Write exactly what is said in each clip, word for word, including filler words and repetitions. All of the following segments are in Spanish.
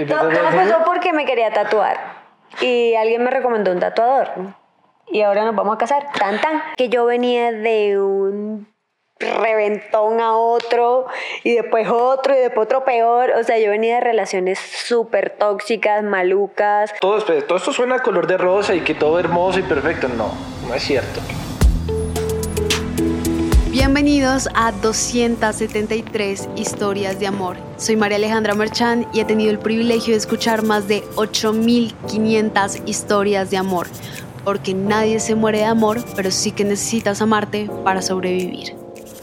Todo empezó porque me quería tatuar y alguien me recomendó un tatuador y ahora nos vamos a casar, tan tan, que yo venía de un reventón a otro y después otro y después otro peor, o sea, yo venía de relaciones súper tóxicas, malucas. Todo, todo esto suena a color de rosa y que todo hermoso y perfecto, no, no es cierto. Bienvenidos a doscientas setenta y tres historias de amor. Soy María Alejandra Merchán y he tenido el privilegio de escuchar más de ocho mil quinientas historias de amor, porque nadie se muere de amor, pero sí que necesitas amarte para sobrevivir.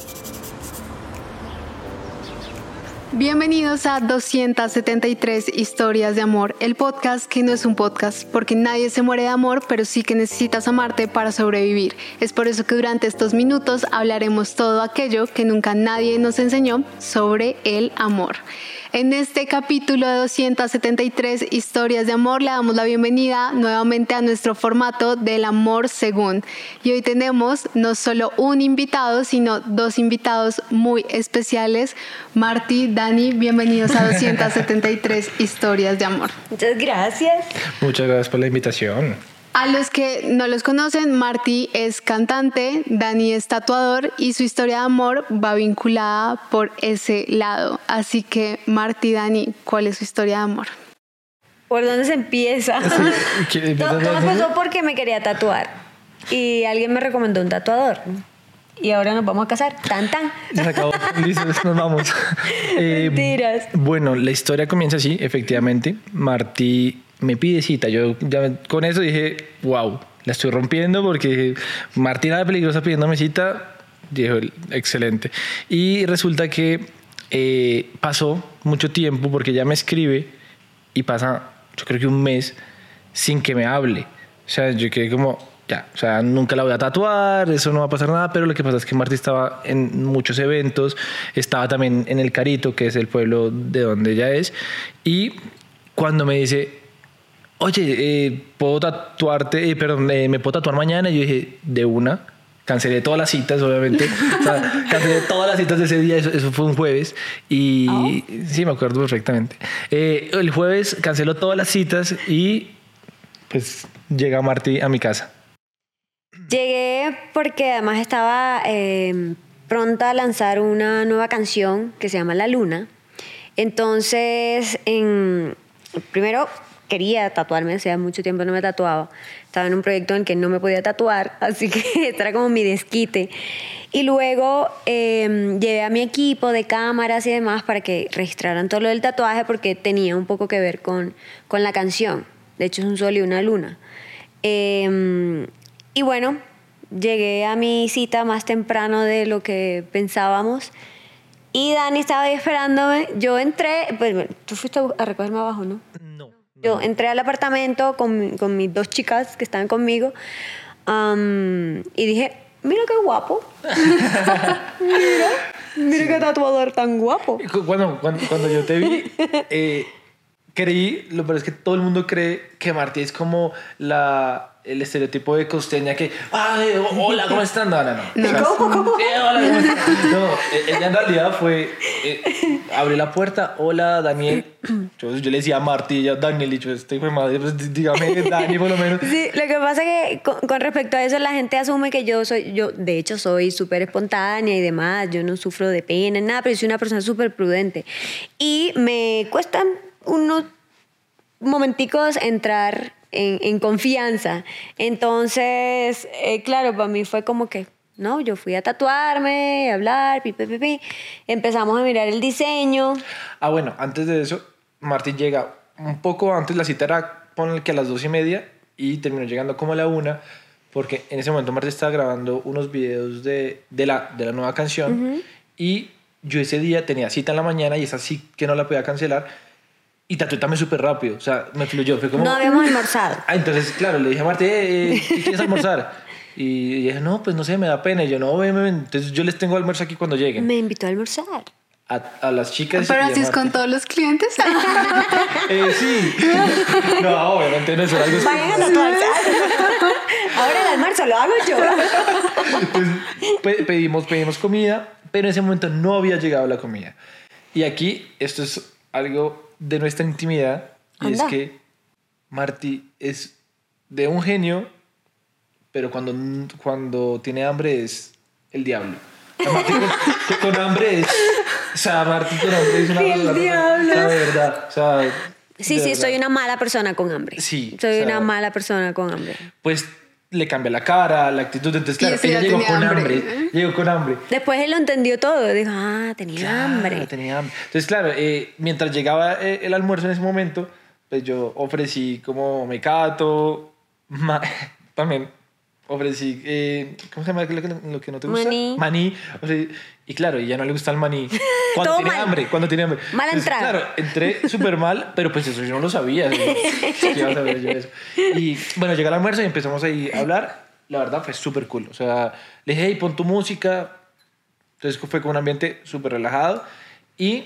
Bienvenidos a doscientas setenta y tres historias de amor, el podcast que no es un podcast, porque nadie se muere de amor, pero sí que necesitas amarte para sobrevivir. Es por eso que durante estos minutos hablaremos todo aquello que nunca nadie nos enseñó sobre el amor. En este capítulo de doscientas setenta y tres historias de amor le damos la bienvenida nuevamente a nuestro formato del amor según. Y hoy tenemos no solo un invitado, sino dos invitados muy especiales. Martí, Dani, bienvenidos a doscientas setenta y tres historias de amor. Muchas gracias. Muchas gracias por la invitación. A los que no los conocen, Martí es cantante, Dani es tatuador y su historia de amor va vinculada por ese lado. Así que, Martí, Dani, ¿cuál es su historia de amor? ¿Por dónde se empieza? Sí, todo, todo empezó porque me quería tatuar y alguien me recomendó un tatuador. Y ahora nos vamos a casar, tan tan. Se acabó, listo, nos vamos. Eh, Mentiras. Bueno, la historia comienza así, efectivamente. Martí me pide cita. Yo ya con eso dije, wow, la estoy rompiendo porque Martina la peligrosa pidiéndome cita. Dijo, excelente. Y resulta que eh, pasó mucho tiempo porque ella me escribe y pasa, yo creo que un mes sin que me hable. O sea, yo quedé como, ya, o sea, nunca la voy a tatuar, eso no va a pasar nada, pero lo que pasa es que Martí estaba en muchos eventos, estaba también en El Carito, que es el pueblo de donde ella es, y cuando me dice, oye, eh, ¿puedo tatuarte? Eh, perdón, eh, ¿me puedo tatuar mañana? Y yo dije, de una. Cancelé todas las citas, obviamente. O sea, cancelé todas las citas de ese día. Eso, eso fue un jueves. Y oh. Sí, me acuerdo perfectamente. Eh, el jueves canceló todas las citas y pues llega Martí a mi casa. Llegué porque además estaba eh, pronta a lanzar una nueva canción que se llama La Luna. Entonces, en, primero quería tatuarme, hacía mucho tiempo no me tatuaba. Estaba en un proyecto en el que no me podía tatuar, así que este era como mi desquite. Y luego eh, llevé a mi equipo de cámaras y demás para que registraran todo lo del tatuaje porque tenía un poco que ver con, con la canción. De hecho, es un sol y una luna. Eh, y bueno, llegué a mi cita más temprano de lo que pensábamos. Y Dani estaba ahí esperándome. Yo entré, pues bueno, tú fuiste a recogerme abajo, ¿no? No. Yo entré al apartamento con, con mis dos chicas que estaban conmigo um, y dije, mira qué guapo. mira, mira qué tatuador tan guapo. Cuando, cuando, cuando yo te vi, eh, creí, lo peor es que todo el mundo cree que Martí es como la... el estereotipo de costeña que ay, hola, ¿cómo están? No, no, no. no. O sea, ¿Cómo, cómo? Sí, hola, ¿cómo están? No, ella en realidad fue eh, abrió la puerta, hola, Daniel. Yo, yo le decía a Martí, ella, Daniel, y yo, este hijo de madre, pues dígame, Dani, por lo menos. Sí, lo que pasa es que con, con respecto a eso la gente asume que yo soy, yo de hecho soy súper espontánea y demás, yo no sufro de pena, nada, pero soy una persona súper prudente. Y me cuestan unos momenticos entrar En, en confianza. Entonces, eh, claro, para mí fue como que, no, yo fui a tatuarme, a hablar, pi, pi, pi, pi. Empezamos a mirar el diseño. Ah, bueno, antes de eso, Martí llega un poco antes, la cita era, ponle que a las dos y media, y terminó llegando como a la una, porque en ese momento Martí estaba grabando unos videos de, de, la, de la nueva canción, uh-huh. Y yo ese día tenía cita en la mañana, y esa sí que no la podía cancelar. Y tatué también súper rápido, o sea, me fluyó. Fue como, no habíamos almorzado. Ah, entonces, claro, le dije a Martí, eh, ¿qué quieres almorzar? Y ella, no, pues no sé, me da pena. Y yo, no, ven, ven. Entonces yo les tengo almuerzo aquí cuando lleguen. Me invitó a almorzar. A, a las chicas. ¿Pero así es con todos los clientes? eh, sí. No, obviamente no es algo especial. Vayan a tatuarse. Ahora el almuerzo lo hago yo. Pues, pedimos, pedimos comida, pero en ese momento no había llegado la comida. Y aquí, esto es algo de nuestra intimidad. Y Anda. es que Marty es de un genio, pero cuando, cuando tiene hambre es el diablo. O sea, Marty con, con hambre es... O sea, Marty con hambre es una... El una- diablo. O sea, de verdad. O sea, Sí, de sí, verdad. soy una mala persona con hambre. Sí, Soy o sea, una mala persona con hambre. Pues le cambia la cara, la actitud. Entonces, claro, ese ella ya llegó tenía con hambre. hambre. Llegó con hambre. Después él lo entendió todo. Dijo, ah, tenía Claro, hambre. tenía hambre. Entonces, claro, eh, mientras llegaba eh, el almuerzo en ese momento, pues yo ofrecí como mecato, ma- también ofrecí, eh, ¿cómo se llama lo que, lo que no te gusta? Maní. Maní. O sea, y claro, y ya no le gusta el maní. Cuando Todo tiene mal. hambre, cuando tiene hambre. Mala Entonces, entrada. Claro, entré súper mal, pero pues eso yo no lo sabía. ¿Qué iba a saber yo eso? Y bueno, llega el almuerzo y empezamos ahí a hablar. La verdad fue súper cool. O sea, le dije, hey, pon tu música. Entonces fue con un ambiente súper relajado. Y...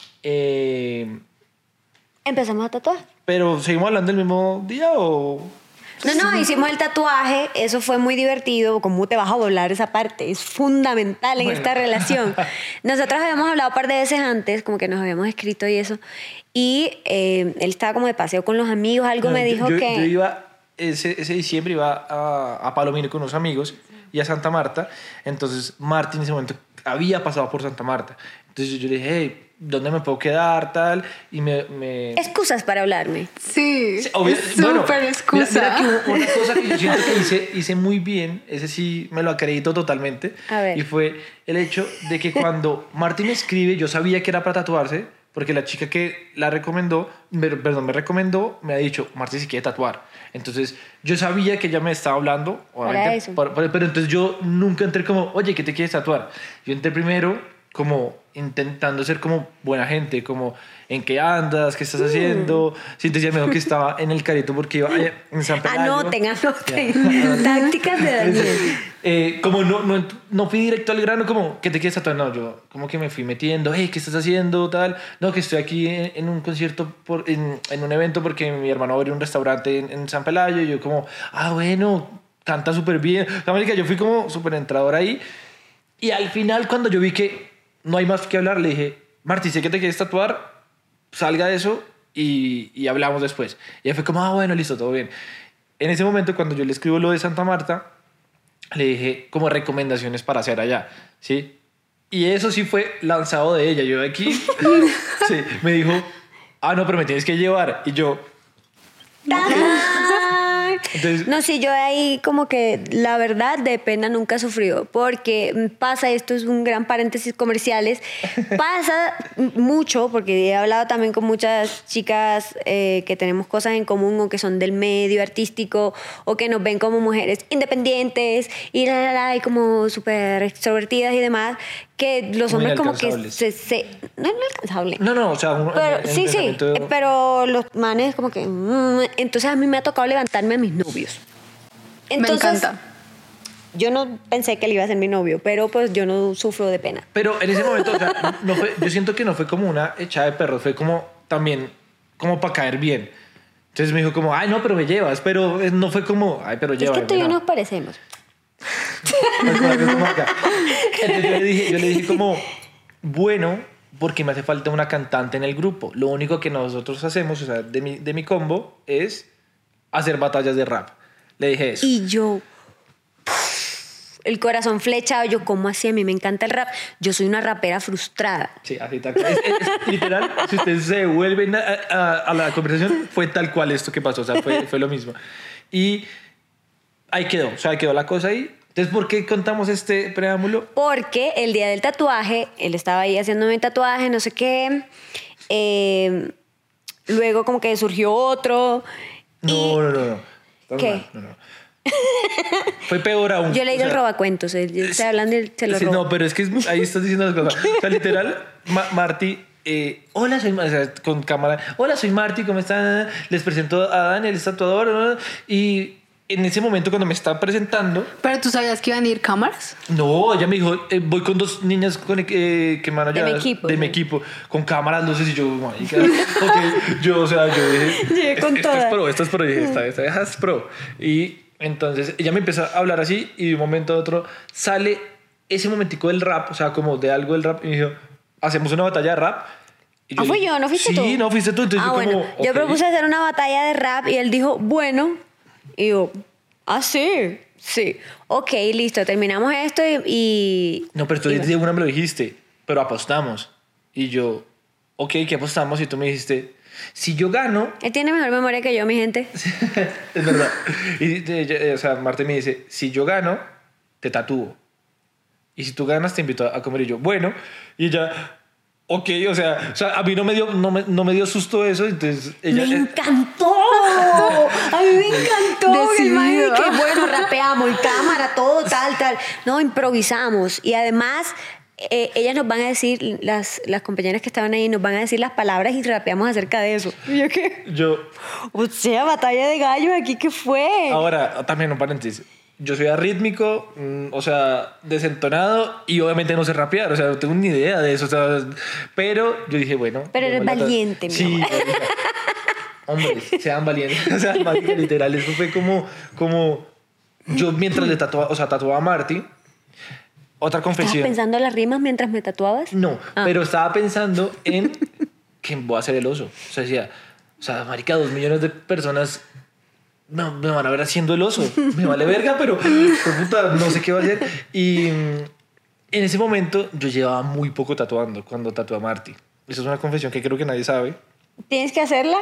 Eh, Empezamos a tatuar. pero seguimos hablando el mismo día o... No, no, hicimos el tatuaje, eso fue muy divertido. ¿Cómo te vas a volar esa parte? Es fundamental en Bueno. esta relación. Nosotros habíamos hablado un par de veces antes, como que nos habíamos escrito y eso. Y eh, él estaba como de paseo con los amigos, algo No, me yo- dijo yo, que... yo iba, ese, ese diciembre iba a, a Palomino con unos amigos y a Santa Marta. Entonces Martín en ese momento había pasado por Santa Marta. Entonces yo le dije, hey, ¿dónde me puedo quedar? Tal. Y me... me... Excusas para hablarme. Sí, Sí, obvio- es bueno, súper mira- excusa. Mira, que hubo una cosa que yo siento que hice, hice muy bien, ese sí me lo acredito totalmente. A ver. Y fue el hecho de que cuando Martín me escribe, yo sabía que era para tatuarse, porque la chica que la recomendó, me- perdón, me recomendó, me ha dicho, Martín se quiere tatuar. Entonces yo sabía que ella me estaba hablando, obviamente, eso. por- por- pero entonces yo nunca entré como, oye, ¿qué te quieres tatuar? Yo entré primero como intentando ser como buena gente, como en qué andas, qué estás haciendo. Sí, te decía mejor que estaba en el Careto porque iba eh, en San Pelayo. Anoten, anoten. Tácticas de Daniel. Eh, como no, no, no fui directo al grano, como, ¿qué te quieres tatuar? No, yo como que me fui metiendo, hey, ¿qué estás haciendo? Tal. No, que estoy aquí en, en un concierto, por, en, en un evento porque mi hermano abrió un restaurante en, en San Pelayo. Y yo como, ah, bueno, canta súper bien. La marica, yo fui como súper entrador ahí. Y al final, cuando yo vi que no hay más que hablar, le dije, Marti, sé que te quieres tatuar, salga de eso y, y hablamos después. Y ella fue como, ah, bueno, listo, todo bien. En ese momento, cuando yo le escribo lo de Santa Marta, le dije como recomendaciones para hacer allá, ¿sí? Y eso sí fue lanzado de ella. Yo de aquí, sí, me dijo, ah, no, pero me tienes que llevar. Y yo, ¡Tarán! Entonces- No, sí, yo ahí como que la verdad de pena nunca he sufrido, porque pasa, esto es un gran paréntesis comerciales, pasa mucho, porque he hablado también con muchas chicas eh, que tenemos cosas en común o que son del medio artístico o que nos ven como mujeres independientes y la, la, la, y como súper extrovertidas y demás, que los Muy hombres como que inalcanzables. se... se no es inalcanzable. no, no, o sea, un, Pero, un sí, sí, pensamiento- eh, pero los manes como que... mm, entonces a mí me ha tocado levantarme a mis novios. Entonces, Me encanta. yo no pensé que él iba a ser mi novio, pero pues yo no sufro de pena. Pero en ese momento, o sea, no fue, yo siento que no fue como una echada de perros, fue como también, como para caer bien. Entonces me dijo como, ay, no, pero me llevas, pero eh, no fue como, ay, pero Es llévame. que tú y yo no. nos parecemos. Es como que como acá. Entonces yo le dije, yo le dije como, bueno, porque me hace falta una cantante en el grupo. Lo único que nosotros hacemos, o sea, de mi, de mi combo, es hacer batallas de rap. Le dije eso. Y yo... el corazón flechado, yo, ¿cómo así? A mí me encanta el rap. Yo soy una rapera frustrada. Sí, así tal cual. Es, es- es literal, si ustedes se vuelven a, a- a la conversación, fue tal cual esto que pasó, o sea, fue, fue lo mismo. Y ahí quedó, o sea, quedó la cosa ahí. Entonces, ¿por qué contamos este preámbulo? Porque el día del tatuaje, él estaba ahí haciéndome el tatuaje, no sé qué. eh, luego como que surgió otro. No, y no, no, no. Estás ¿Qué? mal, no, no. Fue peor aún. yo leí O sea, el robacuentos, él está hablando y se lo sí, robó. no, pero es que es- ahí estás diciendo las cosas. O sea, literal, Ma- Marty, eh, hola, soy Ma- o sea, con cámara. Hola, soy Marty, ¿cómo están? Les presento a Daniel, el tatuador. ¿no? Y en ese momento, cuando me estaba presentando, Pero tú sabías que iban a ir cámaras. no, ella me dijo, eh, voy con dos niñas con, eh, que me van a De mi ayudar, equipo, de sí. mi equipo, con cámaras, luces, y yo, marica, ok, yo, o sea, yo dije, Llegué con esto es toda. pro, esto es pro, y dije, esta, esta esta es pro. Y entonces ella me empezó a hablar así, y de un momento a otro sale ese momentico del rap, o sea, como de algo del rap, y me dijo, hacemos una batalla de rap, Y Ah, fui dije, yo, ¿no fuiste sí, tú? Sí, no fuiste tú. Entonces ah, yo bueno, como, yo ok. propuse hacer una batalla de rap y él dijo, bueno. Y yo, ah, sí, sí. Ok, listo, terminamos esto y... y No, pero tú y de una me lo dijiste, pero apostamos. Y yo, ok, ¿qué apostamos? Y tú me dijiste, si yo gano... Él tiene mejor memoria que yo, mi gente. Es verdad. Y, eh, o sea, Marta me dice, si yo gano, te tatúo. Y si tú ganas, te invito a comer. Y yo, bueno. Y ella, ok, o sea, o sea a mí no me, dio, no, me, no me dio susto eso. Entonces ella... ¡Me encantó! A mí me encantó. El man, y que bueno, rapeamos y cámara, todo, tal, tal. No, improvisamos. Y además... Eh, ellas nos van a decir, las, las compañeras que estaban ahí, nos van a decir las palabras y rapeamos acerca de eso. ¿Y yo qué? Yo... O sea, batalla de gallos, ¿aquí qué fue? Ahora, también un paréntesis. Yo soy arrítmico, mmm, o sea, desentonado y obviamente no sé rapear, o sea, no tengo ni idea de eso, o sea, pero yo dije, bueno... Pero eres valiente, mi sí, amor. Hombres, sean valientes, o sea, valientes, literal, eso fue como, como yo mientras le tatuaba, o sea, tatuaba a Marty. Otra confesión. ¿Estabas pensando en las rimas mientras me tatuabas? No, ah. pero estaba pensando en que voy a ser el oso. O sea, decía, o sea, marica, dos millones de personas no, me van a ver haciendo el oso. Me vale verga, pero, pero puta, no sé qué va a hacer. Y en ese momento yo llevaba muy poco tatuando cuando tatué a Marty. Esa es una confesión que creo que nadie sabe. ¿Tienes que hacerla?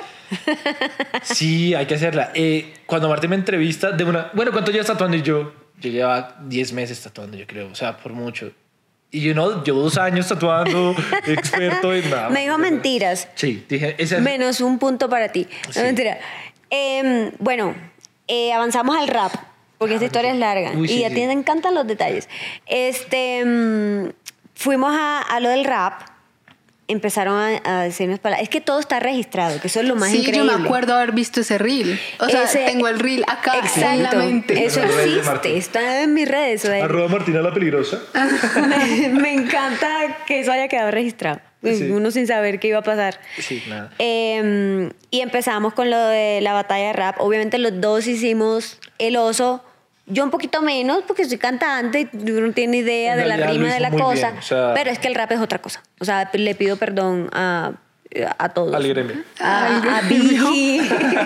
Sí, hay que hacerla. Eh, cuando Marty me entrevista, de una, bueno, ¿cuánto llevas tatuando? Y yo... Yo llevaba diez meses tatuando, yo creo, o sea, por mucho. Y yo no, llevo dos años tatuando, experto en nada. Me dijo mentiras. Sí, dije... Ese... Menos un punto para ti. No, Sí. mentira. Eh, bueno, eh, avanzamos al rap, porque esta historia es larga. Uy, y sí, a sí. ti te encantan los detalles. Este, mm, fuimos a, a lo del rap. Empezaron a, a decirnos palabras. Es que todo está registrado, que eso es lo más sí, increíble. yo me acuerdo haber visto ese reel. O sea, Ese- tengo el reel acá en la Exacto. mente. Eso En las redes de existe, Martín. está en mis redes. o sea, Arroba Martina la Peligrosa. me, me encanta que eso haya quedado registrado. Sí. Uno sin saber qué iba a pasar. Sí, nada. Eh, y empezamos con lo de la batalla de rap. Obviamente los dos hicimos el oso. Yo un poquito menos porque soy cantante y uno no tiene idea En de la realidad lo rima de hizo la muy cosa. bien, o sea- Pero es que el rap es otra cosa. O sea, le pido perdón a, a todos. Al gremio. A, a Biggie.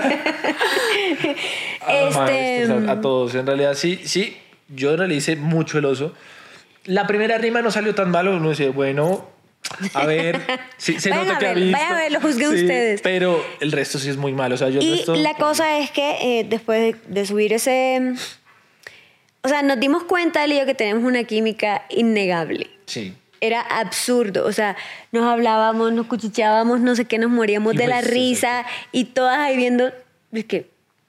A los este, maestros, a, a todos. En realidad, sí, sí. Yo en realidad hice mucho el oso. La primera rima no salió tan malo. Uno dice, bueno, a ver. Sí, se Vayan nota a que ha ver, visto. vayan a ver, lo juzguen Sí, ustedes. Pero el resto sí es muy malo. O sea, yo el Y resto... la cosa es que eh, después de, de subir ese... O sea, nos dimos cuenta, Leo, que tenemos una química innegable. Sí. Era absurdo, o sea, nos hablábamos, nos cuchichábamos, no sé qué, nos moríamos Y de la pues, risa y todas ahí viendo, es que,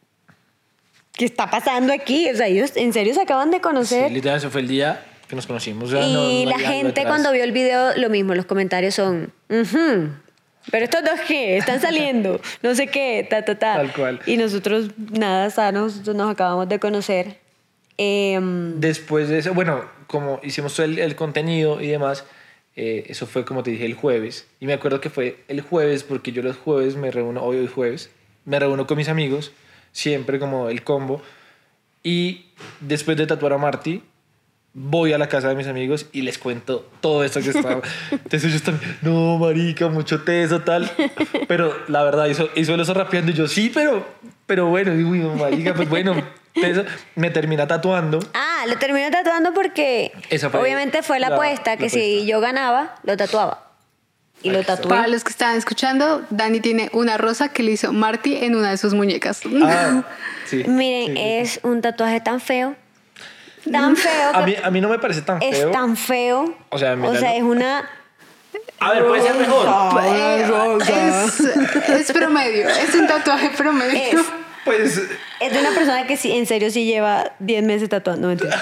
¿qué está pasando aquí? O sea, ellos en serio se acaban de conocer. Sí, literal, ese fue el día que nos conocimos. O sea, y no- no la había algo gente detrás. cuando vio el video, lo mismo, los comentarios son, "Ujú, pero estos dos qué, están saliendo, no sé qué, ta, ta, ta". Tal cual. Y nosotros, nada, sanos, nosotros nos acabamos de conocer. Em, Después de eso, bueno, como hicimos todo el, el contenido y demás, eh, eso fue como te dije el jueves. Y me acuerdo que fue el jueves porque yo los jueves me reúno, hoy hoy jueves, me reúno con mis amigos, siempre como el combo. Y después de tatuar a Marty, voy a la casa de mis amigos y les cuento todo esto que estaba. Entonces ellos también, no, marica, mucho teso, tal. Pero la verdad, hizo, hizo el oso rapeando y yo, sí, pero, pero bueno, y, uy, marica, pues bueno, teso. Me termina tatuando. Ah, lo terminó tatuando porque Esa fue obviamente fue la, la- apuesta que la si apuesta. yo ganaba, lo tatuaba. Y lo Ahí está. tatué. Para los que estaban escuchando, Dani tiene una rosa que le hizo Marty en una de sus muñecas. Ah, sí. Miren, sí, sí. es un tatuaje tan feo. Tan feo A que mí, a mí no me parece tan es feo. tan feo. O sea, o míralo. sea, es una... A ver, puede ser mejor. Eh, es, es promedio, es un tatuaje promedio. Es, Pues es de una persona que sí, en serio sí lleva diez meses tatuando. No, mentira.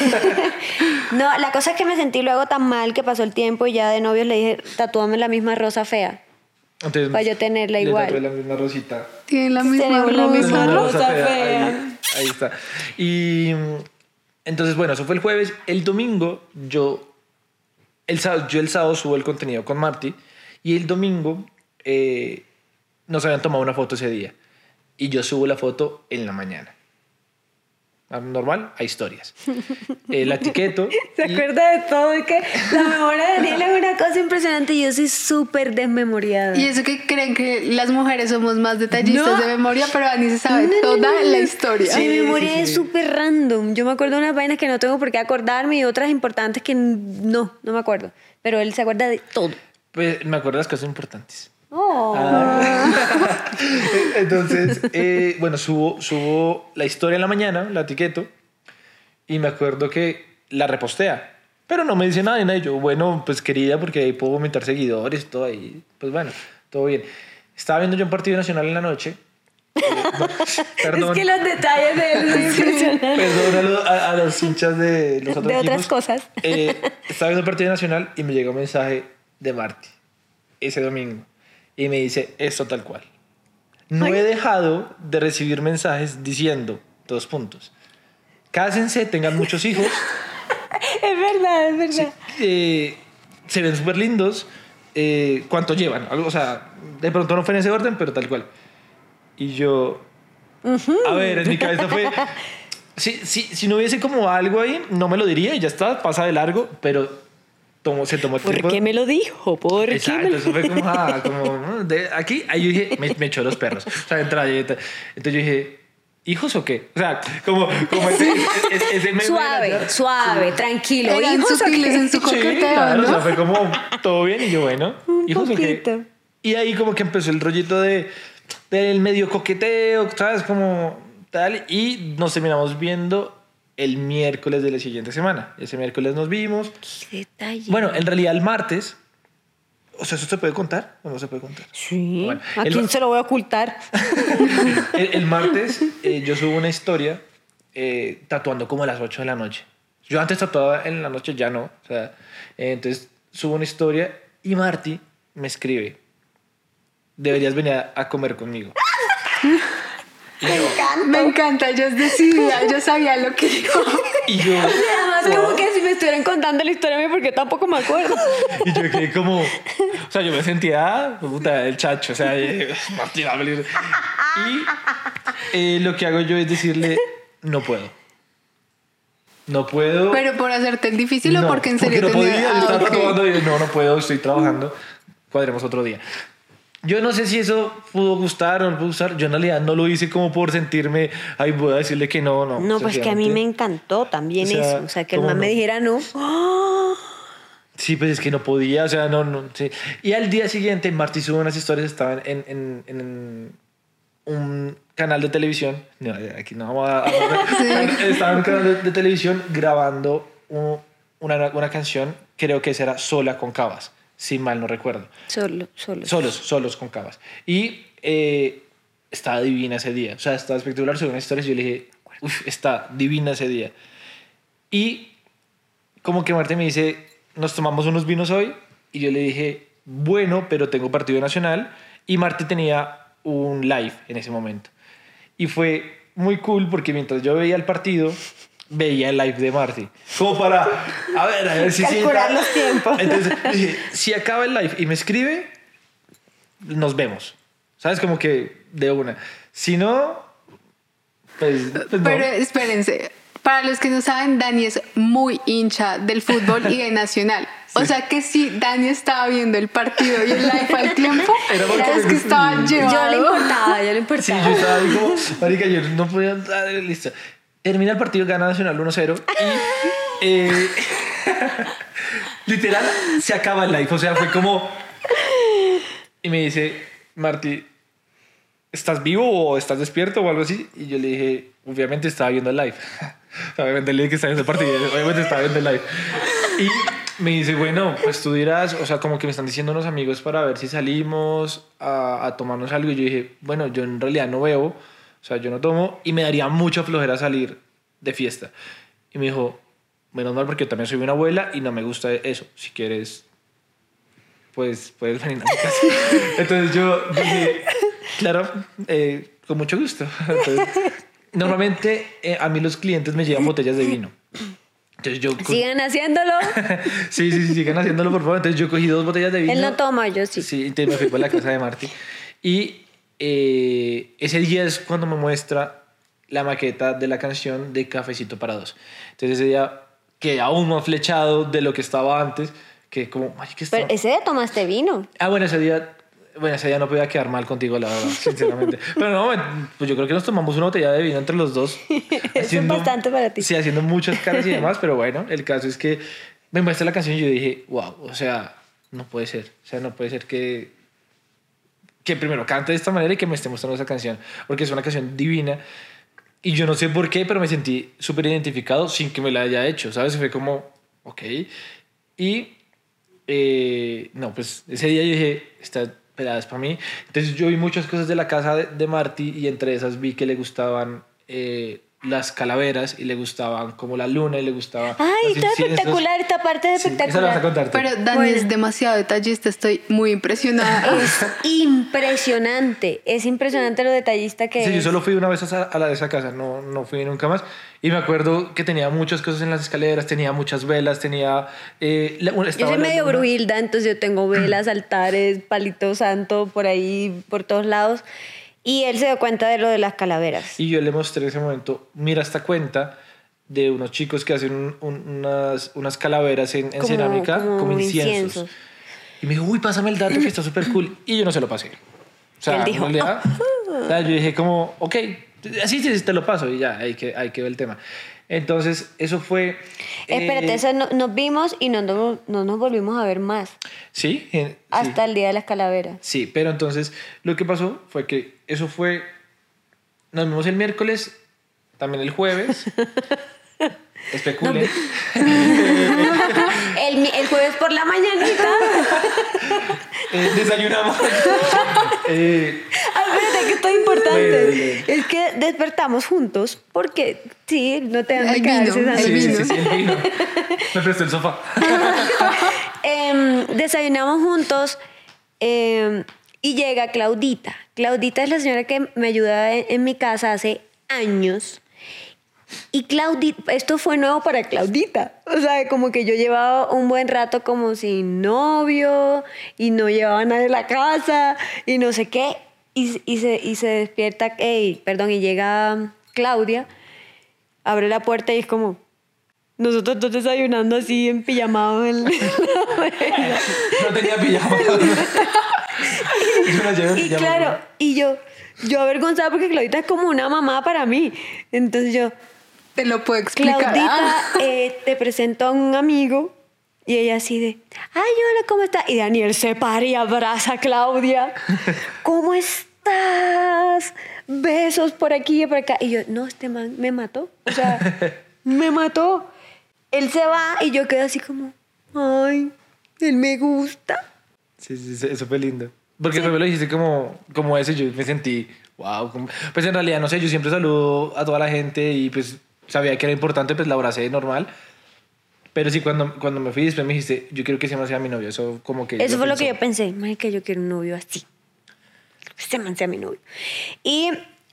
No, la cosa es que me sentí luego tan mal que pasó el tiempo y ya de novios le dije, tatúame la misma rosa fea. entonces, Para yo tenerla le igual. tatué la misma rosita. Tienen la misma Tenemos la rosa. misma La rosa fea. Ahí, ahí está. Y mm, entonces, bueno, eso fue el jueves. El domingo, yo el sábado, yo el sábado subo el contenido con Marty y el domingo eh, nos habían tomado una foto ese día. Y yo subo la foto en la mañana. normal a historias. Eh, la etiqueto. Se y... acuerda de todo, es que la memoria de Daniela es una cosa impresionante y yo soy súper desmemoriada. Y eso que creen que las mujeres somos más detallistas No. de memoria, pero Dani se sabe No, no, toda no, no. la historia. Sí, mi memoria sí, sí. es súper random. Yo me acuerdo de unas vainas que no tengo por qué acordarme y otras importantes que no, no me acuerdo. Pero él se acuerda de todo. Pues me acuerdo de las cosas importantes. Oh. Ah. Entonces, eh, bueno, subo, subo la historia en la mañana, la etiqueto, y me acuerdo que la repostea, pero no me dice nada, y nada. Y yo, bueno, pues querida, porque ahí puedo aumentar seguidores, todo ahí, pues bueno, todo bien. Estaba viendo yo un partido nacional en la noche. Eh, no, perdón, Es que los detalles de él son impresionantes. perdón a, los, a- a los hinchas de los otros De otras equipos. cosas. Eh, estaba viendo el partido nacional y me llegó un mensaje de Marty ese domingo y me dice esto tal cual. No he dejado de recibir mensajes diciendo, dos puntos, cásense, tengan muchos hijos, Es verdad, es verdad. eh, se ven súper lindos, eh, ¿cuánto llevan? Algo, o sea, de pronto no fue en ese orden, pero tal cual. Y yo, a ver, en mi cabeza fue, si, si, si no hubiese como algo ahí, no me lo diría y ya está, pasa de largo, pero tomó, se tomó el ¿Por tiempo. qué me lo dijo? ¿Por qué Exacto, me lo eso fue como, ah, como ¿no? de aquí, ahí yo dije, me, me echó los perros. O sea, entra, entonces yo dije, ¿hijos o qué? O sea, como, como ese, ese, ese meme Suave, de la- suave, tranquilo. Eran ¿Hijos o sutiles qué? en su Sí, coqueteo, claro, ¿no? o sea, fue como todo bien y yo, bueno, Un ¿hijos o qué? poquito. Y ahí como que empezó el rollito de del medio coqueteo, ¿sabes? Como tal, y nos terminamos viendo el miércoles de la siguiente semana. Ese miércoles nos vimos. Qué detalle. Bueno, en realidad el martes, o sea, ¿eso se puede contar o no se puede contar? Sí. Bueno, ¿A el quién ma- se lo voy a ocultar? El, el martes eh, yo subo una historia eh, tatuando como a las ocho de la noche. Yo antes tatuaba en la noche, ya no. O sea, eh, entonces subo una historia y Marty me escribe, deberías venir a, a comer conmigo. Y yo, Me encanta, yo decidía, yo sabía lo que iba. y yo, Además, como que si me estuvieran contando la historia a mí, porque tampoco me acuerdo. y yo quedé como, o sea, yo me sentía, puta, el chacho, o sea, eh, Marty, dame. Y eh, lo que hago yo es decirle, no puedo. No puedo. Pero por hacerte el difícil o No, porque en serio no tenía- podía, yo Ah, estaba ok. tatuando y yo, no, no puedo, estoy trabajando, cuadremos otro día. Yo no sé si eso pudo gustar o no pudo gustar, yo en realidad no lo hice como por sentirme, ay, voy a decirle que no, no. No, pues que a mí me sencillamente. encantó también O sea, eso. O sea, que el ¿cómo man me no? dijera no. ¡Ah! Sí, pues es que no podía, o sea, no, no, sí. Y al día siguiente, Marty sube unas historias, estaban en, en, en un canal de televisión, no, aquí no vamos a... a- estaba en un canal de, de televisión grabando un- una, una canción, creo que esa era Sola con Cabas, si mal no recuerdo. Solo, solo. Solos, solos con Cabas. Y eh, estaba divina ese día, o sea, estaba espectacular, subí unas historias y yo le dije, uff, está divina ese día. Y como que Marta me dice, nos tomamos unos vinos hoy, y yo le dije, bueno, pero tengo partido nacional, y Marta tenía un live en ese momento. Y fue muy cool porque mientras yo veía el partido, veía el live de Marty. Como para, a ver, a ver si... Calcular si- los tiempos. Entonces dije, si acaba el live y me escribe, nos vemos. ¿Sabes? Como que de una. Si no, pues, pues no. Pero espérense, para los que no saben, Dani es muy hincha del fútbol y de Nacional. O sea que si Dani estaba viendo el partido y el live al tiempo, Era porque es me que estaba gustaba. llevado. Yo le importaba, yo le Sí, importaba. yo estaba ahí como, marica, yo no podía entrar, listo. Termina el partido, gana Nacional uno cero y eh, literal se acaba el live, o sea, fue como y me dice, Marty, ¿estás vivo o estás despierto o algo así? Y yo le dije, obviamente estaba viendo el live. Obviamente le dije que estaba viendo el partido, obviamente estaba viendo el live. Y me dice, bueno, pues tú dirás, o sea, como que me están diciendo unos amigos para ver si salimos a, a tomarnos algo. Y yo dije, bueno, yo en realidad no bebo, o sea, yo no tomo y me daría mucha flojera salir de fiesta. Y me dijo, menos mal porque yo también soy una abuela y no me gusta eso. Si quieres, pues puedes venir a mi casa. Entonces yo dije, claro, eh, con mucho gusto. Entonces, normalmente eh, a mí los clientes me llevan botellas de vino. Entonces yo... Sigan haciéndolo. sí, sí, sí, sigan haciéndolo, por favor. Entonces yo cogí dos botellas de vino. Él no toma, yo sí. Sí, entonces me fui para la casa de Marty. Y eh, ese día es cuando me muestra la maqueta de la canción de Cafecito para Dos. Entonces ese día quedé aún más flechado de lo que estaba antes, que como, ay, ¿qué está? Pero ese día tomaste vino. Ah, bueno, ese día, bueno, ese día no podía quedar mal contigo, la verdad, sinceramente. Pero no, pues yo creo que nos tomamos una botella de vino entre los dos. Eso es bastante para ti. Sí, haciendo muchas caras y demás, pero bueno, el caso es que me muestra la canción y yo dije, wow, o sea, no puede ser. O sea, no puede ser que, que primero cante de esta manera y que me esté mostrando esa canción, porque es una canción divina. Y yo no sé por qué, pero me sentí súper identificado sin que me la haya hecho, ¿sabes? Fue como, ok. Y, eh, no, pues ese día yo dije, esta pelada es para mí. Entonces yo vi muchas cosas de la casa de, de Marty y entre esas vi que le gustaban eh, las calaveras y le gustaban como la luna y le gustaba... Ay, está espectacular, esta parte es espectacular. Sí, esa la vas a contarte. Pero Dani bueno. es demasiado detallista, estoy muy impresionada. Es impresionante, es impresionante lo detallista que sí, es. Yo solo fui una vez a, a la de esa casa, no, no fui nunca más. Y me acuerdo que tenía muchas cosas en las escaleras, tenía muchas velas, tenía... Eh, la, yo soy medio luna. brujilda, entonces yo tengo velas, altares, palito santo por ahí, por todos lados. Y él se dio cuenta de lo de las calaveras. Y yo le mostré en ese momento, mira esta cuenta de unos chicos que hacen un, un, unas, unas calaveras en, en como, cerámica como, como inciensos. inciensos. Y me dijo, uy, pásame el dato que está súper cool. Y yo no se lo pasé. O sea, él dijo, en realidad, o sea, yo dije como, ok, así sí, te lo paso y ya, ahí que, ahí quedó el tema. Entonces, eso fue... Espérate, eh, eso no, nos vimos y no, no, no nos volvimos a ver más. Sí. Eh, Hasta sí. el día de las calaveras. Sí, pero entonces lo que pasó fue que eso fue... Nos vimos el miércoles, también el jueves. Especulen. No, el, el jueves por la mañanita. eh, desayunamos. eh, Ay, espérate, que esto es importante. Bueno, bueno. Es que despertamos juntos porque, sí, no te dan de quedarse. El sí, vino. Sí, sí, el vino. Me prestó el sofá. eh, desayunamos juntos eh, y llega Claudita. Claudita es la señora que me ayuda en, en mi casa hace años. Y Claudita, esto fue nuevo para Claudita. O sea, como que yo llevaba un buen rato como sin novio y no llevaba a nadie a la casa y no sé qué. Y, y, se, y se despierta, hey, perdón, y llega Claudia, abre la puerta y es como, nosotros dos desayunando así en pijamados en la mesa. No tenía pijama. y, y claro, y yo, yo avergonzada porque Claudita es como una mamá para mí. Entonces yo... Te lo puedo explicar. Claudita, eh, te presento a un amigo y ella así de, ay, hola, ¿cómo estás? Y Daniel se para y abraza a Claudia. ¿Cómo estás? Besos por aquí y por acá. Y yo, no, este man me mató. O sea, me mató. Él se va y yo quedo así como, ay, él me gusta. Sí, sí, sí, eso fue lindo. Porque sí. Me lo dijiste como, como eso, yo me sentí, wow. Como... Pues en realidad, no sé, yo siempre saludo a toda la gente y pues sabía que era importante, pues la abracé normal. Pero sí, cuando, cuando me fui después me dijiste, yo quiero que ese man sea mi novio. Eso como que... Eso fue pensé. Lo que yo pensé, man, que yo quiero un novio así. Que ese man sea mi novio. Y,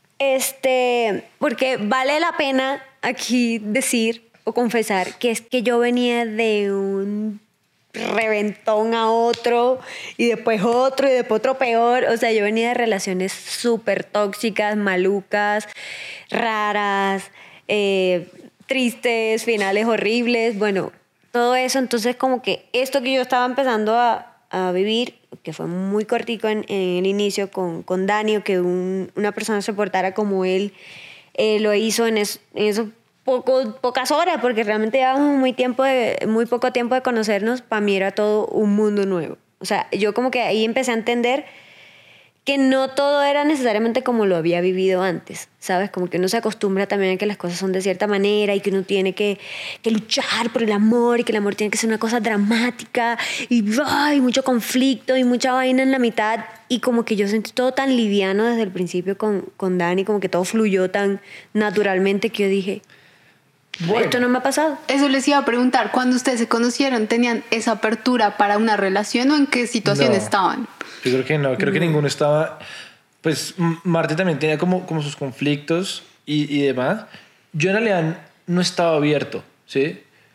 este, porque vale la pena aquí decir o confesar que es que yo venía de un reventón a otro y después otro y después otro peor. O sea, yo venía de relaciones súper tóxicas, malucas, raras, eh, tristes, finales horribles, bueno, todo eso. Entonces como que esto que yo estaba empezando a, a vivir, que fue muy cortico en, en el inicio con, con Dani, que un, una persona se portara como él eh, lo hizo en, es, en esos poco, pocas horas, porque realmente llevábamos muy, tiempo de, muy poco tiempo de conocernos, para mí era todo un mundo nuevo. O sea, yo como que ahí empecé a entender que no todo era necesariamente como lo había vivido antes, ¿sabes? Como que uno se acostumbra también a que las cosas son de cierta manera y que uno tiene que, que luchar por el amor y que el amor tiene que ser una cosa dramática y ay, mucho conflicto y mucha vaina en la mitad. Y como que yo sentí todo tan liviano desde el principio con, con Dani, como que todo fluyó tan naturalmente que yo dije, bueno, esto no me ha pasado. Eso les iba a preguntar, cuando ustedes se conocieron, ¿tenían esa apertura para una relación o en qué situación no, estaban? Yo creo que no, creo no. que ninguno estaba... Pues Marta también tenía como, como sus conflictos y, y demás. Yo en realidad no estaba abierto, ¿sí?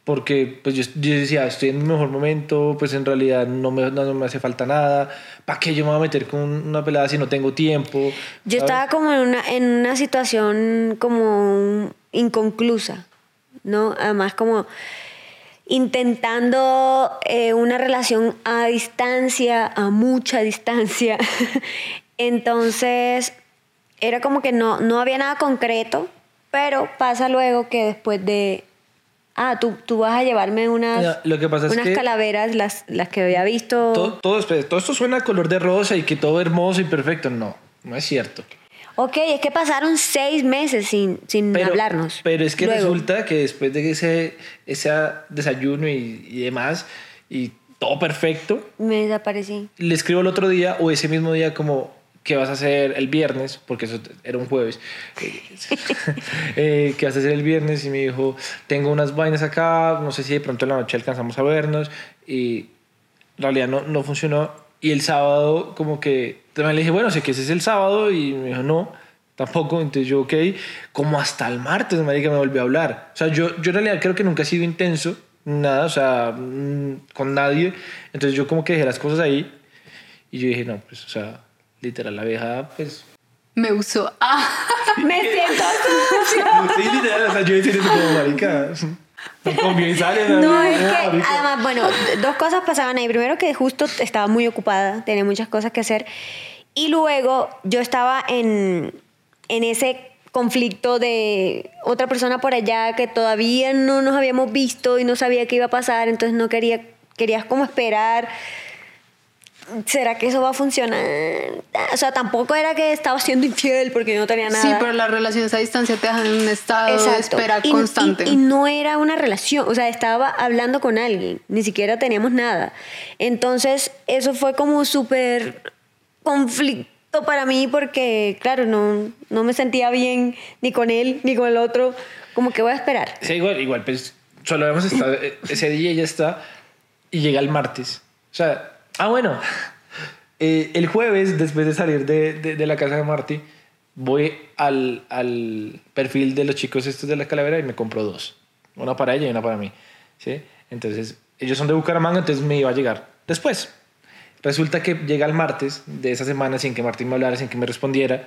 porque pues yo, yo decía, estoy en mi mejor momento, pues en realidad no me, no, no me hace falta nada, ¿para qué yo me voy a meter con una pelada si no tengo tiempo? Yo ¿sabes? estaba como en una, en una situación como inconclusa, ¿no? Además como intentando eh, una relación a distancia, a mucha distancia. Entonces era como que no, no había nada concreto, pero pasa luego que después de... Ah, tú, tú vas a llevarme unas, Mira, lo que pasa es unas que calaveras, las, las que había visto. todo, todo, espera, todo esto suena a color de rosa y que todo hermoso y perfecto. No, no es cierto. Ok, es que pasaron seis meses sin, sin Pero, hablarnos. pero es que Luego. resulta que después de ese, ese desayuno y, y demás, y todo perfecto, Me desaparecí. le escribo el otro día o ese mismo día como, ¿qué vas a hacer el viernes? Porque eso era un jueves. eh, ¿Qué vas a hacer el viernes? Y me dijo, tengo unas vainas acá, no sé si de pronto en la noche alcanzamos a vernos. Y en realidad no, no funcionó. Y el sábado como que también le dije, bueno, sé que ese es el sábado. Y me dijo, no, tampoco. Entonces yo, ok. Como hasta el martes, marica, me volvió a hablar. O sea, yo, yo en realidad creo que nunca he sido intenso. Nada, o sea, mmm, con nadie. Entonces yo como que dejé las cosas ahí. Y yo dije, no, pues, o sea... Literal, la vieja, pues... Me usó. Ah. Me siento Sí, literal, o sea, yo decía eso como marica. No conviene y sale. No, es que además, bueno, dos cosas pasaban ahí. Primero que justo estaba muy ocupada, tenía muchas cosas que hacer. Y luego yo estaba en, en ese conflicto de otra persona por allá que todavía no nos habíamos visto y no sabía qué iba a pasar, entonces no quería, querías como esperar. ¿Será que eso va a funcionar? O sea, tampoco era que estaba siendo infiel porque no tenía nada. Sí, pero las relaciones a distancia te dejan en un estado Exacto. de espera y, constante. Y, y no era una relación, o sea, estaba hablando con alguien, ni siquiera teníamos nada. Entonces, eso fue como súper conflicto para mí porque, claro, no, no me sentía bien ni con él ni con el otro. Como que voy a esperar. Sí, igual, igual, pues solo hemos estado ese día y ya está. Y llega el martes. O sea... Ah, bueno, eh, el jueves, después de salir de, de, de la casa de Marty, voy al, al perfil de los chicos estos de la calavera y me compro dos. Una para ella y una para mí. ¿Sí? Entonces, ellos son de Bucaramanga, entonces me iba a llegar después. Resulta que llega el martes de esa semana sin que Martín me hablara, sin que me respondiera,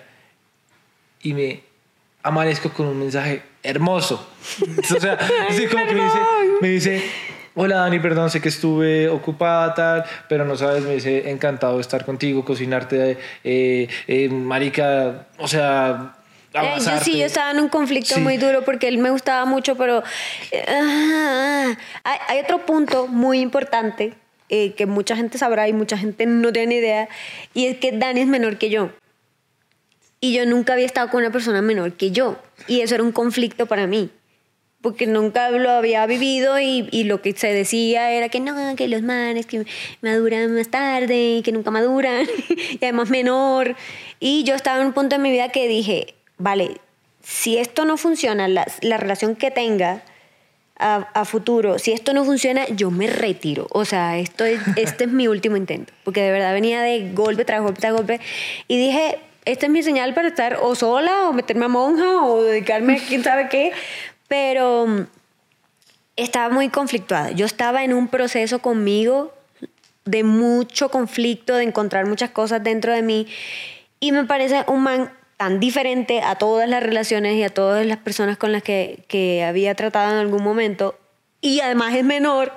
y me amanezco con un mensaje hermoso. O sea, así como que me dice... Me dice hola Dani, perdón, sé que estuve ocupada tal, pero no sabes, me dice, encantado de estar contigo, cocinarte, eh, eh, marica, o sea, abrazarte. Eh, yo sí, yo estaba en un conflicto Sí. muy duro porque él me gustaba mucho, pero eh, ah, hay, hay otro punto muy importante eh, que mucha gente sabrá y mucha gente no tiene ni idea, y es que Dani es menor que yo. Y yo nunca había estado con una persona menor que yo, y eso era un conflicto para mí. Porque nunca lo había vivido y, y lo que se decía era que no, que los manes que maduran más tarde y que nunca maduran y además menor. Y yo estaba en un punto en mi vida que dije, vale, si esto no funciona, la, la relación que tenga a, a futuro, si esto no funciona, yo me retiro. O sea, esto es, este es mi último intento. Porque de verdad venía de golpe tras golpe tras golpe. Y dije, esta es mi señal para estar o sola o meterme a monja o dedicarme a quién sabe qué. Pero estaba muy conflictuada. Yo estaba en un proceso conmigo de mucho conflicto, de encontrar muchas cosas dentro de mí. Y me parece un man tan diferente a todas las relaciones y a todas las personas con las que, que había tratado en algún momento. Y además es menor.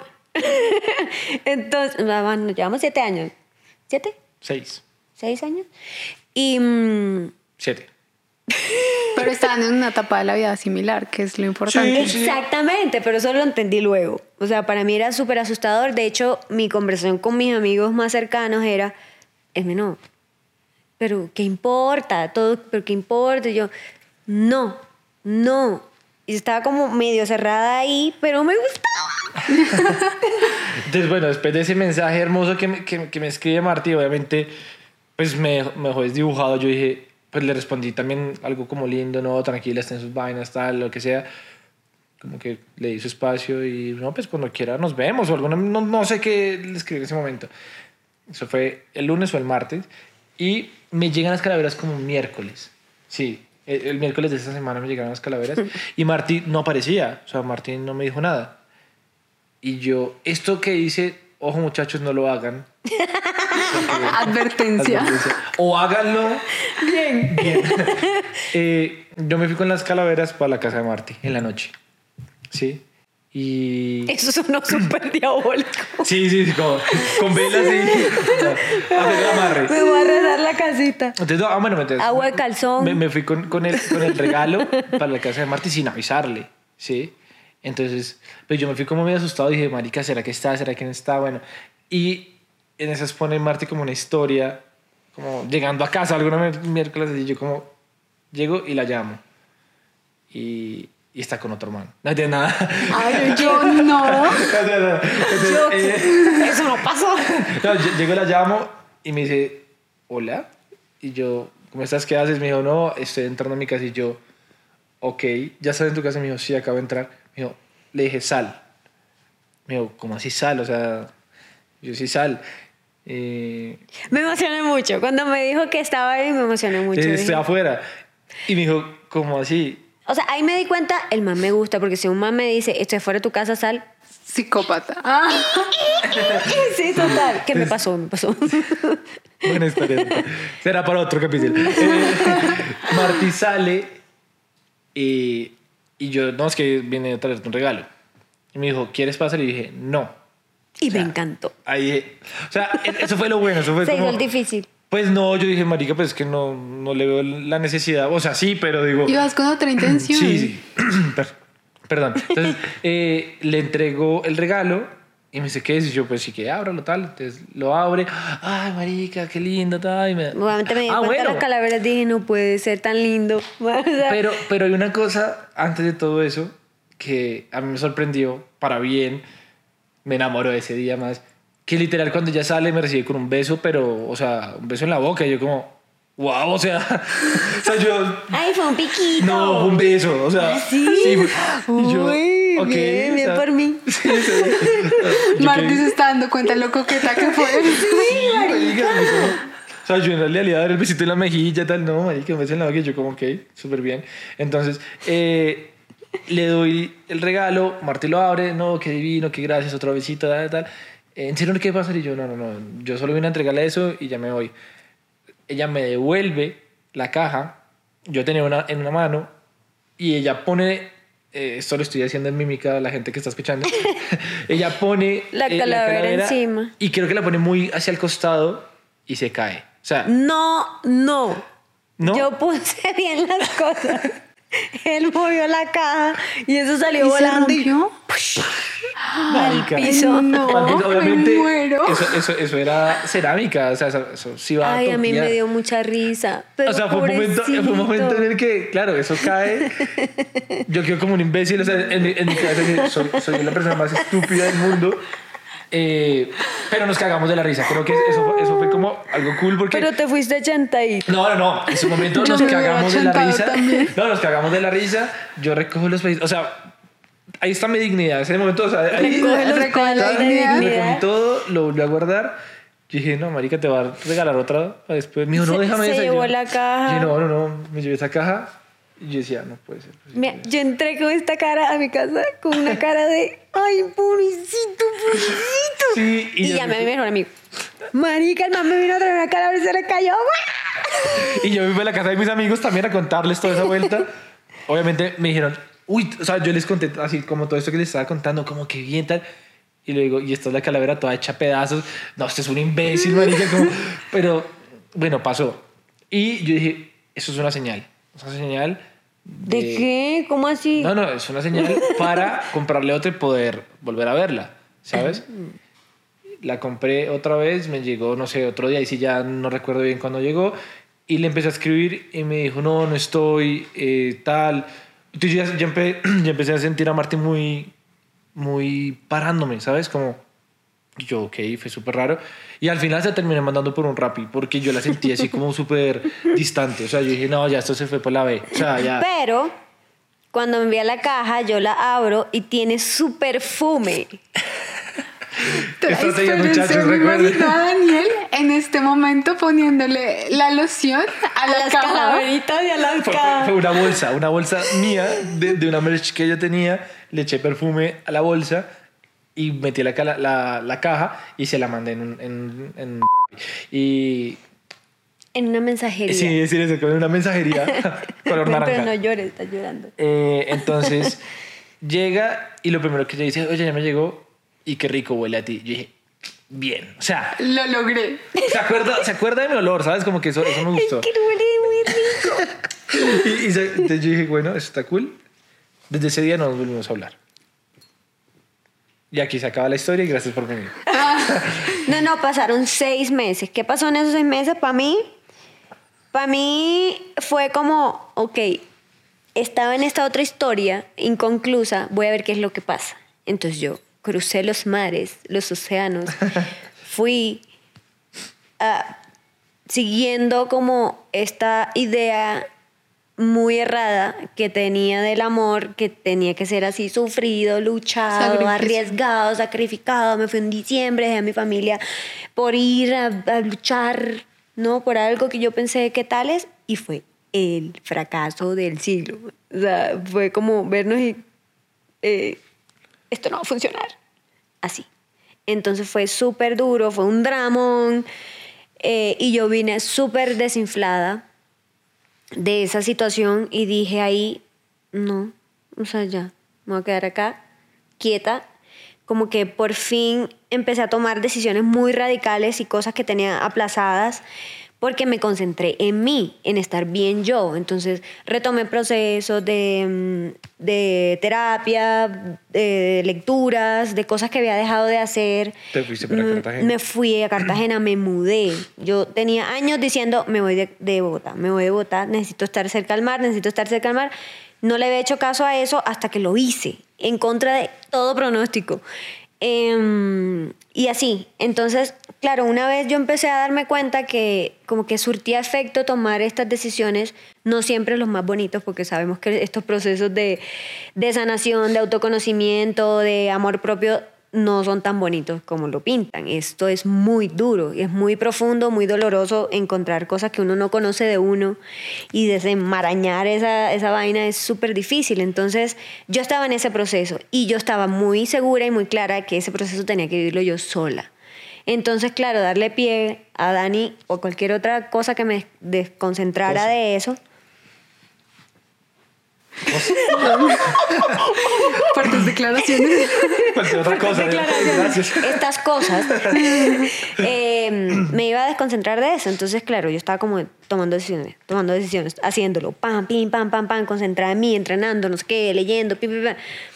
Entonces, nos llevamos siete años. ¿Siete? Seis. ¿Seis años? Y... Mmm, Siete. Pero estaban en una etapa de la vida similar, que es lo importante. Sí, sí. Exactamente, pero eso lo entendí luego. O sea, para mí era súper asustador. De hecho, mi conversación con mis amigos más cercanos era, es menor. Pero, ¿qué importa? Todo, ¿pero qué importa? Y yo, no, no. Y estaba como medio cerrada ahí, pero me gustaba. Entonces, bueno, después de ese mensaje hermoso que me, que, que me escribe Martí, obviamente, pues me, me dejó desdibujado. Yo dije, pues le respondí también algo como lindo, no, tranquila, está en sus vainas, tal, lo que sea. Como que le di su espacio y, no, pues cuando quiera nos vemos o algo, no, no sé qué le escribí en ese momento. Eso fue el lunes o el martes. Y me llegan las calaveras como un miércoles. Sí, el, el miércoles de esta semana me llegaron las calaveras. Y Martí no aparecía, o sea, Martín no me dijo nada. Y yo, esto que dice, ojo muchachos, no lo hagan. Advertencia. Advertencia. O háganlo. Bien. Bien. eh, yo me fui con las calaveras para la casa de Marty en la noche. ¿Sí? Y... Eso sonó súper diabólico. Sí, sí, sí, como con velas y hacer el amarre. Me voy a rezar la casita. Entonces, ah, bueno, entonces, Agua de calzón. Me, me fui con, con, el, con el regalo para la casa de Marty sin avisarle, ¿sí? Entonces, pues yo me fui como medio asustado. Dije, marica, ¿será que está? ¿Será que no está? Bueno, y en esas pone Marty como una historia, como llegando a casa alguna miércoles, y yo como llego y la llamo. Y... y está con otro man. No tiene nada. Ay, yo no. Entonces, Yo, eh, eso no pasó. no, llego, la llamo y me dice, hola. Y yo, ¿cómo estás? ¿Qué haces? Me dijo, no, estoy entrando a mi casa. Y yo, ok, ¿ya estás en tu casa? Me dijo, sí, acabo de entrar. Me dijo, le dije, sal. Me dijo, ¿cómo así sal? O sea, yo sí sal. Eh, Me emocioné mucho. Cuando me dijo que estaba ahí, me emocioné mucho. estoy Dije, afuera. Y me dijo, ¿cómo así? o sea, ahí me di cuenta, el man me gusta, porque si un man me dice, estoy fuera de tu casa, sal. Psicópata. Ah. Sí, total. ¿Qué me pasó? Me pasó. Buena historia. Será para otro capítulo. Eh, Marty sale y, y yo, no, es que viene a traerte un regalo. Y me dijo, ¿quieres pasar? Y dije, no. Y O sea, me encantó. Ahí, o sea, eso fue lo bueno. Eso fue Se como, hizo el difícil. pues no, yo dije, marica, pues es que no, no le veo la necesidad. O sea, sí, pero digo... Ibas con otra intención. Sí, sí. Per- Perdón. Entonces, eh, le entregó el regalo y me dice, ¿qué es? Y yo, pues sí que ábralo, tal. Entonces, lo abre. Ay, marica, qué lindo, tal. Y me... Obviamente me di ah, cuenta bueno. de las calaveras, dije, no puede ser tan lindo. O sea, Pero, pero hay una cosa, antes de todo eso, que a mí me sorprendió, para bien, me enamoró ese día más, que literal cuando ella sale me recibe con un beso, pero, o sea, un beso en la boca, y yo como, wow, o sea, o sea, yo... ay, fue un piquito. No, fue un beso, o sea, ¿Sí? fue- y yo, Uy, ok, bien, o bien sea, por mí. Sí, sí. Yo Marty que- se está dando cuenta lo coqueta que fue. Sí, marica, o sea, yo en realidad le iba a dar el besito en la mejilla, tal, no, marica, un beso en la boca, y yo como, ok, súper bien. Entonces, eh, le doy el regalo, Marty lo abre, no, qué divino, qué gracias, otro besito, tal, tal. ¿En serio qué pasa? Y yo, no, no, no, yo solo vine a entregarle eso y ya me voy. Ella me devuelve la caja, yo tenía una en una mano y ella pone, eh, esto lo estoy haciendo en mímica a la gente que está escuchando, ella pone La calavera encima. y creo que la pone muy hacia el costado y se cae. O sea, No, no. ¿no? Yo puse bien las cosas. Él movió la caja y eso salió ¿Y se volando. y- rompió? marica. piso. No, Al piso, obviamente, me muero. Eso, eso, eso era cerámica, o sea, eso, eso sí va Ay, a mí toquear. me dio mucha risa. Pero O sea, fue un, momento, fue un momento en pobrecito. el que, claro, eso cae. Yo quedo como un imbécil. O sea, en, mi- en mi cabeza soy, soy la persona más estúpida del mundo. Eh, pero nos cagamos de la risa. Creo que eso, fue- eso fue como algo cool porque... Pero te fuiste ochenta y... No, no, no. En ese momento Yo nos me hubiera cagamos de la achantado risa. también. No, nos cagamos de la risa. Yo recojo los pesitos. O sea, ahí está mi dignidad. En ese momento, o sea, ahí Recoge los Recoge la palos de dignidad. dignidad. recogí todo, lo volví a guardar. Yo dije, no, marica, te va a regalar otra para después. Me dijo, no, Se- déjame se esa. Y llevó yo- la caja. Y yo, no, no, no. Me llevé esa caja. Y yo decía, no puede ser. pues, Mira, yo entré con esta cara a mi casa con una cara de ay, pobrecito, pobrecito. Sí, y yo llamé a mi me- mejor amigo. Marica, el man me vino a traer una calavera y se le cayó. Y yo me fui a la casa de mis amigos también a contarles toda esa vuelta. Obviamente me dijeron, uy, o sea, yo les conté así como todo esto que les estaba contando, como que bien tal. Y le digo, y esta es la calavera toda hecha a pedazos. No, este es un imbécil, marica. Como... Pero bueno, pasó. Y yo dije, eso es una señal. Es una señal. ¿De qué? ¿Cómo así? No, no, es una señal para comprarle otra y poder volver a verla, ¿sabes? La compré otra vez, me llegó, no sé, otro día, y sí ya no recuerdo bien cuándo llegó, y le empecé a escribir y me dijo, no, no estoy, eh, tal. Entonces yo ya, ya empe- ya empecé a sentir a Marty muy, muy parándome, ¿sabes? Como, yo, ok, fue súper raro. Y al final se terminé mandando por un Rappi, porque yo la sentí así como súper distante. O sea, yo dije, no, ya esto se fue por la B. O sea, ya... Pero cuando me envía la caja, yo la abro y tiene su perfume. Estrategia, Espérense, muchachos, me recuerden. imagino a Daniel en este momento poniéndole la loción a, A la las caja. calaveritas y a las Fue, cajas. fue una bolsa, una bolsa mía de, de una merch que yo tenía. Le eché perfume a la bolsa y metí la, la, la, la caja y se la mandé en un... En, en, y... En una mensajería. Sí, decir eso, en una mensajería color naranja. Pero no llores, estás llorando. Eh, entonces llega y lo primero que ella dice, oye, ya me llegó y qué rico huele a ti. Yo dije, bien, o sea... Lo logré. Se acuerda, se acuerda de mi olor, ¿sabes? Como que eso, eso me gustó. Es que huele muy rico. y, y se, entonces yo dije, bueno, eso está cool. Desde ese día no nos volvimos a hablar. Y aquí se acaba la historia y gracias por venir. No, no, pasaron seis meses. ¿Qué pasó en esos seis meses? Para mí, para mí fue como, ok, estaba en esta otra historia inconclusa, voy a ver qué es lo que pasa. Entonces yo crucé los mares, los océanos, fui uh, siguiendo como esta idea muy errada que tenía del amor, que tenía que ser así sufrido, luchado, Sacrificio. arriesgado, sacrificado. Me fui en diciembre, dejé a mi familia por ir a, a luchar, ¿no? Por algo que yo pensé que tal es, y fue el fracaso del siglo. O sea, fue como vernos y eh, esto no va a funcionar. Así. Entonces fue súper duro, fue un dramón, eh, y yo vine súper desinflada de esa situación y dije ahí, no, o sea, ya, me voy a quedar acá, quieta. Como que por fin empecé a tomar decisiones muy radicales y cosas que tenía aplazadas porque me concentré en mí, en estar bien yo. Entonces retomé procesos de, de terapia, de lecturas, de cosas que había dejado de hacer. ¿Te fuiste para Cartagena? Me fui a Cartagena, me mudé. Yo tenía años diciendo, me voy de, de Bogotá, me voy de Bogotá, necesito estar cerca al mar, necesito estar cerca al mar. No le había hecho caso a eso hasta que lo hice, en contra de todo pronóstico. Eh, y así, entonces, claro, una vez yo empecé a darme cuenta que como que surtía efecto tomar estas decisiones, no siempre los más bonitos, porque sabemos que estos procesos de, de sanación, de autoconocimiento, de amor propio, no son tan bonitos como lo pintan. Esto es muy duro, es muy profundo, muy doloroso encontrar cosas que uno no conoce de uno y desenmarañar esa, esa vaina es súper difícil. Entonces yo estaba en ese proceso y yo estaba muy segura y muy clara que ese proceso tenía que vivirlo yo sola. Entonces, claro, darle pie a Dani o cualquier otra cosa que me desconcentrara cosa. de eso. Fuertes declaraciones. Cualquier otra cosa. Gracias. Estas cosas eh, me iba a desconcentrar de eso. Entonces, claro, yo estaba como tomando decisiones, tomando decisiones, haciéndolo, pam, pim, pam, pam, pam, concentrada en mí, entrenando, no sé qué, leyendo, pim, pim, pam.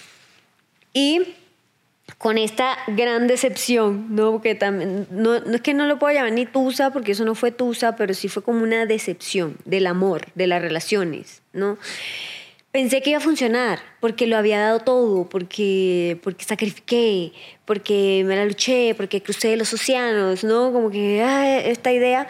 Y con esta gran decepción, ¿no? Porque también, no, no es que no lo puedo llamar ni tusa, porque eso no fue tusa, pero sí fue como una decepción del amor, de las relaciones, ¿no? Pensé que iba a funcionar, porque lo había dado todo, porque, porque sacrifiqué, porque me la luché, porque crucé los océanos, ¿no? Como que ay, esta idea.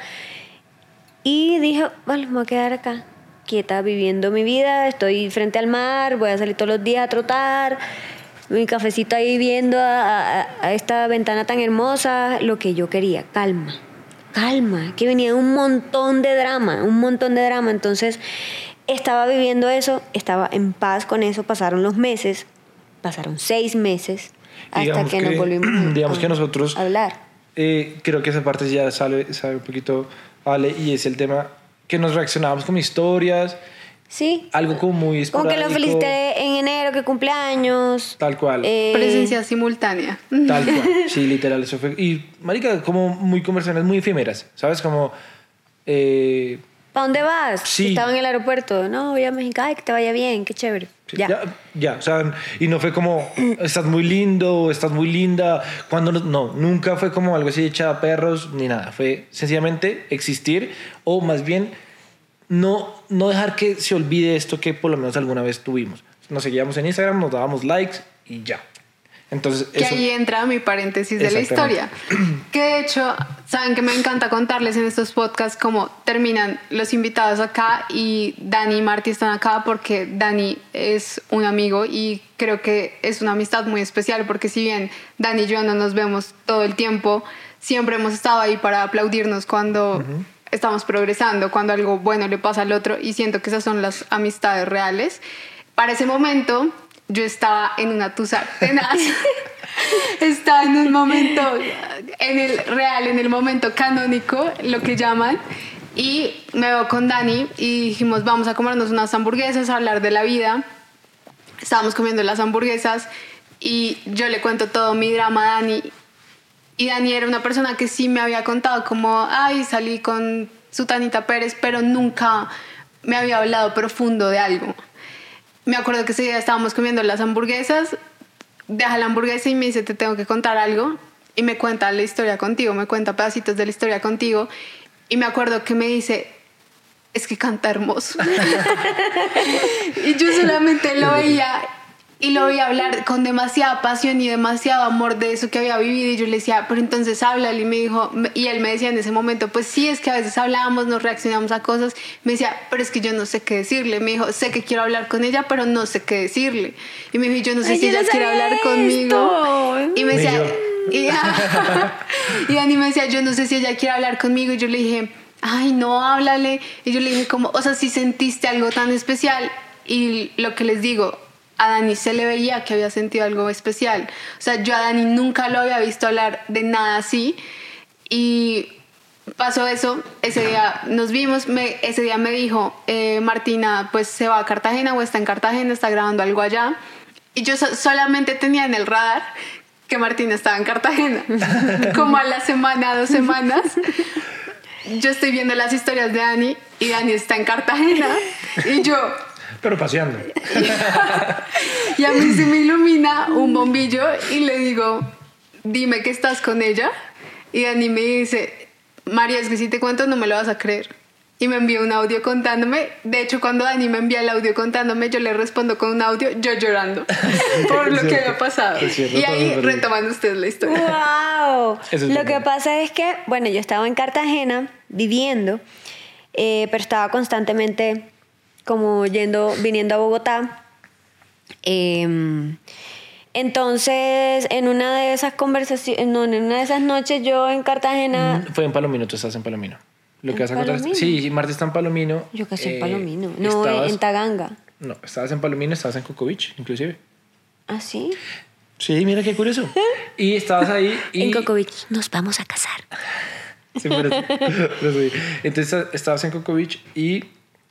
Y dije, bueno, me voy a quedar acá, quieta, viviendo mi vida, estoy frente al mar, voy a salir todos los días a trotar, mi cafecito ahí viendo a, a, a esta ventana tan hermosa, lo que yo quería, calma, calma, que venía un montón de drama, un montón de drama, entonces... Estaba viviendo eso, estaba en paz con eso, pasaron los meses, pasaron seis meses hasta digamos que, que nos volvimos digamos a, que nosotros, a hablar. Eh, creo que esa parte ya sale, sale un poquito, Ale, y es el tema que nos reaccionábamos con historias. Sí. Algo como muy esporádico. Como que lo felicité en enero, que cumpleaños. Tal cual. Eh, Presencia simultánea. Tal cual. Sí, literal, eso fue. Y, marica, como muy conversaciones muy efímeras, ¿sabes? Como... Eh, ¿Para dónde vas? Sí. Estaba en el aeropuerto. No, voy a México. Ay, que te vaya bien, qué chévere. Sí, ya. ya. Ya, o sea, y no fue como, estás muy lindo, estás muy linda. Cuando no, no, nunca fue como algo así echada a perros, ni nada. Fue sencillamente existir, o más bien, no, no dejar que se olvide esto que por lo menos alguna vez tuvimos. Nos seguíamos en Instagram, nos dábamos likes y ya. Entonces, que eso, ahí entra mi paréntesis de la historia. Que de hecho, saben que me encanta contarles en estos podcasts cómo terminan los invitados acá y Dani y Marti están acá porque Dani es un amigo y creo que es una amistad muy especial porque si bien Dani y yo no nos vemos todo el tiempo, siempre hemos estado ahí para aplaudirnos cuando uh-huh. estamos progresando, cuando algo bueno le pasa al otro y siento que esas son las amistades reales. Para ese momento... yo estaba en una tusa tenaz. Estaba en un momento, en el real, en el momento canónico, lo que llaman. Y me veo con Dani y dijimos, vamos a comernos unas hamburguesas, a hablar de la vida. Estábamos comiendo las hamburguesas y yo le cuento todo mi drama a Dani. Y Dani era una persona que sí me había contado como, ay, salí con Sutanita Pérez, pero nunca me había hablado profundo de algo. Me acuerdo que ese día estábamos comiendo las hamburguesas, deja la hamburguesa y me dice, te tengo que contar algo. Y me cuenta la historia contigo, me cuenta pedacitos de la historia contigo. Y me acuerdo que me dice, es que canta hermoso. Y yo solamente lo veía y lo veía hablar con demasiada pasión y demasiado amor de eso que había vivido. Y yo le decía, pero entonces háblale. Y me dijo, y él me decía en ese momento, pues sí, es que a veces hablábamos, nos reaccionamos a cosas. Me decía, pero es que yo no sé qué decirle. Me dijo, sé que quiero hablar con ella, pero no sé qué decirle. Y me dijo, yo no sé Ay, si yo ella no quiere sabía hablar conmigo. esto. Y me Ni decía, yo. y, y Dani me decía, yo no sé si ella quiere hablar conmigo. Y yo le dije, ay, no, háblale. Y yo le dije como, o sea, si sentiste algo tan especial. Y lo que les digo, a Dani se le veía que había sentido algo especial. O sea, yo a Dani nunca lo había visto hablar de nada así. Y pasó eso, ese día nos vimos, me, ese día me dijo, eh, Martina, pues se va a Cartagena o está en Cartagena, está grabando algo allá. Y yo so- solamente tenía en el radar que Martina estaba en Cartagena. Como a la semana, dos semanas, yo estoy viendo las historias de Dani y Dani está en Cartagena. Y yo... Pero paseando. Y a mí se me ilumina un bombillo y le digo, dime que estás con ella. Y Dani me dice, María, es que si te cuento no me lo vas a creer. Y me envía un audio contándome. De hecho, cuando Dani me envía el audio contándome, yo le respondo con un audio, yo llorando por lo que había pasado. Cierto, Y ahí todo retoman ustedes la historia. ¡Wow! Eso es Lo verdad. que pasa es que, bueno, yo estaba en Cartagena viviendo, eh, pero estaba constantemente como yendo, viniendo a Bogotá. Eh, entonces, en una de esas conversaciones, no, en una de esas noches yo en Cartagena... Fue en Palomino, tú estás en Palomino. Lo que ¿En vas a contar. Palomino? Sí, Marta está en Palomino. Yo casi en eh, Palomino. No, estabas- en Taganga. No, estabas en Palomino, estabas en Coco Beach, inclusive. ¿Ah, sí? Sí, mira qué curioso. Y estabas ahí y... En Coco Beach. Nos vamos a casar. Sí, pero sí. Pero sí. Entonces estabas en Coco Beach y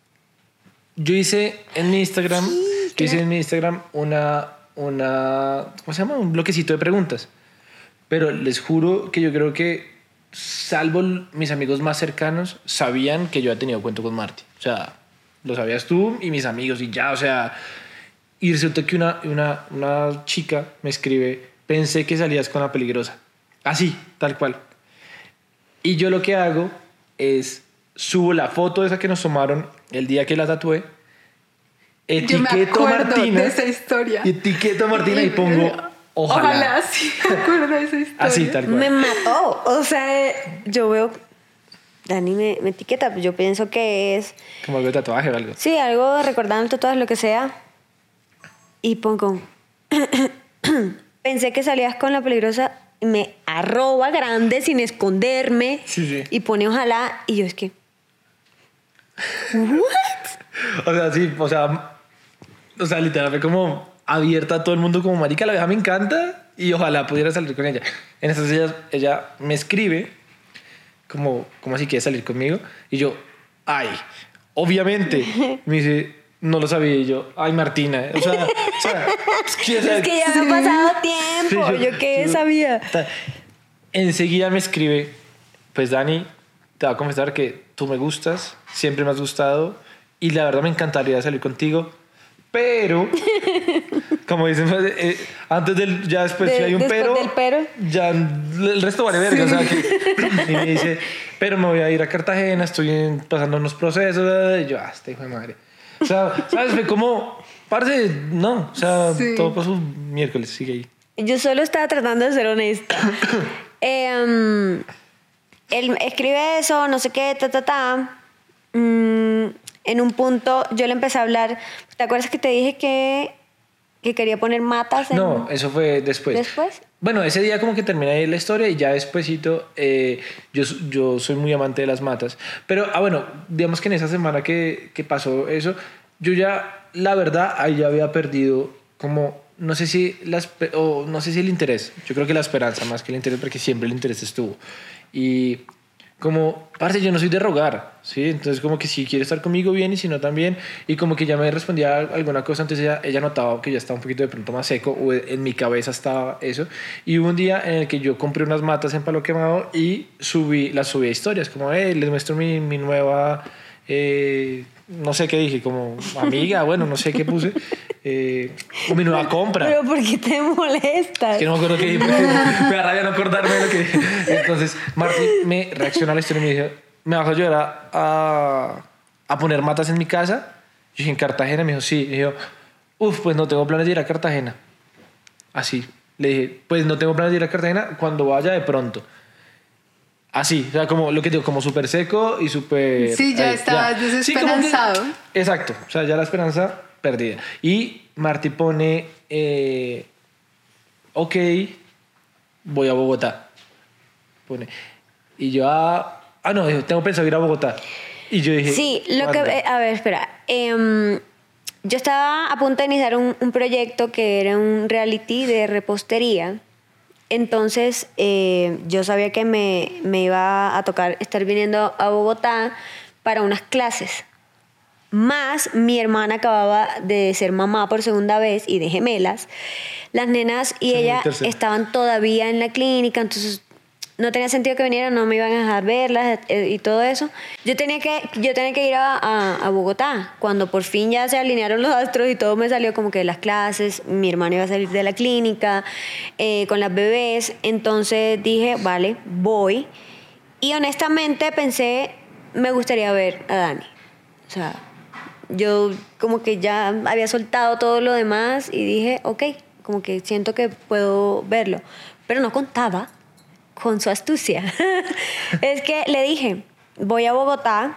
yo hice en mi Instagram, yo hice en mi Instagram una, una, ¿cómo se llama? Un bloquecito de preguntas. Pero les juro que yo creo que, salvo mis amigos más cercanos, sabían que yo había tenido cuento con Marty. O sea, lo sabías tú y mis amigos y ya, o sea... Y resulta que una, una, una chica me escribe, pensé que salías con la peligrosa. Así, tal cual. Y yo lo que hago es subo la foto esa que nos tomaron el día que la tatué, Yo me etiqueto a acuerdo Martina de esa historia. y etiqueto a Martina y pongo ojalá. Ojalá, sí, me acuerdo de esa historia. Así, tal cual. Me mató. O sea, yo veo... Dani me, me etiqueta, pues yo pienso que es... Como algo de tatuaje o algo. Sí, algo recordando el tatuaje, lo que sea. Y pongo... Pensé que salías con la peligrosa... Me arroba grande sin esconderme. Sí, sí. Y pone ojalá. Y yo es que... ¿What? O sea, sí, o sea, o sea, literal, fue como abierta a todo el mundo, como marica, la vieja me encanta y ojalá pudiera salir con ella. En esas ella, ella me escribe, como, como así quiere salir conmigo, y yo, ay, obviamente, me dice, no lo sabía, y yo, ay, Martina, o sea, o sea, es que, o sea, Es que ya me ha pasado tiempo. Sí, yo, qué yo- sabía. ta- Enseguida me escribe, pues Dani, te voy a confesar que tú me gustas, siempre me has gustado y la verdad me encantaría salir contigo, pero, como dicen, eh, antes del, ya después De- si hay un después pero, del pero. ya el resto vale verga, o sea que, y me dice, pero me voy a ir a Cartagena, estoy en- pasando unos procesos, y yo, ah, este hijo de madre. O sea, ¿sabes? Fue como, parce, no, o sea, Sí. todo pasó miércoles, sigue ahí. Yo solo estaba tratando de ser honesta. Eh, um, él escribe eso, no sé qué, ta, ta, ta. Mm, en un punto yo le empecé a hablar. ¿Te acuerdas que te dije que, que quería poner matas? En... No, eso fue después. ¿Después? Bueno, ese día como que terminé ahí la historia y ya despuesito eh, yo, yo soy muy amante de las matas. Pero, ah, bueno, digamos que en esa semana que, que pasó eso, yo ya, la verdad, ahí ya había perdido como, no sé si la, espe- o no sé si el interés, yo creo que la esperanza más que el interés, porque siempre el interés estuvo. Y como, parce, yo no soy de rogar, ¿sí? Entonces como que si quiere estar conmigo bien y si no también, y como que ya me respondía alguna cosa, entonces ella, ella notaba que ya estaba un poquito de pronto más seco, o en mi cabeza estaba eso, y hubo un día en el que yo compré unas matas en Palo Quemado y subí, las subí a historias, como, hey, les muestro mi, mi nueva... Eh, no sé qué dije, como amiga, bueno, no sé qué puse, eh, o mi nueva compra. Pero ¿por qué te molestas? Es que no me acuerdo qué dije, porque me da rabia no acordarme de lo que dije. Entonces, Martín me reaccionó a la historia y me dijo, ¿me vas a ayudar a, a, a poner matas en mi casa? Yo dije, ¿en Cartagena? Me dijo, sí. Y yo, uff, pues no tengo planes de ir a Cartagena. Así. Le dije, pues no tengo planes de ir a Cartagena, cuando vaya de pronto. Así, o sea, como lo que digo, como súper seco y súper... Sí, ya ahí, estabas ya. desesperanzado. Sí, como que- exacto, o sea, ya la esperanza perdida. Y Martí pone, eh, ok, voy a Bogotá. Pone. Y yo, ah, ah, no, dijo, tengo pensado ir a Bogotá. Y yo dije... Sí, lo que... ¿cuándo? eh, A ver, espera. Em, yo estaba a punto de iniciar un, un proyecto que era un reality de repostería. Entonces, eh, yo sabía que me, me iba a tocar estar viniendo a Bogotá para unas clases. Más, mi hermana acababa de ser mamá por segunda vez y de gemelas. Las nenas y Sí, ella tercera. estaban todavía en la clínica, entonces no tenía sentido que vinieran, no me iban a dejar verlas eh, y todo eso. Yo tenía que, yo tenía que ir a, a, a Bogotá. Cuando por fin ya se alinearon los astros y todo me salió como que de las clases, mi hermano iba a salir de la clínica eh, con las bebés. Entonces dije, vale, voy. Y honestamente pensé, me gustaría ver a Dani. O sea, yo como que ya había soltado todo lo demás y dije, ok, como que siento que puedo verlo. Pero no contaba con su astucia. Es que le dije, voy a Bogotá,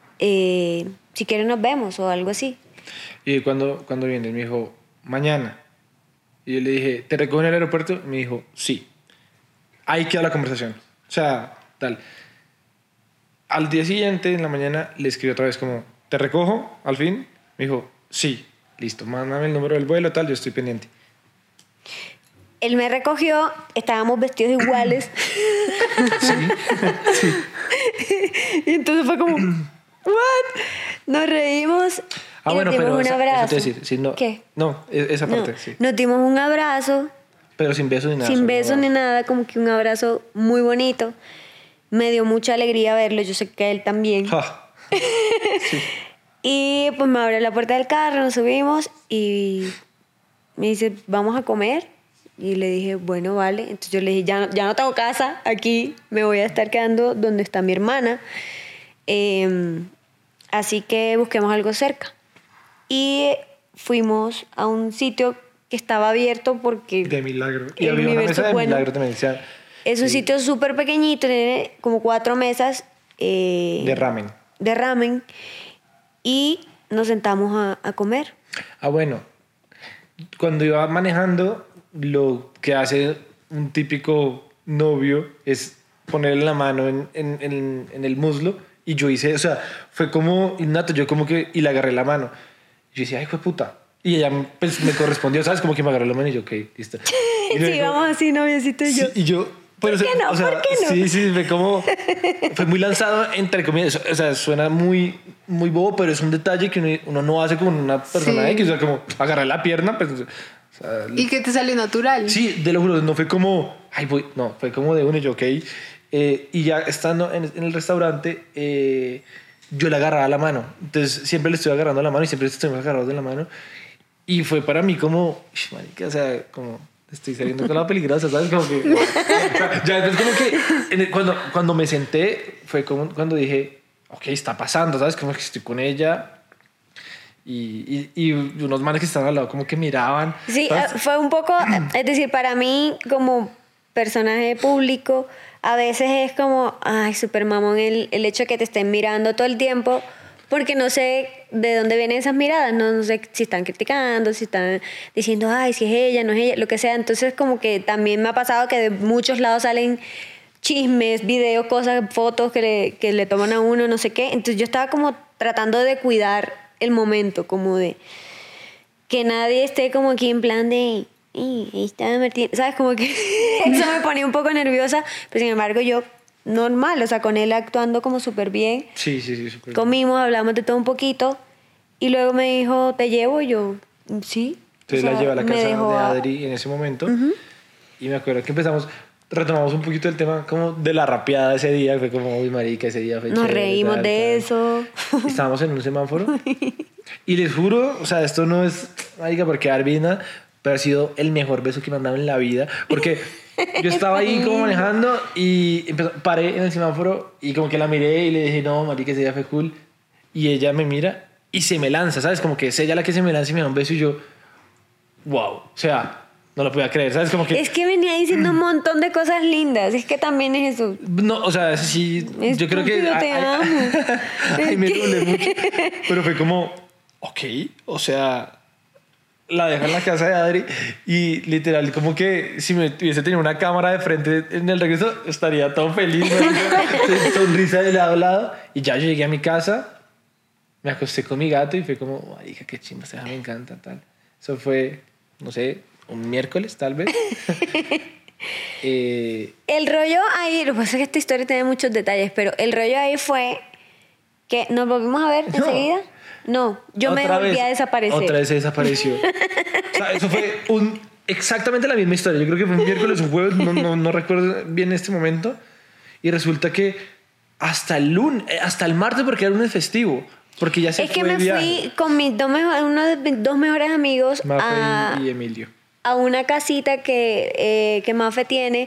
eh, si quieres nos vemos o algo así. Y cuando, cuando viene, me dijo, mañana. Y yo le dije, ¿te recojo en el aeropuerto? Me dijo, sí. Ahí queda la conversación. O sea, tal. Al día siguiente, en la mañana, le escribí otra vez como, ¿te recojo al fin? Me dijo, sí. Listo, mándame el número del vuelo, tal, yo estoy pendiente. Él me recogió, estábamos vestidos iguales. Sí. Y entonces fue como, ¿what? Nos reímos Ah, y bueno, nos dimos pero un esa, abrazo. eso te decir, sí, no, ¿Qué? No, e- esa No, parte, sí. nos dimos un abrazo, Pero sin besos ni nada. sin solo besos ni abrazo. nada, como que un abrazo muy bonito. Me dio mucha alegría verlo, yo sé que a él también. Ja. Y pues me abrió la puerta del carro, nos subimos y me dice, vamos a comer. Y le dije, bueno, vale. Entonces yo le dije, ya no, ya no tengo casa aquí, me voy a estar quedando donde está mi hermana. Eh, así que busquemos algo cerca. Y fuimos a un sitio que estaba abierto porque... De milagro. Y el había una universo mesa de es bueno. milagro también. O sea, Es un sí, sitio súper pequeñito, tiene como cuatro mesas. eh, de ramen. De ramen. Y nos sentamos a, a comer. Ah, bueno. Cuando iba manejando, lo que hace un típico novio es ponerle la mano en, en, en, en el muslo. Y yo hice, o sea, fue como innato. Yo como que, y le agarré la mano. Yo decía, ay, fue puta. Y ella pues, me correspondió, ¿sabes? Como que me agarró la mano y yo, ok, listo. Y Sí, luego- vamos así, noviecito y yo. Sí, y yo... Pero, ¿Por qué no? o sea, ¿Por qué no? Sí, sí, fue como... Fue muy lanzado, entre comillas. O sea, suena muy, muy bobo, pero es un detalle que uno, uno no hace con una persona Sí. X. O sea, como agarrar la pierna, pues... O sea, Y que te salió natural. sí, de lo juro, no fue como... Ay, voy... No, fue como de uno y yo, ok. Eh, y ya estando en, en el restaurante, eh, yo le agarraba la mano. Entonces, siempre le estoy agarrando la mano y siempre estoy agarrado de la mano. Y fue para mí como... "Ish, marica", o sea, como... Estoy saliendo con la peligrosa, ¿sabes? Como que... ya después como que... en el- cuando, cuando me senté, fue como cuando dije... Ok, está pasando, ¿sabes? Como que estoy con ella... Y, y, y unos manes que estaban al lado como que miraban. Sí, ¿sabes? eh, fue un poco, es decir, para mí como personaje público, a veces es como, ay, súper mamón el, el hecho de que te estén mirando todo el tiempo, porque no sé de dónde vienen esas miradas, no, no sé si están criticando, si están diciendo, ay, si es ella, no es ella, lo que sea. Entonces como que también me ha pasado que de muchos lados salen chismes, videos, cosas, fotos que le, que le toman a uno, no sé qué. Entonces yo estaba como tratando de cuidar el momento, como de que nadie esté como aquí en plan de... Y ahí está Martín, ¿sabes? Como que eso me ponía un poco nerviosa, pero sin embargo yo normal, o sea, con él actuando como súper bien. Sí, sí, sí, súper bien. Comimos, hablamos de todo un poquito y luego me dijo, ¿te llevo? Y yo, sí. Entonces o sea, la llevé a la me casa dejó de a- Adri en ese momento. Uh-huh. Y me acuerdo que empezamos, retomamos un poquito el tema como de la rapeada ese día. Fue como, uy, marica, ese día fue Nos chévere, reímos tal, de tal. eso. Estábamos en un semáforo. Y les juro, o sea, esto no es, marica, porque Arvina, pero ha sido el mejor beso que me han dado en la vida. Porque yo estaba ahí como manejando y empezó, paré en el semáforo y como que la miré y le dije, no, marica, ese día fue cool. Y ella me mira y se me lanza, ¿sabes? Como que es ella la que se me lanza y me da un beso y yo, wow, o sea, no lo podía creer, ¿sabes? Como que... Es que venía diciendo un montón de cosas lindas, es que también es eso. No, o sea, eso sí, Es yo creo que... estúpido, te ay, amo. ay, ay, me duele mucho. Pero fue como, ok, o sea, la dejo en la casa de Adri y literal, como que si me hubiese tenido una cámara de frente en el regreso, estaría todo feliz, ¿no? Sonrisa de lado a lado. Y ya yo llegué a mi casa, me acosté con mi gato y fue como, ay, hija, qué chimba, esa me encanta, tal. Eso fue, no sé, un miércoles, tal vez. eh, El rollo ahí, lo que pasa es que esta historia tiene muchos detalles, pero el rollo ahí fue que nos volvimos a ver No. enseguida. No, yo me otra volví vez- a desaparecer. Otra vez se desapareció. O sea, eso fue un, exactamente la misma historia. Yo creo que fue un miércoles o un jueves, no, no, no recuerdo bien este momento. Y resulta que hasta el lunes, eh, hasta el martes, porque era lunes festivo. Porque ya se Es que fue me de viaje. fui con mis dos, mejor- uno de mis dos mejores amigos Mafe a, y, y Emilio. a una casita que, eh, que Mafe tiene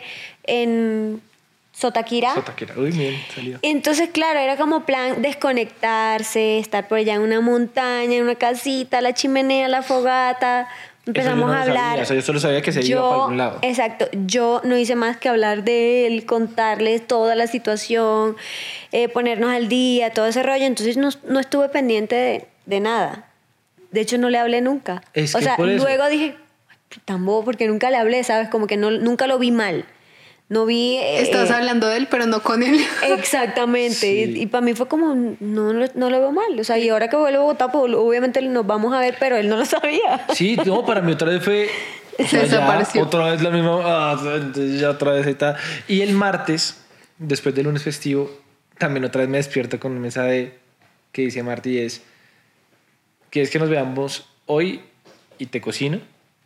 en Sotaquira. Sotaquera. Uy, bien, salió. Entonces, claro, era como plan desconectarse, estar por allá en una montaña, en una casita, la chimenea, la fogata. Empezamos Eso yo no a lo hablar. sabía, o sea, yo solo sabía que se iba para algún lado. Exacto, yo no hice más que hablar de él, contarles toda la situación, eh, ponernos al día, todo ese rollo. Entonces no, no estuve pendiente de, de nada. De hecho, no le hablé nunca. Es o que sea, por eso. luego dije, "Ay, tan bobo", porque nunca le hablé, ¿sabes? Como que no, nunca lo vi mal. No vi... eh, Estás hablando de él, pero no con él. Exactamente. Sí. Y, y para mí fue como, no, no, no lo veo mal. O sea, y ahora que vuelvo a Bogotá, pues obviamente nos vamos a ver, pero él no lo sabía. Sí, no, para mí otra vez fue... o Se sea, ya desapareció. otra vez la misma... ah, entonces ya otra vez está. Y el martes, después del lunes festivo, también otra vez me despierto con un mensaje que dice Martí, es... ¿Quieres que nos veamos hoy y te cocino?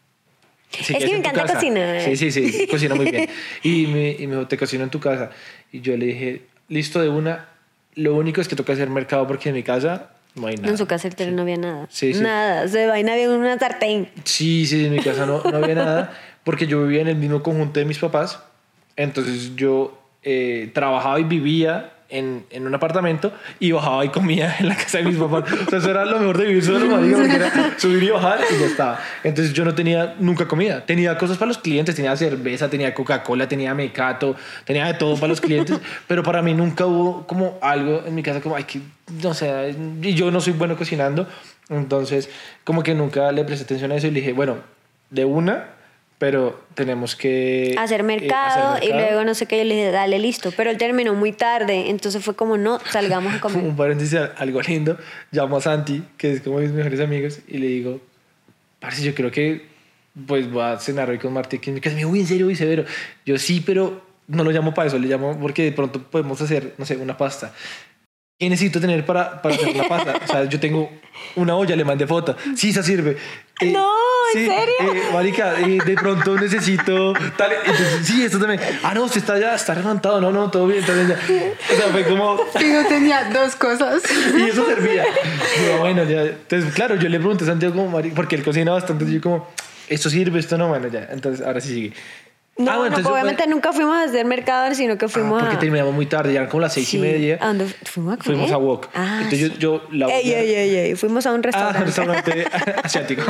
Si Es quieres que me en tu encanta casa. cocinar. Sí, sí, sí, cocina muy bien. Y me, y me dijo, te cocino en tu casa. Y yo le dije, listo de una. Lo único es que toca hacer mercado porque en mi casa no hay nada. En su casa el no había nada. Sí, sí. Nada. De vaina había una sartén. Sí, sí, en mi casa no, no había nada porque yo vivía en el mismo conjunto de mis papás. Entonces yo eh, trabajaba y vivía en, en un apartamento y bajaba y comía en la casa de mis papás. O sea, eso era lo mejor de vivir solo, marica, porque era subir y bajar y ya estaba. Entonces yo no tenía nunca comida. Tenía cosas para los clientes, tenía cerveza, tenía Coca-Cola, tenía mecato, tenía de todo para los clientes, pero para mí nunca hubo como algo en mi casa como, ay, que, no sé, y yo no soy bueno cocinando. Entonces, como que nunca le presté atención a eso y le dije, bueno, de una, pero tenemos que... Hacer eh, mercado, hacer y mercado. luego no sé qué, yo le dije, dale, listo. Pero él terminó muy tarde, entonces fue como, no, salgamos a comer. Un paréntesis, algo lindo. Llamo a Santi, que es como mis mejores amigos, y le digo, parce, yo creo que pues voy a cenar hoy con Martí. Que me dice, uy, en serio, uy, severo. Yo sí, pero no lo llamo para eso, le llamo porque de pronto podemos hacer, no sé, una pasta. ¿Qué necesito tener para, para hacer la pasta? O sea, yo tengo una olla, le mandé foto. Sí, esa sirve. Eh, No, ¿en sí, serio? eh, marica, eh, de pronto necesito tal. Entonces, sí, esto también. Ah, no, usted está ya, está levantado. No, no, todo bien, está bien. Ya. O sea, fue como... Figo tenía dos cosas. Y eso servía. Digo, bueno, ya. Entonces, claro, yo le pregunté a Santiago como, marica, porque él cocina bastante. Y yo como, esto sirve, esto no, bueno, ya. Entonces, ahora sí sigue. No, Ah, bueno, no, entonces, obviamente nunca fuimos a hacer mercado, sino que Ah, fuimos porque a... terminamos muy tarde, ya eran como las seis Sí. y media. ¿A dónde fuimos a comer? Fuimos a Wok. Ah, Entonces sí. yo, yo la Ey, ey, ey, ey, fuimos a un Ah, restaurante. un restaurante asiático.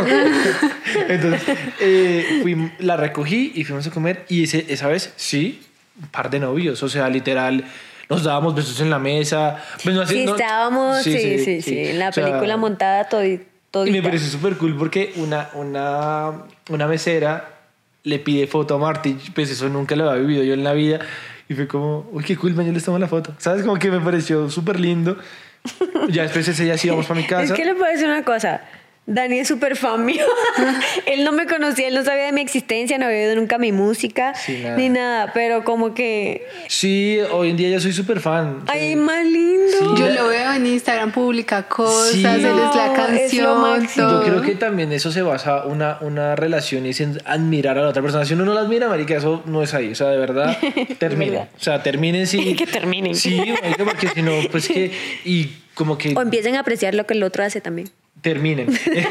Entonces eh, fui, la recogí y fuimos a comer. Y ese, esa vez, sí, un par de novios. O sea, literal, nos dábamos besos en la mesa. Pues no, así, Sí, no- estábamos, sí, sí, sí, en la O sea, película montada todo. Y me pareció súper cool porque una, una, una mesera le pide foto a Marty. Pues eso nunca lo había vivido yo en la vida. Y fue como, uy, qué cool, mañana les tomo la foto. ¿Sabes? Como que me pareció súper lindo. Ya después ese día sí íbamos para mi casa. Es que le puedo decir una cosa. Dani es súper fan mío. Él no me conocía, él no sabía de mi existencia, no había oído nunca mi música, Sí, nada. ni nada, pero como que... Sí, hoy en día ya soy súper fan. ¡Ay, más lindo! Sí. Yo la- lo veo en Instagram, publica cosas, Sí. él es la No, es lo canción, máximo. todo. Yo creo que también eso se basa una, una relación y es en admirar a la otra persona. Si uno no la admira, marica, eso no es ahí. O sea, de verdad, terminen. verdad. O sea, terminen sí. Que terminen. Sí, marica, porque si no, pues que... Y como que O empiecen a apreciar lo que el otro hace también. terminen.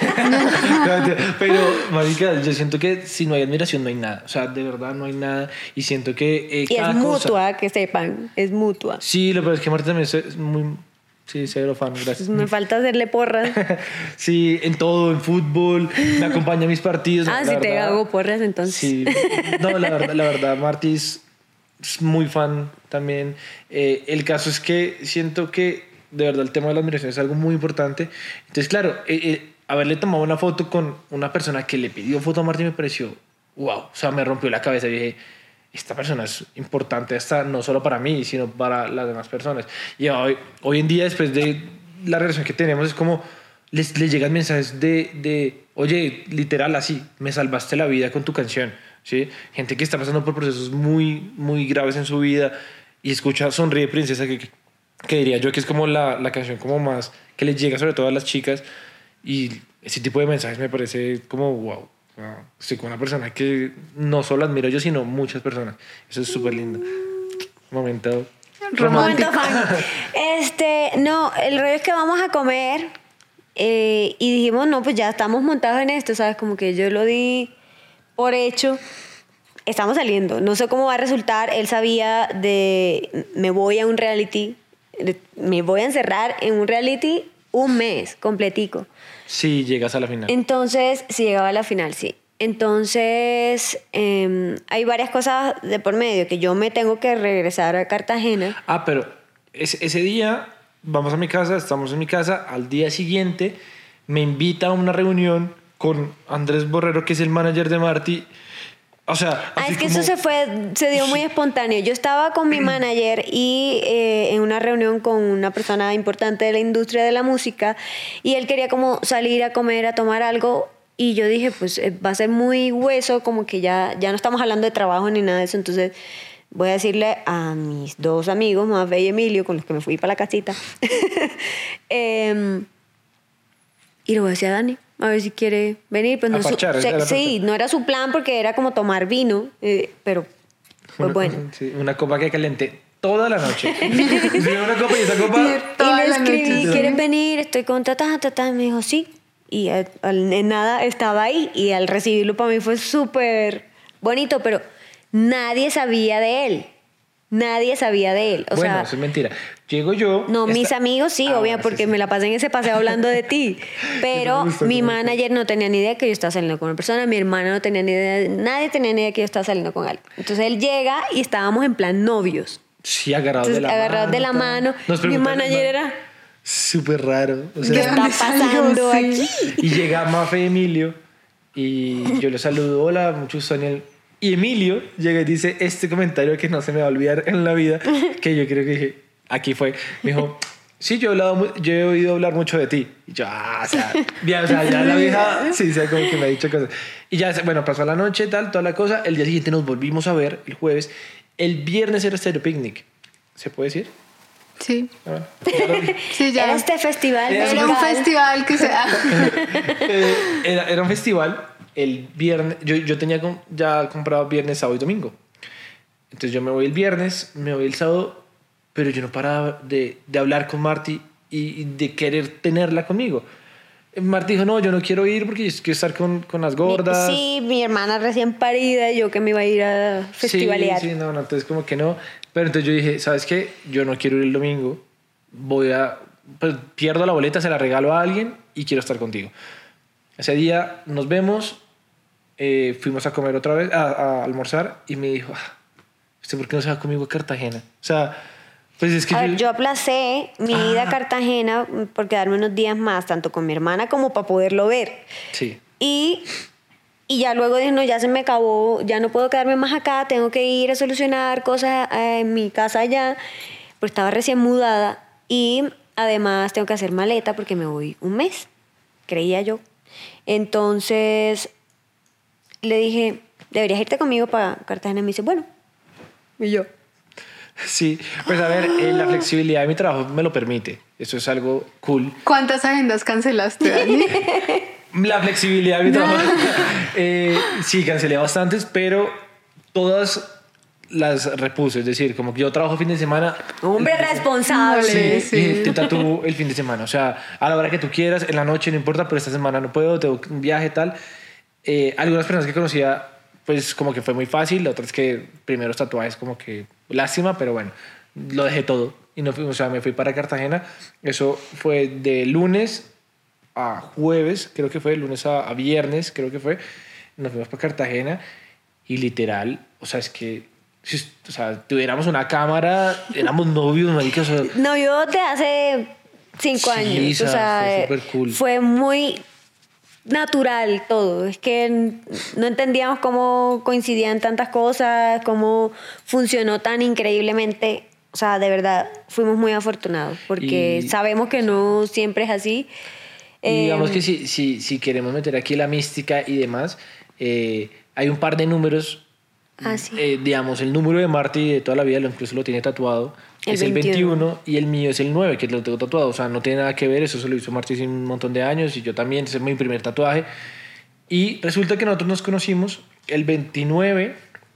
Pero, marica, yo siento que si no hay admiración no hay nada. O sea, de verdad no hay nada. Y siento que eh, Y cada es cosa... mutua, que sepan, es mutua. Sí, lo peor es que Marta también es muy... Sí, cero fan, gracias. Me falta hacerle porras. Sí, en todo, en fútbol, me acompaña a mis partidos. Ah, la si te verdad. hago porras, entonces. Sí, no, la verdad, la verdad, Marty es es muy fan también. Eh, el caso es que siento que de verdad el tema de la admiración es algo muy importante. Entonces, claro, eh, eh, haberle tomado una foto con una persona que le pidió foto a Marty me pareció, wow, o sea, me rompió la cabeza y dije, esta persona es importante hasta no solo para mí, sino para las demás personas. Y hoy, hoy en día, después de la relación que tenemos, es como les, les llegan mensajes de, de, oye, literal así, me salvaste la vida con tu canción. ¿Sí? Gente que está pasando por procesos muy, muy graves en su vida y escucha Sonríe Princesa, que, que, que diría yo que es como la, la canción como más que les llega sobre todo a las chicas, y ese tipo de mensajes me parece como wow. Wow. Estoy con una persona que no solo admiro yo, sino muchas personas. Eso es súper lindo. Momento Romántico. Momento fan. Este, no, el rollo es que vamos a comer eh, y dijimos, no, pues ya estamos montados en esto, ¿sabes? Como que yo lo di por hecho. Estamos saliendo. No sé cómo va a resultar. Él sabía de, me voy a un reality, me voy a encerrar en un reality un mes completico. Sí, llegas a la final. Entonces, si llegaba a la final, sí. Entonces, eh, hay varias cosas de por medio, que yo me tengo que regresar a Cartagena. Ah, pero ese, ese día vamos a mi casa, estamos en mi casa. Al día siguiente me invita a una reunión con Andrés Borrero, que es el manager de Marty. O sea, Ah, así es que como- eso se fue, se dio muy espontáneo. Yo estaba con mi manager y eh, en una reunión con una persona importante de la industria de la música y él quería como salir a comer, a tomar algo y yo dije, pues eh, va a ser muy hueso, como que ya, ya no estamos hablando de trabajo ni nada de eso, entonces voy a decirle a mis dos amigos, Mafe y Emilio, con los que me fui para la casita, eh, y le voy a decir a Dani, a ver si quiere venir. Pues A no, su- parchar, se- era a sí, parchar. no era su plan porque era como tomar vino, eh, pero pues una, bueno. sí, una copa que calenté toda la noche. Sí, una copa y esa copa... Toda Y le la noche, escribí, sí. ¿quieres venir? Estoy con tata, tata. Y me dijo, sí. Y al- al- en nada estaba ahí. Y al recibirlo para mí fue súper bonito, pero nadie sabía de él. Nadie sabía de él. O bueno, sea, eso es mentira. Llego yo... no, mis esta- amigos sí, Ah, obvio, bueno, porque sí, sí. me la pasé en ese paseo hablando de ti. Pero me gusta, mi me gusta. manager no tenía ni idea que yo estaba saliendo con una persona, mi hermana no tenía ni idea, nadie tenía ni idea que yo estaba saliendo con alguien. Entonces él llega y estábamos en plan novios. Sí, agarrados Entonces, de la agarrados mano. de la tal. mano. Nos Mi preguntan, manager ¿no? era, Súper raro. O ¿qué sea, está ¿dónde salió? pasando Sí. aquí? y llega Mafe y Emilio y yo le saludo, hola, mucho gusto, Daniel. Y Emilio llega y dice este comentario que no se me va a olvidar en la vida, que yo creo que dije, aquí fue. Me dijo, sí, yo he, hablado, mu- yo he oído hablar mucho de ti. Y yo, ah, o sea, ya, o sea, ya la vieja, sí, o sea, como que me ha dicho cosas. Y ya, bueno, pasó la noche, tal, toda la cosa. El día siguiente nos volvimos a ver, el jueves. El viernes era Stereo Picnic. ¿Se puede decir? Sí, Ah, bueno, ya lo dije. sí, ya. Era este festival. Era Era un musical. festival que se da. Eh, era, era un festival el viernes. Yo, yo tenía com- ya comprado viernes, sábado y domingo. Entonces yo me voy el viernes, me voy el sábado, pero yo no paraba de, de hablar con Marty y, y de querer tenerla conmigo. Eh, Marty dijo, no, yo no quiero ir porque yo quiero estar con, con las gordas. Sí, mi hermana recién parida y yo que me iba a ir a festivalear. Sí, sí, no, no, entonces como que no. Pero entonces yo dije, ¿sabes qué? Yo no quiero ir el domingo. Voy a... Pues pierdo la boleta, se la regalo a alguien y quiero estar contigo. Ese día nos vemos, eh, fuimos a comer otra vez, a, a almorzar y me dijo, ah, ¿usted por qué no se va conmigo a Cartagena? O sea, pues es que A yo... ver, yo aplacé mi ida a Ah. Cartagena por quedarme unos días más, tanto con mi hermana como para poderlo ver. Sí. Y, y ya luego dije, no, ya se me acabó, ya no puedo quedarme más acá, tengo que ir a solucionar cosas eh, en mi casa allá, pues estaba recién mudada y además tengo que hacer maleta porque me voy un mes, creía yo. Entonces le dije, deberías irte conmigo para Cartagena. Y me dice, bueno. Y yo. Sí, pues a ver, eh, la flexibilidad de mi trabajo me lo permite. Eso es algo cool. ¿Cuántas agendas cancelaste, Dani? La flexibilidad de mi trabajo. eh, sí, cancelé bastantes, pero todas las repuse. Es decir, como que yo trabajo fin de semana. Hombre responsable. Sí, Sí. y te tatúo el fin de semana. O sea, a la hora que tú quieras, en la noche, no importa, pero esta semana no puedo, tengo un viaje, tal. Eh, algunas personas que conocía, pues como que fue muy fácil. Otras que primeros tatuajes, como que lástima, pero bueno, lo dejé todo. Y no fui, o sea, me fui para Cartagena. Eso fue de lunes a jueves, creo que fue, lunes a, a viernes, creo que fue. Nos fuimos para Cartagena y literal, o sea, es que, si, o sea, tuviéramos una cámara, éramos novios, marica, o sea, Novio de hace cinco Sí, años. o O sea, sea, fue eh, súper cool. fue muy natural todo. Es que n- no entendíamos cómo coincidían tantas cosas, cómo funcionó tan increíblemente. O sea, de verdad, fuimos muy afortunados porque Y- sabemos que no siempre es así. y Eh, digamos que si, si, si queremos meter aquí la mística y demás, eh, hay un par de números. Ah, sí. Eh, digamos, el número de Marty de toda la vida, lo incluso lo tiene tatuado, El es el veintiuno. veintiuno y el mío es el nueve, que lo tengo tatuado. O sea, no tiene nada que ver, eso se lo hizo Marty hace un montón de años y yo también, ese es mi primer tatuaje. Y resulta que nosotros nos conocimos el veintinueve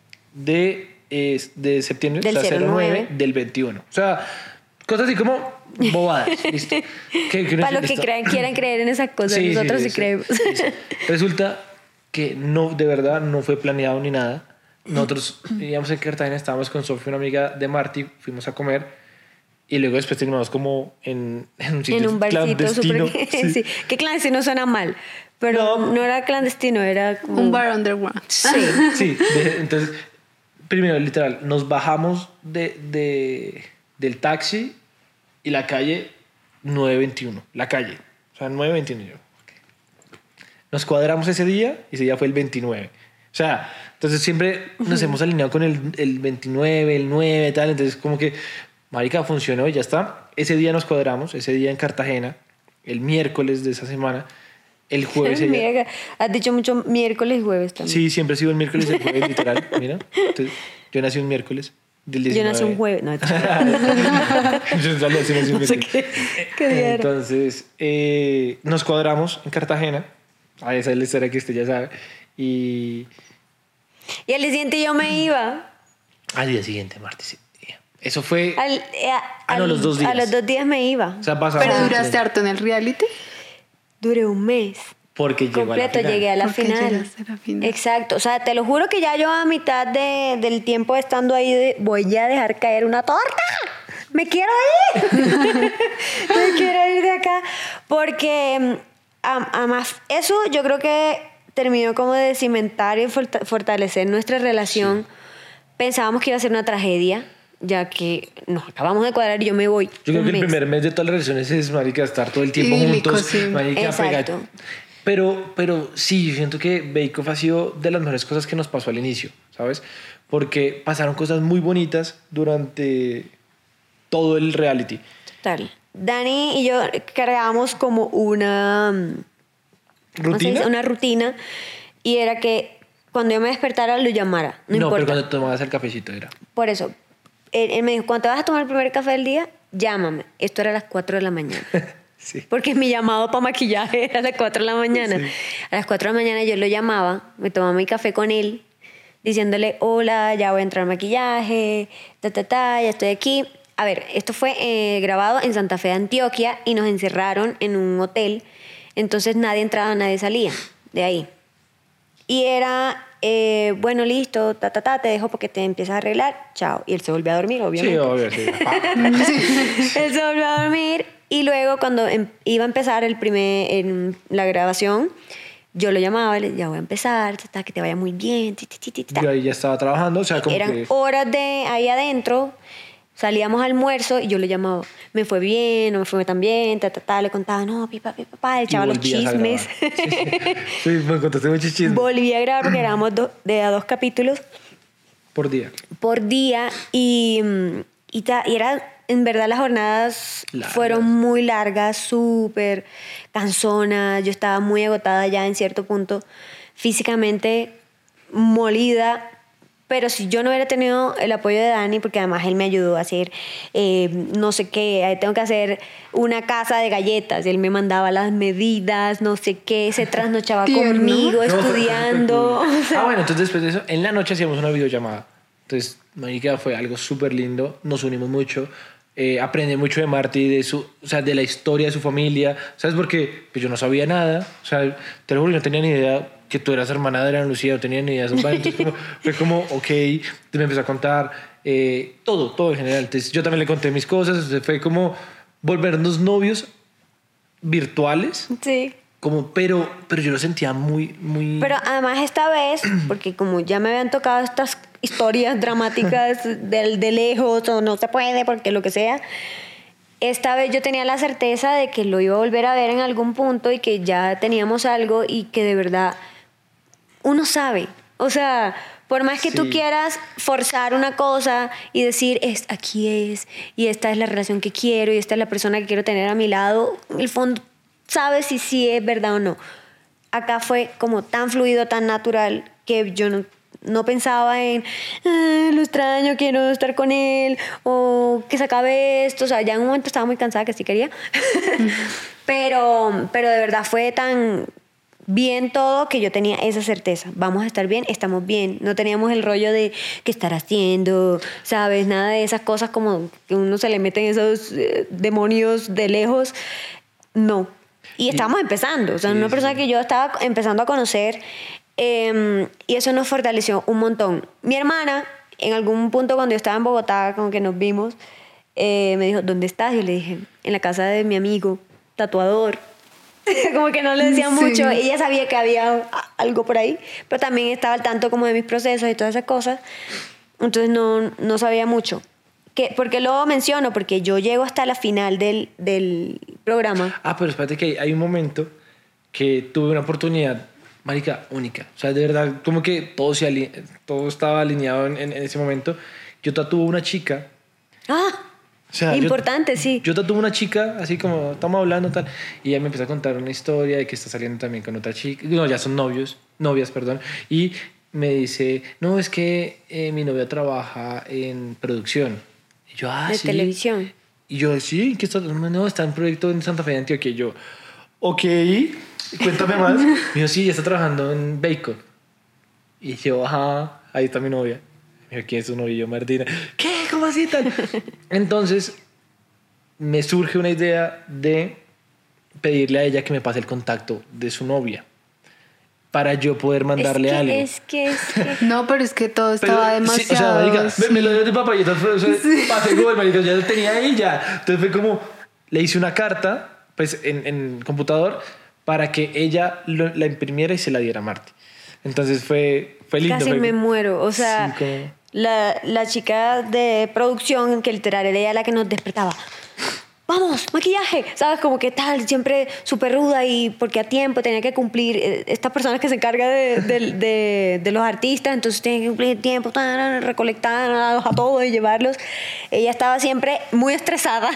de, eh, de septiembre, Del o sea, cero nueve. cero nueve del veintiuno. O sea, cosas así como bobadas, ¿listo? Que- que uno para dice, los que "Listo". crean, quieran creer en esas cosas, Sí, sí, nosotros sí, sí, creemos. sí, sí. Resulta que no, de verdad, no fue planeado ni nada. Nosotros íbamos en Cartagena, estábamos con Sofía, una amiga de Marty, fuimos a comer y luego después terminamos como en, en un sitio En un barcito clandestino. súper... Sí. Sí. Que clandestino suena mal, pero No. no, era clandestino, era como... Un bar underground. Sí. Sí, de- entonces, primero, literal, nos bajamos de, de, del taxi y la calle nueve veintiuno, la calle, o sea, nueve veintiuno. Yo, ok. Nos cuadramos ese día y ese día fue el veintinueve. O sea, entonces siempre nos hemos alineado con el, el veintinueve, el nueve, tal. Entonces, como que, marica, funcionó y ya está. Ese día nos cuadramos, ese día en Cartagena, el miércoles de esa semana, el jueves. ella- Mira, que has dicho mucho miércoles y jueves también. Sí, siempre ha sido el miércoles y el jueves, literal. Mira, entonces, yo nací un miércoles del Yo diecinueve. nací un jueves. No, Yo en realidad sí nací un no sé miércoles. qué, qué día era. Entonces, eh, nos cuadramos en Cartagena. Ah, esa es la historia que usted ya sabe. Y Y al día siguiente yo me iba. al día siguiente, martes. sí. Eso fue... Al, eh, a, Ah, no, al- los dos días. A los dos días me iba. O sea, pasamos... ¿Pero duraste harto en el reality? Duré un mes. Porque llegó a la Completo, final. llegué a la ¿Por qué final. llegaste a la final? Exacto. O sea, te lo juro que ya yo a mitad de, del tiempo estando ahí, de, voy a dejar caer una torta. ¡Me quiero ir! Me quiero ir de acá. Porque, mm, am- además, eso yo creo que terminó como de cimentar y forta- fortalecer nuestra relación. Pensábamos que iba a ser una tragedia, ya que nos acabamos de cuadrar y yo me voy. Yo creo un que el mes. primer mes de todas las relaciones es, marica, estar todo el tiempo Idílico, juntos. sí. Marica, Exacto. pega- Pero, pero sí, yo siento que Bake Off ha sido de las mejores cosas que nos pasó al inicio, ¿sabes? Porque pasaron cosas muy bonitas durante todo el reality. Total. Dani y yo cargábamos como una... mm, ¿cómo se ¿Rutina? dice? Una rutina. Y era que cuando yo me despertara lo llamara. No, No, pero importa. cuando tomabas el cafecito era. Por eso. Él, él me dijo, cuando te vas a tomar el primer café del día, llámame. Esto era a las cuatro de la mañana. Sí. Porque mi llamado para maquillaje era a las cuatro de la mañana. A las cuatro de la mañana yo lo llamaba, me tomaba mi café con él, diciéndole, hola, ya voy a entrar al maquillaje, ta, ta, ta, ya estoy aquí. A ver, esto fue eh, grabado en Santa Fe de Antioquia y nos encerraron en un hotel. Entonces nadie entraba, nadie salía de ahí. Y era, eh, bueno, listo, ta, ta, ta, te dejo porque te empiezas a arreglar, chao. Y él se volvió a dormir, Sí, obviamente. obvio, sí. Él se volvió a dormir y luego cuando em- iba a empezar el primer, en la grabación, yo lo llamaba y le decía, ya voy a empezar, ta, ta, que te vaya muy bien. Ti, ti, ti, ti, ta. Yo ahí ya estaba trabajando, o sea, como Eran que... horas de ahí adentro, salíamos al almuerzo y yo lo llamaba, me fue bien, no me fue tan bien, ta, ta, ta, le contaba, no, pipa, pipa, papá, le y echaba los volvías a chismes. grabar. Sí, sí, me contaste muchos chismes Volví a grabar porque grabamos do- de a dos capítulos por día. por día y, mm, y, ta- y era en verdad las jornadas Largas. fueron muy largas, súper cansonas. Yo estaba muy agotada ya en cierto punto, físicamente molida. Pero si yo no hubiera tenido el apoyo de Dani, porque además él me ayudó a hacer eh, no sé qué, tengo que hacer una casa de galletas, él me mandaba las medidas, no sé qué, se trasnochaba Tierno. conmigo No, estudiando. fue cool. O sea, Ah, bueno, entonces después de eso, en la noche hacíamos una videollamada. Entonces, marica, fue algo súper lindo, nos unimos mucho, eh, aprendí mucho de Marty, de su, o sea, de la historia de su familia, ¿sabes? Porque pues, yo no sabía nada, o sea, te lo juro, no tenía ni idea que tú eras hermana de Ana Lucía, no tenía ni idea de eso. Entonces como, fue como, ok, me empezó a contar eh, todo, todo en general. Entonces yo también le conté mis cosas, entonces fue como volvernos novios virtuales, sí. como, pero, pero yo lo sentía muy, muy... Pero además esta vez, porque como ya me habían tocado estas historias dramáticas de, de lejos o no se puede porque lo que sea, esta vez yo tenía la certeza de que lo iba a volver a ver en algún punto y que ya teníamos algo y que de verdad uno sabe. O sea, por más que Sí. tú quieras forzar una cosa y decir, es, aquí es, y esta es la relación que quiero, y esta es la persona que quiero tener a mi lado, en el fondo sabes si sí es verdad o no. Acá fue como tan fluido, tan natural, que yo no, no pensaba en, ah, lo extraño, quiero estar con él, o que se acabe esto. O sea, ya en un momento estaba muy cansada, que sí quería. pero, pero de verdad fue tan bien todo que yo tenía esa certeza. Vamos a estar bien, estamos bien. No teníamos el rollo de qué estar haciendo, ¿sabes? Nada de esas cosas como que uno se le meten esos eh, demonios de lejos. No. Y estábamos empezando. O sea, sí, una sí, persona sí. que yo estaba empezando a conocer eh, y eso nos fortaleció un montón. Mi hermana, en algún punto cuando yo estaba en Bogotá, como que nos vimos, eh, me dijo, ¿dónde estás? Yo le dije, en la casa de mi amigo, tatuador. Como que no le decía Sí. mucho. Ella sabía que había algo por ahí, pero también estaba al tanto como de mis procesos y todas esas cosas. Entonces no, no sabía mucho. ¿Qué? ¿Por qué lo menciono? Porque yo llego hasta la final del, del programa. Ah, pero espérate que hay un momento que tuve una oportunidad, marica, única. O sea, de verdad, como que todo, se aline- todo estaba alineado en, en- en ese momento. Yo tatué una chica. Ah, O sea, yo- importante, sí. Yo tatué una chica, así como estamos hablando tal, y ella me empezó a contar una historia de que está saliendo también con otra chica. No, ya son novios, novias, perdón. Y me dice, no, es que eh, mi novia trabaja en producción. Y yo, ah, De sí. televisión. Y yo, sí, ¿qué está? No, está en un proyecto en Santa Fe de Antioquia. Y yo, ok, cuéntame más. Me dijo, sí, está trabajando en Bake. Y yo, ajá, ahí está mi novia. Me dijo, ¿quién es tu novia? Y yo, Martina. ¿Qué? ¿Cómo así tal? Entonces, me surge una idea de pedirle a ella que me pase el contacto de su novia para yo poder mandarle es que, algo. Es que, es que... No, pero es que todo Pero, estaba sí, demasiado... o sea, marica, sí. me, me lo dio de papayita, fue, o sea, pasé Google, marica, ya lo tenía ahí ya. Entonces fue como, le hice una carta, pues, en, en computador, para que ella lo- la imprimiera y se la diera a Marty. Entonces fue, fue lindo. Casi fue- me muero. O sea, Sí, como- la, la chica de producción, que literal era ella la que nos despertaba. Vamos, maquillaje, ¿sabes? Como que tal, siempre súper ruda y porque a tiempo tenía que cumplir. eh, Estas personas que se encargan de, de, de, de los artistas, entonces tienen que cumplir tiempo, tan, recolectar a todos y llevarlos. Ella estaba siempre muy estresada.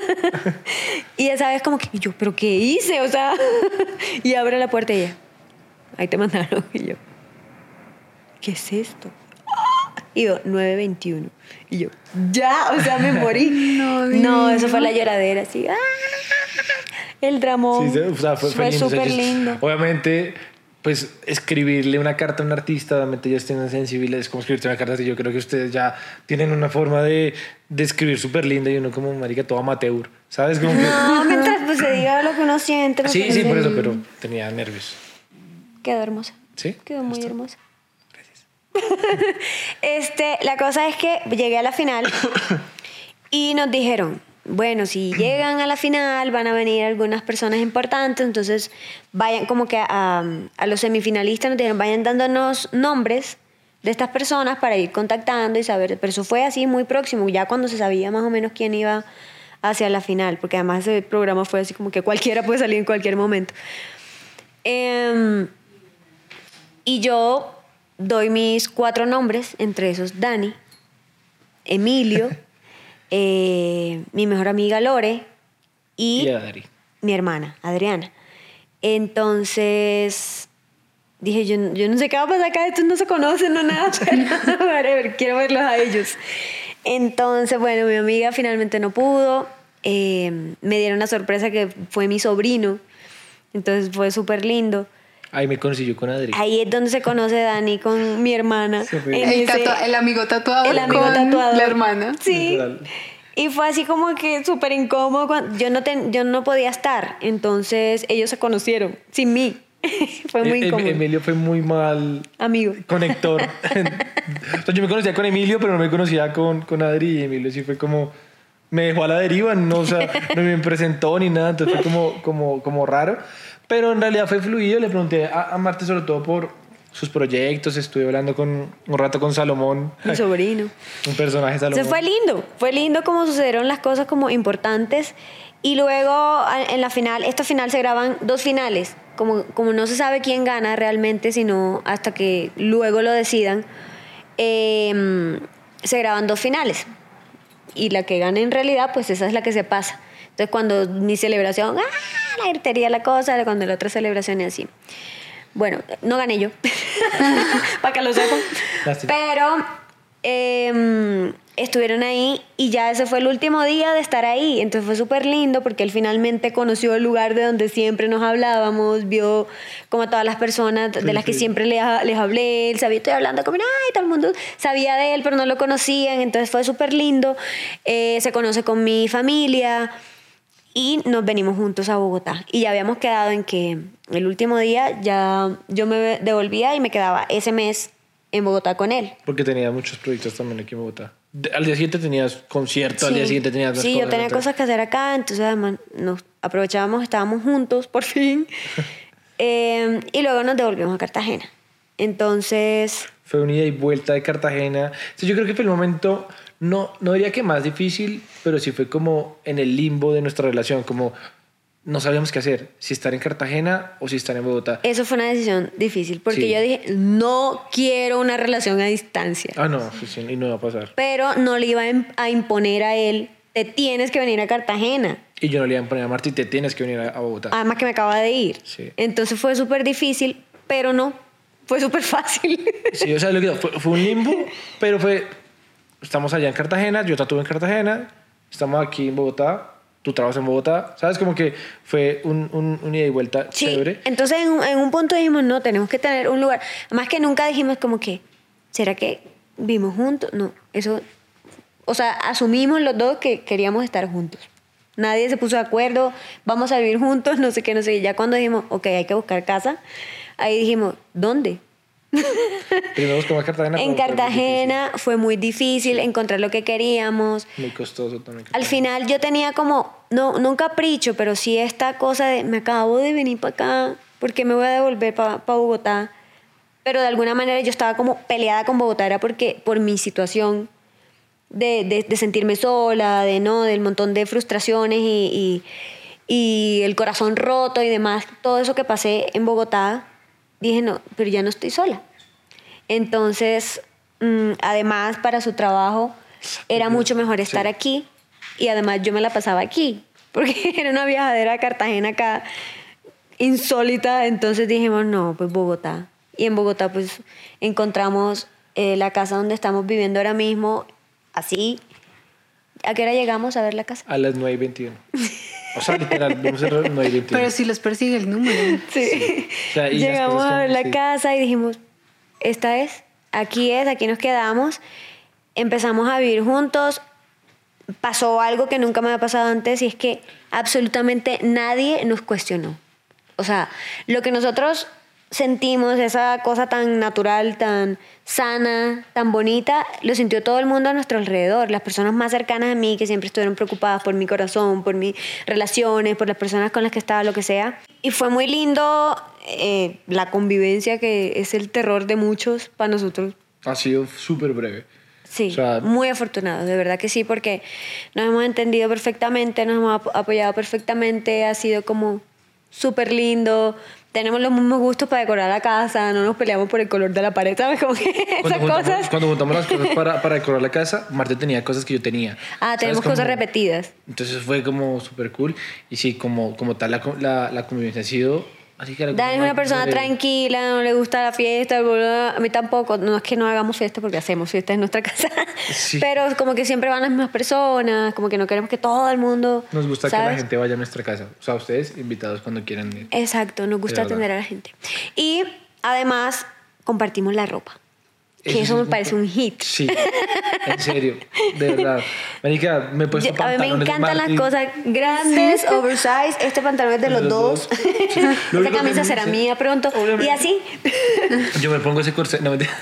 Y esa vez como que y yo, ¿pero qué hice? O sea, y abre la puerta y ella, ahí te mandaron. Y yo, ¿qué es esto? Y yo, nueve veintiuno. Y yo, ya, o sea, me morí. No, No, eso divino. fue la lloradera, así. ¡Ah! El dramón. Sí, o sea, fue, fue lindo. O sea, súper ellos- lindo. Obviamente, pues escribirle una carta a un artista, obviamente ellos tienen sensibilidades como escribirte una carta. Y yo creo que ustedes ya tienen una forma de, de escribir súper linda y uno como marica todo amateur, ¿sabes? Como que... No, mientras pues, se diga lo que uno siente. me Sí, sí, parece- por eso, pero tenía nervios. Quedó hermosa. ¿Sí? Quedó muy ¿Listo? hermosa. Este, la cosa es que llegué a la final y nos dijeron, bueno, si llegan a la final van a venir algunas personas importantes, entonces vayan como que a, a los semifinalistas nos dijeron, vayan dándonos nombres de estas personas para ir contactando y saber, pero eso fue así muy próximo, ya cuando se sabía más o menos quién iba hacia la final, porque además ese programa fue así como que cualquiera puede salir en cualquier momento. Em, y yo doy mis cuatro nombres, entre esos Dani, Emilio eh, mi mejor amiga Lore y, Y Adri. mi hermana Adriana. Entonces dije, yo, yo no sé qué va a pasar acá, estos no se conocen, no nada, pero whatever, quiero verlos a ellos. Entonces, bueno, mi amiga finalmente no pudo. Eh, me dieron la sorpresa que fue mi sobrino. Entonces fue súper lindo. Ahí me conocí yo con Adri. Ahí es donde se conoce Dani con mi hermana. Se fue. En El, ese- tatua- el amigo tatuador el amigo con tatuador. la hermana. Sí. Literal. Y fue así como que súper incómodo. cuando- Yo no, ten- yo no podía estar. Entonces ellos se conocieron sin mí. Fue muy Em- incómodo. Emilio fue muy mal Amigo. conector. O sea, yo me conocía con Emilio, pero no me conocía con, con Adri. Y Emilio sí fue como... Me dejó a la deriva, no, o sea, no me presentó ni nada. Entonces fue como, como, como raro. Pero en realidad fue fluido. Le pregunté a, a Marte sobre todo por sus proyectos. Estuve hablando con, un rato con Salomón. Mi sobrino. Un personaje Salomón. Entonces fue lindo, fue lindo como sucedieron las cosas como importantes. Y luego a- en la final, esta final se graban dos finales, como, como no se sabe quién gana realmente, sino hasta que luego lo decidan, eh, se graban dos finales. Y la que gane en realidad, pues esa es la que se pasa. Entonces cuando mi celebración, ¡ah! La gritería, la cosa, cuando la otra celebración y así. Bueno, no gané yo, para que lo sepan. Lástima. Pero eh, estuvieron ahí y ya ese fue el último día de estar ahí. Entonces fue súper lindo porque él finalmente conoció el lugar de donde siempre nos hablábamos, vio como a todas las personas de Sí, las que sí. siempre les, les hablé. Él sabía, estoy hablando como, ay, todo el mundo sabía de él, pero no lo conocían. Entonces fue súper lindo. Eh, se conoce con mi familia. Y nos venimos juntos a Bogotá. Y ya habíamos quedado en que el último día ya yo me devolvía y me quedaba ese mes en Bogotá con él. Porque tenía muchos proyectos también aquí en Bogotá. De- al día siguiente tenías concierto, al Sí. día siguiente tenías más Sí, cosas. yo tenía entonces- cosas que hacer acá, entonces además nos aprovechábamos, estábamos juntos por fin. Eh, y luego nos devolvimos a Cartagena. Entonces, Fue un ida y vuelta de Cartagena. O sea, yo creo que fue el momento, no, no diría que más difícil, pero sí fue como en el limbo de nuestra relación, como no sabíamos qué hacer, si estar en Cartagena o si estar en Bogotá. eso fue una decisión difícil, porque Sí. yo dije, no quiero una relación a distancia. Ah, no, sí, sí, y no iba a pasar. Pero no le iba a im- a imponer a él, te tienes que venir a Cartagena. Y yo no le iba a poner a Marta y te tienes que venir a, a Bogotá. Además que me acaba de ir. Sí. Entonces fue súper difícil, pero no, fue súper fácil. Sí, o sea, lo que fue, fue un limbo, pero fue, estamos allá en Cartagena, yo tatué en Cartagena, estamos aquí en Bogotá, tú trabajas en Bogotá, ¿sabes? Como que fue un, un, un ida y vuelta Sí, chévere. entonces en, un- en un punto dijimos, no, tenemos que tener un lugar. Además que nunca dijimos como que, ¿será que vivimos juntos? No, eso, o sea, asumimos los dos que queríamos estar juntos. Nadie se puso de acuerdo, vamos a vivir juntos, no sé qué, no sé qué. Ya cuando dijimos, ok, hay que buscar casa, ahí dijimos, ¿dónde? Primero buscamos Cartagena. En pero fue muy Cartagena fue muy difícil encontrar lo que queríamos. difícil, muy costoso también. Al final yo tenía como, no, no un capricho, pero sí esta cosa de, me acabo de venir para acá, ¿por qué me voy a devolver para Bogotá? Pero de alguna manera yo estaba como peleada con Bogotá, era porque por mi situación de, de, de sentirme sola, de no, del montón de frustraciones y, y, y el corazón roto y demás, todo eso que pasé en Bogotá, dije, no, pero ya no estoy sola. Entonces, mm, además para su trabajo era mucho mejor estar Sí. aquí y además yo me la pasaba aquí, porque era una viajadera a Cartagena acá insólita, entonces dijimos, no, pues Bogotá. Y en Bogotá pues encontramos eh, la casa donde estamos viviendo ahora mismo, así. ¿A qué hora llegamos a ver la casa? A las nueve y veintiuno. O sea, literal, vimos a las nueve y veintiuno. Pero si los persigue el número. Sí. O sea, y las Llegamos cosas a ver como- la sí. casa y dijimos, esta es, aquí es, aquí nos quedamos. Empezamos a vivir juntos. Pasó algo que nunca me había pasado antes y es que absolutamente nadie nos cuestionó. O sea, lo que nosotros sentimos, esa cosa tan natural, tan sana, tan bonita, lo sintió todo el mundo a nuestro alrededor. Las personas más cercanas a mí, que siempre estuvieron preocupadas por mi corazón, por mis relaciones, por las personas con las que estaba, lo que sea. Y fue muy lindo eh, la convivencia, que es el terror de muchos para nosotros. Ha sido súper breve. Sí, O sea, muy afortunados, de verdad que sí, porque nos hemos entendido perfectamente, nos hemos ap- apoyado perfectamente, ha sido como súper lindo. tenemos los mismos gustos para decorar la casa, no nos peleamos por el color de la pared, ¿sabes? Como que esas Cuando juntamos, cosas. cuando juntamos las cosas para, para decorar la casa, Marta tenía cosas que yo tenía. Ah, tenemos ¿Sabes? cosas Como- repetidas. Entonces fue como súper cool. Y sí, como, como tal, la, co- la, la convivencia ha sido... Así que Dani es una persona tranquila, no le gusta la fiesta, bla, bla. A mí tampoco, no es que no hagamos fiesta porque hacemos fiesta en nuestra casa, Sí. pero como que siempre van las mismas personas, como que no queremos que todo el mundo... Nos gusta que ¿sabes? la gente vaya a nuestra casa. O sea, ustedes invitados cuando quieran ir. Exacto, nos gusta De verdad. atender a la gente. Y además compartimos la ropa, que Eso eso, es me un parece po- un hit. Sí, en serio, de verdad. Marica, me he puesto Yo- a mí me pantalones encantan las Martín. cosas grandes, oversize. Este pantalón es de los, Los dos. dos. Sí. Lo Esta único que camisa me será dice- mía pronto. Obviamente. Y así, Yo me pongo ese corset. No, mentira.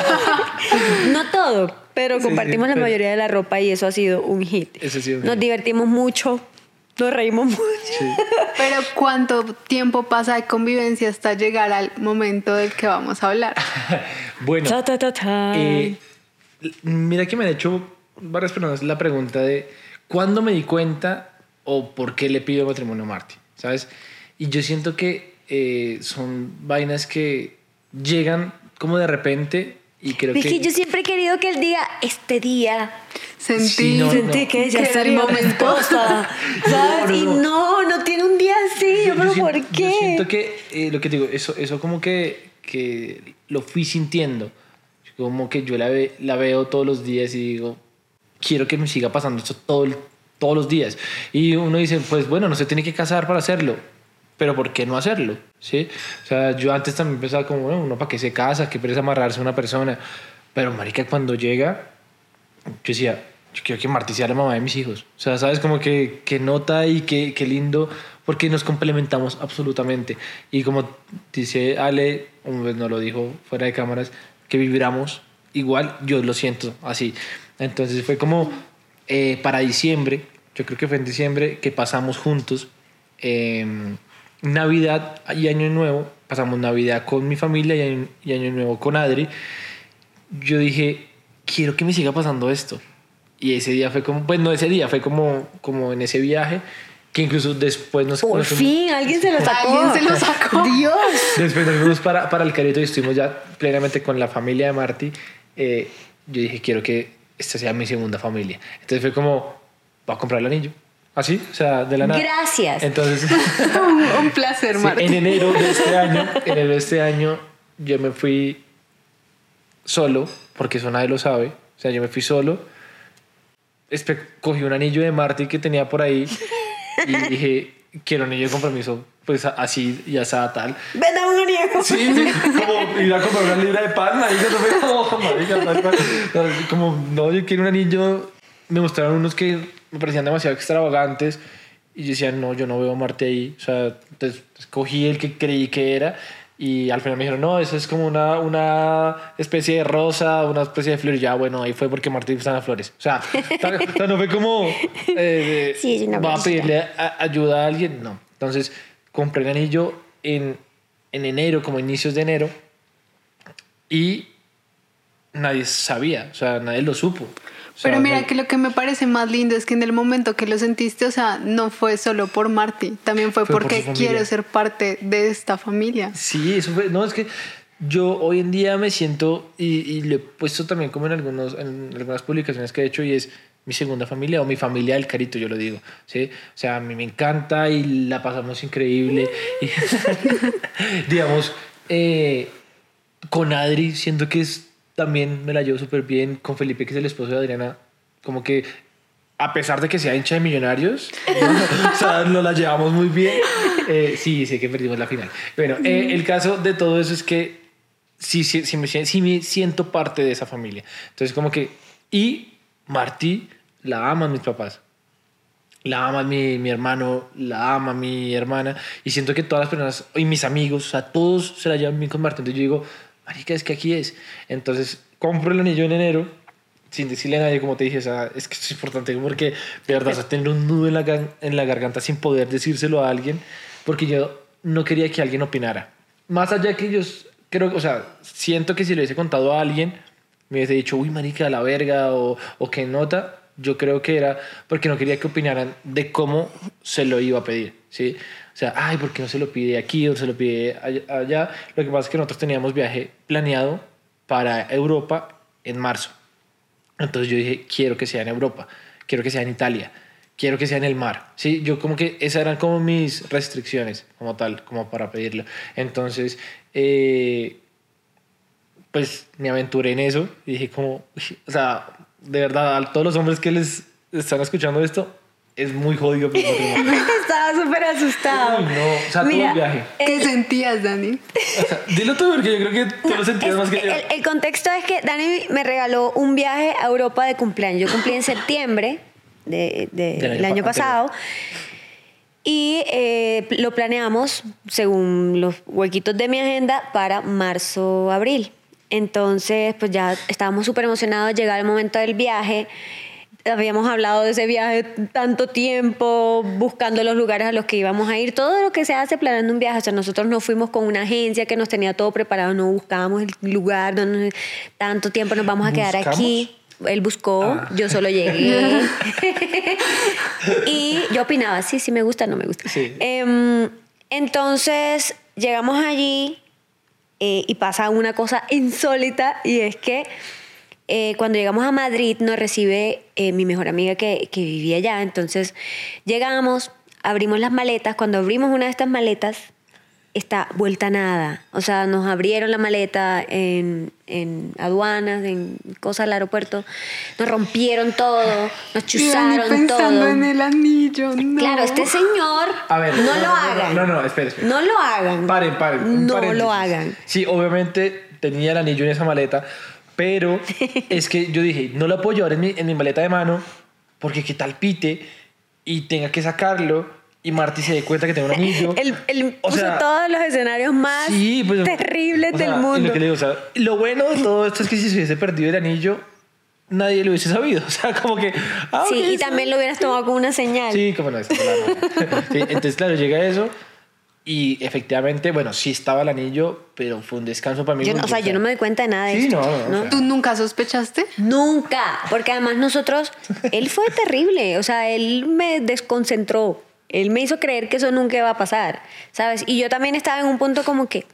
no todo, pero Sí, compartimos sí, la pero- mayoría de la ropa y eso ha sido un hit. Ese ha sido un Nos hit. divertimos mucho, nos reímos mucho. Sí. Pero ¿cuánto tiempo pasa de convivencia hasta llegar al momento del que vamos a hablar? Bueno, Ta, ta, ta, ta. eh, mira que me han hecho varias personas la pregunta de ¿cuándo me di cuenta o por qué le pido matrimonio a Marty? ¿Sabes? Y yo siento que eh, son vainas que llegan como de repente y creo Es que... que yo siempre he querido que él diga, este día Sentí, Sí, no, sentí que ella que era sería el mi momento. esposa, ¿sabes? No, no, Y no. no, no tiene un día así, yo, pero siento, ¿por qué? Yo siento que, eh, lo que te digo, eso, eso como que, que lo fui sintiendo. Como que yo la, ve, la veo todos los días y digo, quiero que me siga pasando esto todo el- todos los días. Y uno dice, pues bueno, no se tiene que casar para hacerlo. Pero ¿por qué no hacerlo? ¿Sí? O sea, yo antes también pensaba como, bueno, uno para qué se casa, qué pereza amarrarse a una persona. Pero marica, cuando llega, yo decía, yo quiero que Martí sea la mamá de mis hijos. O sea, sabes, como que, que nota y que, que lindo, porque nos complementamos absolutamente. Y como dice Ale, pues nos lo dijo fuera de cámaras, que vibramos igual, yo lo siento así. Entonces fue como eh, para diciembre, yo creo que fue en diciembre, que pasamos juntos eh, Navidad y Año Nuevo. Pasamos Navidad con mi familia y Año, y Año Nuevo con Adri. Yo dije, quiero que me siga pasando esto. Y ese día fue como, pues no ese día, fue como, como en ese viaje, que incluso después nos Por nos fuimos- fin, alguien se lo sacó. Alguien se lo sacó. Dios. Después nos fuimos para, para el Carito y estuvimos ya plenamente con la familia de Marty. Eh, yo dije, quiero que esta sea mi segunda familia. Entonces fue como, voy a comprar el anillo. Así, o sea, de la nada. Gracias. Entonces, un, un placer, sí, Marta. en enero de este año, en enero de este año, yo me fui solo, porque eso nadie lo sabe. O sea, yo me fui solo. Espe- cogí un anillo de Marty que tenía por ahí y dije, quiero un anillo de compromiso, pues así, ya está tal. Vete a un anillo. Sí, sí, como ir a comprar una libra de pan, ahí cuando fue como, marica, tal, tal. Como, no, yo quiero un anillo. Me mostraron unos que me parecían demasiado extravagantes y yo decía, no, yo no veo a Marte ahí. O sea, entonces escogí el que creí que era y al final me dijeron, no, eso es como una, una especie de rosa, una especie de flor. Y ya, bueno, ahí fue porque Marte le gustan las flores. O sea, o sea, no fue como, eh, Sí, es una va a florcita. pedirle a- ayuda a alguien. No. Entonces, compré el anillo en, en enero, como inicios de enero, y nadie sabía, o sea, nadie lo supo. O sea, Pero mira no- que lo que me parece más lindo es que en el momento que lo sentiste, o sea, no fue solo por Marty, también fue, Fue por porque su familia. quiero ser parte de esta familia. Sí, eso fue. No, es que yo hoy en día me siento, y, y lo he puesto también como en, algunos, en algunas publicaciones que he hecho, y es mi segunda familia o mi familia del Carito, yo lo digo. ¿Sí? O sea, a mí me encanta y la pasamos increíble. Y, digamos, eh, con Adri, siento que es, también me la llevo súper bien. Con Felipe, que es el esposo de Adriana, como que a pesar de que sea hincha de Millonarios, ¿no? O sea, nos la llevamos muy bien. Eh, sí, sé que perdimos la final. Bueno, eh, el caso de todo eso es que sí, sí, sí, me, sí me siento parte de esa familia. Entonces, como que... Y Martí la aman mis papás. La ama mi, mi hermano, la ama mi hermana. Y siento que todas las personas, y mis amigos, o sea, todos se la llevan bien con Martí. Entonces yo digo, marica, es que aquí es. Entonces compro el anillo en enero, sin decirle a nadie, como te dije. O sea, es que es importante porque, de verdad, o sea, tener un nudo en la, gar- en la garganta sin poder decírselo a alguien, porque yo no quería que alguien opinara. Más allá que yo creo, o sea, siento que si le hubiese contado a alguien, me hubiese dicho, uy, marica, la verga, o, o qué nota. Yo creo que era porque no quería que opinaran de cómo se lo iba a pedir, ¿sí? O sea, ay, ¿por qué no se lo pide aquí o se lo pide allá? Lo que pasa es que nosotros teníamos viaje planeado para Europa en marzo. Entonces yo dije, quiero que sea en Europa, quiero que sea en Italia, quiero que sea en el mar. Sí, yo como que esas eran como mis restricciones, como tal, como para pedirlo. Entonces, eh, pues me aventuré en eso y dije como, o sea, de verdad, a todos los hombres que les están escuchando esto, es muy jodido. Estaba súper asustado. Uy, no, o sea, Mira, todo el viaje. ¿Qué el... sentías, Dani? O sea, dilo tú, porque yo creo que tú no, lo sentías es, más que yo. El, el contexto es que Dani me regaló un viaje a Europa de cumpleaños. Yo cumplí en septiembre de, de, del año, año pasado. Y eh, lo planeamos, según los huequitos de mi agenda, para marzo, abril. Entonces, pues ya estábamos súper emocionados. Llegaba el momento del viaje. Habíamos hablado de ese viaje tanto tiempo, buscando los lugares a los que íbamos a ir, todo lo que se hace planeando un viaje. O sea, nosotros no fuimos con una agencia que nos tenía todo preparado, no buscábamos el lugar, no, no, tanto tiempo nos vamos a quedar ¿Buscamos? aquí. Él buscó, ah. yo solo llegué. Y yo opinaba, sí, sí me gusta, no me gusta. Sí. Eh, entonces, llegamos allí eh, y pasa una cosa insólita, y es que Eh, cuando llegamos a Madrid nos recibe eh, mi mejor amiga que, que vivía allá. Entonces llegamos, abrimos las maletas. Cuando abrimos una de estas maletas, está vuelta a nada. O sea, nos abrieron la maleta en, en aduanas, en cosas del aeropuerto. Nos rompieron todo, nos chuzaron pensando todo. Pensando en el anillo, no. Claro, este señor, a ver, no, no, lo no, hagan. No, no, no, espera, espera. No lo hagan. Paren, paren. No paréntesis. lo hagan. Sí, obviamente tenía el anillo en esa maleta. Pero es que yo dije, no lo puedo llevar en mi, en mi maleta de mano, porque qué tal pite y tenga que sacarlo y Marty se dé cuenta que tengo un anillo. Él, él puso sea, todos los escenarios más sí, pues, terribles o sea, del mundo. Lo, que le digo, o sea, lo bueno de todo esto es que si se hubiese perdido el anillo, nadie lo hubiese sabido. O sea, como que... Ah, sí, okay, y también lo hubieras tomado como una señal. Sí, como no. Claro. Sí, entonces, claro, llega eso. Y efectivamente, bueno, sí estaba el anillo, pero fue un descanso para mí. Yo no, o sea, yo no me doy cuenta de nada de sí, esto. No, no, ¿no? O sea. ¿Tú nunca sospechaste? Nunca, porque además nosotros, él fue terrible, o sea, él me desconcentró, él me hizo creer que eso nunca iba a pasar, ¿sabes? Y yo también estaba en un punto como que,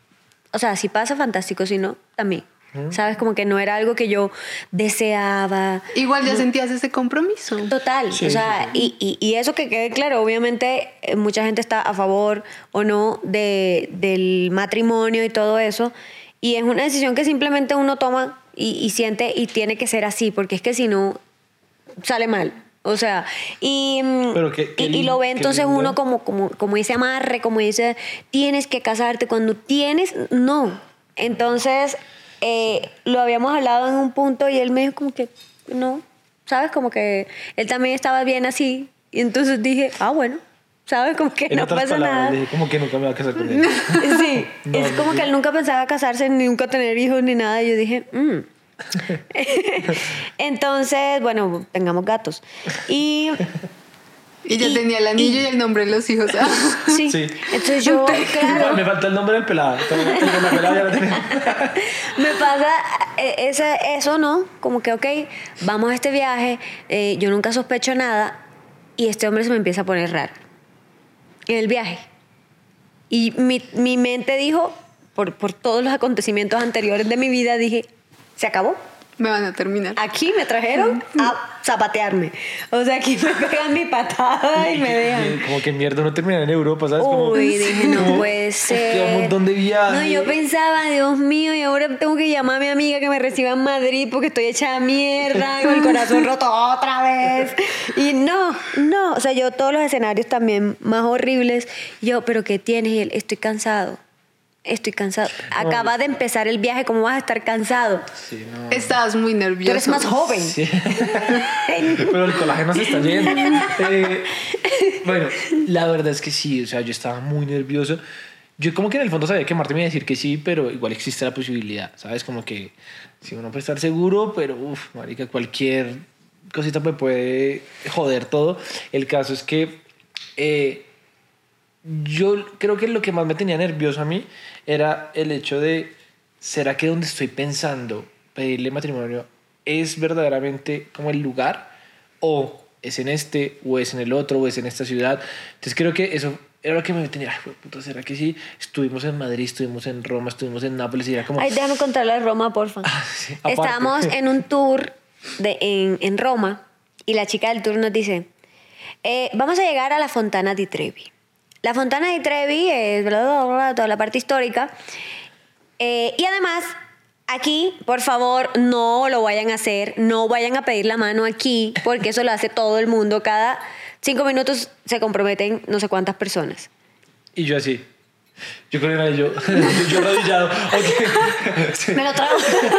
o sea, si pasa, fantástico, si no, también. ¿Sabes? Como que no era algo que yo deseaba. Igual ya no. sentías ese compromiso. Total. Sí, o sea, sí, sí. Y, y, y eso que quede claro, obviamente mucha gente está a favor o no de, del matrimonio y todo eso. Y es una decisión que simplemente uno toma y, y siente y tiene que ser así, porque es que si no, sale mal. O sea, y, Pero qué, qué y, lindo, y lo ve entonces uno como, como, como ese amarre, como dice, tienes que casarte. Cuando tienes, no. Entonces... Eh, lo habíamos hablado en un punto y él me dijo como que no, ¿sabes? Como que él también estaba bien así. Y entonces dije, ah, bueno, ¿sabes? Como que en no pasa palabras, nada. Le dije, como que nunca me voy a casar con él. Sí, no, es como no, que él nunca pensaba casarse, ni nunca tener hijos, ni nada. Y yo dije, mmm. Entonces, bueno, tengamos gatos. Y... Y ya y, tenía el anillo y, y el nombre de los hijos. Sí. sí. Entonces yo, claro. Me falta el nombre del pelado. La pelada ya lo tenía. Me pasa ese, eso, ¿no? Como que, ok, vamos a este viaje. Eh, yo nunca sospecho nada. Y este hombre se me empieza a poner raro. En el viaje. Y mi, mi mente dijo, por, por todos los acontecimientos anteriores de mi vida, dije, se acabó. Me van a terminar. Aquí me trajeron a zapatearme. O sea, aquí me pegan mi patada y me dejan. Como que mierda no terminan en Europa, ¿sabes? Como, Uy, dije, no puede ser. Un montón de viajes. No, yo pensaba, Dios mío, y ahora tengo que llamar a mi amiga que me reciba en Madrid porque estoy hecha mierda, con el corazón roto otra vez. Y no, no. O sea, yo todos los escenarios también más horribles. Yo, ¿pero qué tienes? Y él, estoy cansado. Estoy cansado. Acaba de empezar el viaje, ¿cómo vas a estar cansado? Sí, no. Estabas muy nervioso. Tú eres más joven. Sí. Pero el colágeno se está yendo. Eh, bueno, la verdad es que sí, o sea, yo estaba muy nervioso. Yo como que en el fondo sabía que Marta me iba a decir que sí, pero igual existe la posibilidad, ¿sabes? Como que si uno puede estar seguro, pero uff, marica, cualquier cosita me puede joder todo. El caso es que eh, yo creo que lo que más me tenía nervioso a mí era el hecho de, ¿será que donde estoy pensando pedirle matrimonio es verdaderamente como el lugar? ¿O es en este, o es en el otro, o es en esta ciudad? Entonces creo que eso era lo que me tenía, ay, puta, ¿será que sí? Estuvimos en Madrid, estuvimos en Roma, estuvimos en Nápoles y era como... Ay, déjame contarle de Roma, porfa. Ah, sí, aparte. Estábamos en un tour de, en, en Roma y la chica del tour nos dice, eh, vamos a llegar a la Fontana di Trevi. La Fontana di Trevi es bla, bla, bla, bla, toda la parte histórica. Eh, y además, aquí, por favor, no lo vayan a hacer, no vayan a pedir la mano aquí, porque eso lo hace todo el mundo. Cada cinco minutos se comprometen no sé cuántas personas. Y yo así. Yo creo que era yo. Yo arrodillado. Okay. Sí. Me lo trago.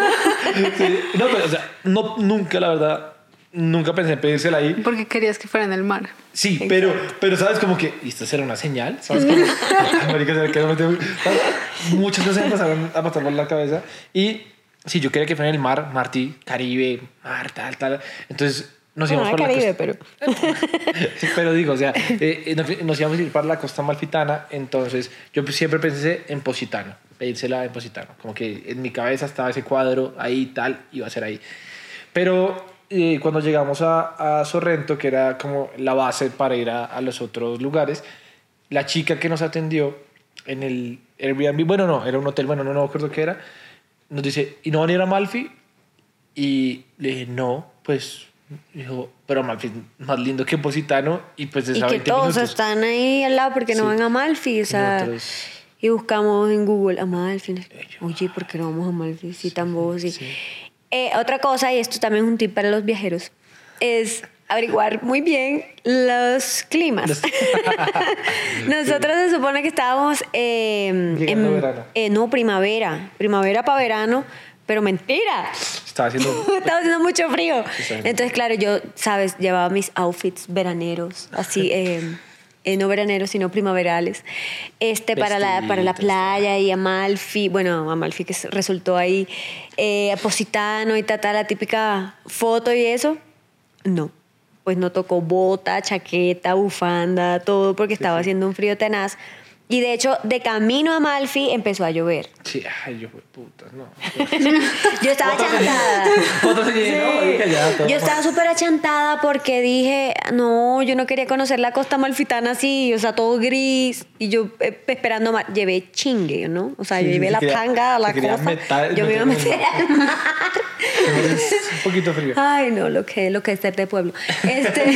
Sí. No, pero, o sea, no, nunca, la verdad, nunca pensé en pedírsela ahí. Porque querías que fuera en el mar. Sí, pero, pero sabes como que, ¿y esto será una señal? ¿Sabes como? América se me quedó metido. Muchas cosas me pasaron a pasar por la cabeza. Y sí, yo quería que fuera en el mar, Martí, Caribe, mar, tal, tal. Entonces nos íbamos Ah, por Caribe, la costa. pero... Pero digo, o sea, eh, nos, nos íbamos a ir para la costa amalfitana. Entonces yo siempre pensé en Positano, pedírsela en Positano. Como que en mi cabeza estaba ese cuadro ahí, tal, iba a ser ahí. Pero... Y cuando llegamos a, a Sorrento, que era como la base para ir a, a los otros lugares, la chica que nos atendió en el Airbnb, bueno, no, era un hotel, bueno, no, no me acuerdo qué era, nos dice, ¿y no van a ir a Amalfi? Y le dije, no, pues, dijo, pero Amalfi es más lindo que Positano y pues es Y a que veinte todos minutos. están ahí al lado porque no Sí. van a Amalfi, o sea... Nosotros- Y buscamos en Google Amalfi. Oye, ¿por qué no vamos a Amalfi? Sí, tan bobos, sí. sí. Eh, otra cosa, y esto también es un tip para los viajeros, es averiguar muy bien los climas. Los- Nosotros se supone que estábamos eh, Llegando en verano. eh, no, primavera. Primavera para verano, pero mentira. Estaba haciendo... Estaba haciendo mucho frío. Sí. Entonces, claro, yo, sabes, llevaba mis outfits veraneros, así, eh, eh, no veraneros, sino primaverales, este, para la, para la Vestiditos, playa y Amalfi, bueno, Amalfi que resultó ahí, eh, Positano y tal, la típica foto y eso. No, pues no tocó bota, chaqueta, bufanda, todo, porque estaba sí. haciendo un frío tenaz. Y de hecho, de camino a Amalfi empezó a llover. Sí, ay, yo, puta, no. Yo estaba achantada. Fotos se llenó, dije, ya, todo Yo mal. estaba súper achantada porque dije, no, yo no quería conocer la costa amalfitana así, o sea, todo gris. Y yo eh, esperando, mar. Llevé chingue, ¿no? O sea, Sí, yo sí, llevé se la quería- tanga, la se quería cosa. meter- yo me iba a meter meter en al mar. Es un poquito frío. Ay, no, lo que, lo que es ser de pueblo. Este,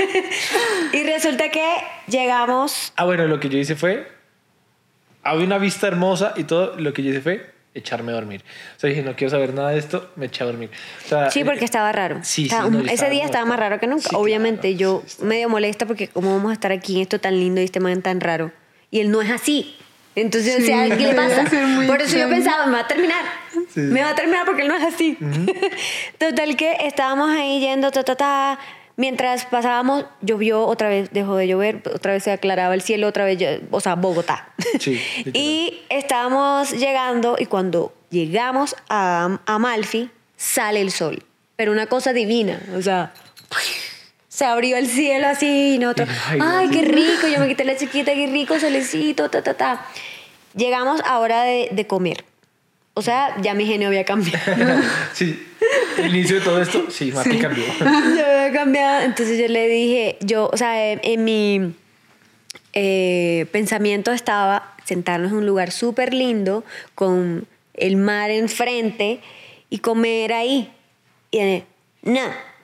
y resulta que llegamos. Ah, bueno, lo que yo hice fue... Había una vista hermosa y todo. Lo que yo hice fue echarme a dormir. O sea, dije, no quiero saber nada de esto, me eché a dormir. O sea, Sí, porque estaba raro. Sí, Estaba- sí, no, yo ese estaba día como- estaba más raro que nunca. Sí, Obviamente, claro, yo sí, sí. medio molesta porque cómo vamos a estar aquí en esto tan lindo y este man tan raro. Y él no es así. Entonces, o sea, ¿qué le pasa? debe ser muy Por eso yo extraño. pensaba, me va a terminar. Sí. Me va a terminar porque él no es así. Total que estábamos ahí yendo, ta, ta, ta. Mientras pasábamos, llovió otra vez, dejó de llover, otra vez se aclaraba el cielo, otra vez, llo- o sea, Bogotá. Sí, literal. Y estábamos llegando y cuando llegamos a a Amalfi, sale el sol. Pero una cosa divina, o sea, se abrió el cielo así y nosotros, Ay, ay, no. qué rico, yo me quité la chiquita, qué rico, solecito, ta, ta, ta. Llegamos a hora de, de comer. O sea, ya mi genio había cambiado. Sí, el inicio de todo esto, sí, Martín Sí. cambió. Ya había cambiado. Entonces yo le dije, yo, o sea, en, en mi eh, pensamiento estaba sentarnos en un lugar súper lindo, con el mar enfrente y comer ahí. Y él, no.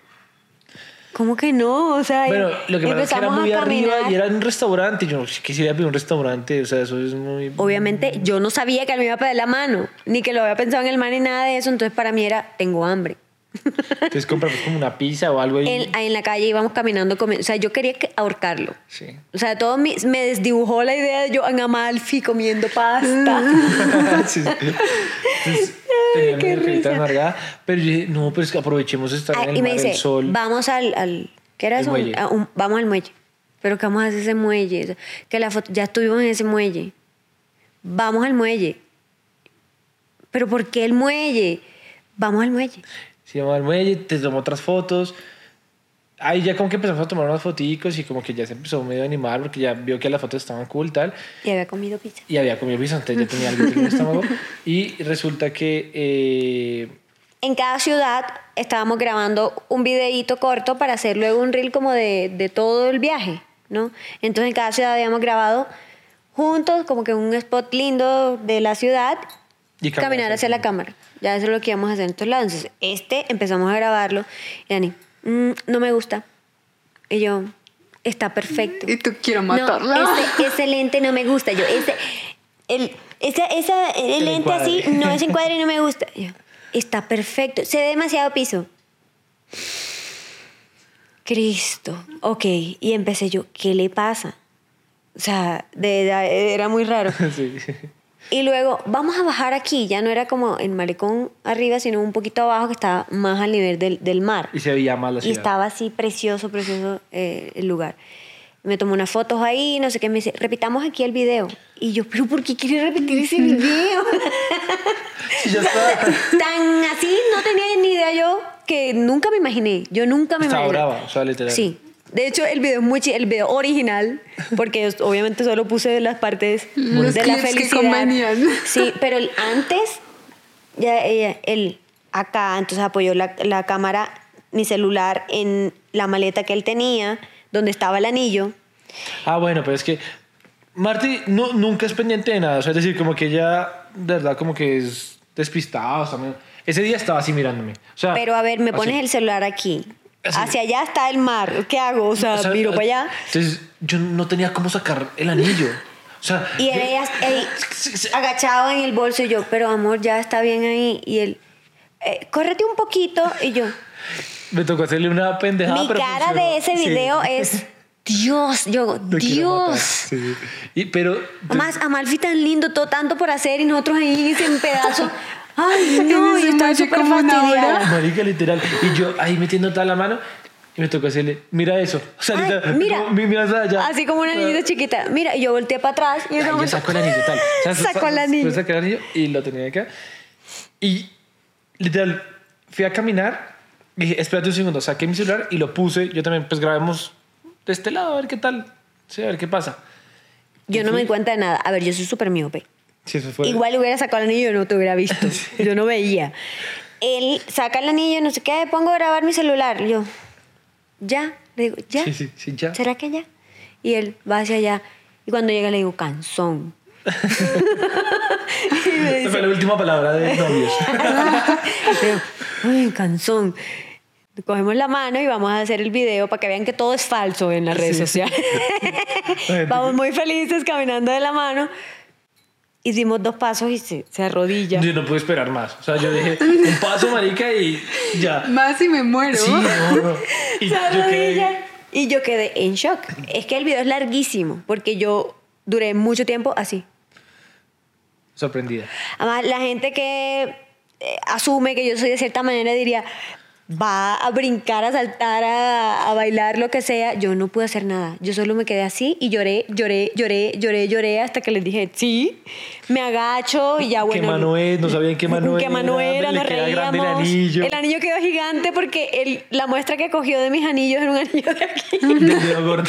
¿Cómo que no? O sea, Bueno, lo que pasa es que era empezamos a muy arriba caminar. y era en un restaurante. Yo quisiera pedir un restaurante, o sea, eso es muy... Obviamente yo no sabía que él me iba a pedir la mano, ni que lo había pensado en el mar ni nada de eso, entonces para mí era, tengo hambre. Entonces compramos como una pizza o algo ahí. En, ahí en la calle íbamos caminando, comiendo. O sea, yo quería que ahorcarlo. Sí. O sea, todo mi- me desdibujó la idea de yo en Amalfi comiendo pasta. Sí, sí. Entonces, tenía qué mi carita risa. amargada, pero yo dije, no, pues que aprovechemos de estar Ah, en el y me mar, dice, el sol. vamos al, al ¿qué era El eso? muelle. A un- vamos al muelle. Pero ¿qué vamos a hacer ese muelle? Que la foto, ya estuvimos en ese muelle. Vamos al muelle. ¿Pero por qué el muelle? Vamos al muelle. Se llama al muelle, te tomó otras fotos. Ahí ya como que empezamos a tomar unas foticos y como que ya se empezó medio a animar porque ya vio que las fotos estaban cool tal. Y había comido pizza. Y había comido pizza, entonces ya tenía algo en el estómago. Y resulta que... eh, En cada ciudad estábamos grabando un videíto corto para hacer luego un reel como de, de todo el viaje. ¿no? Entonces en cada ciudad habíamos grabado juntos, como que un spot lindo de la ciudad, Y caminar, caminar hacia la cámara. Ya eso es lo que íbamos a hacer en estos lados. Entonces, este empezamos a grabarlo. Y Dani, mmm, no me gusta. Y yo, está perfecto. Y tú quiero matarla. No, ese, ese lente no me gusta. Yo, ese, el, esa, esa, el, el lente encuadre. Así, no, ese encuadre no me gusta. Yo, está perfecto. Se ve demasiado piso. Cristo. Ok. Y empecé yo, ¿qué le pasa? O sea, de, de, era muy raro. Sí. Y luego, vamos a bajar aquí. Ya no era como el malecón arriba, sino un poquito abajo, que estaba más al nivel del, del mar. Y se veía más la ciudad. Y estaba así precioso, precioso eh, el lugar. Me tomó unas fotos ahí, no sé qué. Me dice, repitamos aquí el video. Y yo, ¿pero por qué quieres repetir ese video? Sí, ya está. Tan así no tenía ni idea yo, que nunca me imaginé. Yo nunca me estaba imaginé. Estaba brava, o sea, literal. Sí. De hecho, el video es muy ch- el video original, porque obviamente solo puse las partes Los de la felicidad. Que convenían. Sí, pero el antes, ya ella, él acá, entonces apoyó la, la cámara, mi celular en la maleta que él tenía, donde estaba el anillo. Ah, bueno, pero es que Marty no, nunca es pendiente de nada. O sea, es decir, como que ella, de verdad, como que es despistada. O sea, me- ese día estaba así mirándome. O sea, Pero a ver, me así. pones el celular aquí. Así. Hacia allá está el mar. ¿Qué hago? O sea, O sea, miro para allá. Entonces, yo no tenía cómo sacar el anillo. O sea, Y él yo- ella, él, agachado en el bolso y yo, pero amor, ya está bien ahí. Y él, eh, córrete un poquito. Y yo, me tocó hacerle una pendejada. mi pero cara funcionó. de ese Sí. video es, Dios, yo, Lo quiero matar. Dios. Sí. Y, pero, Además, Amalfi tan lindo, todo tanto por hacer y nosotros ahí en ese pedazo. Ay, no, ese y estaba emoji súper como una fastidiada. hora. marica, literal. Y yo ahí metiendo toda la mano y me tocó hacerle, mira eso. O sea, Ay, literal, mira. como, mi- mira allá. Así como una niñita chiquita. Mira, y yo volteé para atrás y en ese Ay, yo momento, saco el anillo, tal. O sea, sacó el anillo. Yo saqué el anillo y lo tenía acá. Y literal, fui a caminar. Dije, espérate un segundo, saqué mi celular y lo puse. Yo también, pues grabemos de este lado, a ver qué tal. Sí, a ver qué pasa. yo no me di cuenta de nada. A ver, yo soy súper miope. Sí, eso fue. Igual hubiera sacado el anillo y no te hubiera visto. Yo no veía. Él saca el anillo, no sé qué, pongo a grabar mi celular. Y yo, ya. Le digo, ya. Sí, sí, sí, ya. ¿Será que ya? Y él va hacia allá. Y cuando llega le digo, canzón. Y me Esa dice, fue la última palabra de novios. y yo, ay, canzón. Cogemos la mano y vamos a hacer el video para que vean que todo es falso en las redes Sí. sociales. Vamos muy felices caminando de la mano. Hicimos dos pasos y se, se arrodilla. Yo no pude esperar más. O sea, yo dije, un paso, marica, y ya. Más y me muero. Sí, no, no. Y Se yo arrodilla. quedé... Y yo quedé en shock. Es que el video es larguísimo porque yo duré mucho tiempo así. sorprendida. Además, la gente que eh, asume que yo soy de cierta manera diría, va a brincar, a saltar, a, a bailar, lo que sea. Yo no pude hacer nada. Yo solo me quedé así y lloré, lloré, lloré, lloré, lloré hasta que les dije, sí, me agacho y ya bueno. ¿Qué mano es? No sabían qué mano ¿Qué mano era? era? Le Nos queda grande reíamos. el anillo. El anillo quedó gigante porque el, la muestra que cogió de mis anillos era un anillo de aquí. Del dedo gordo.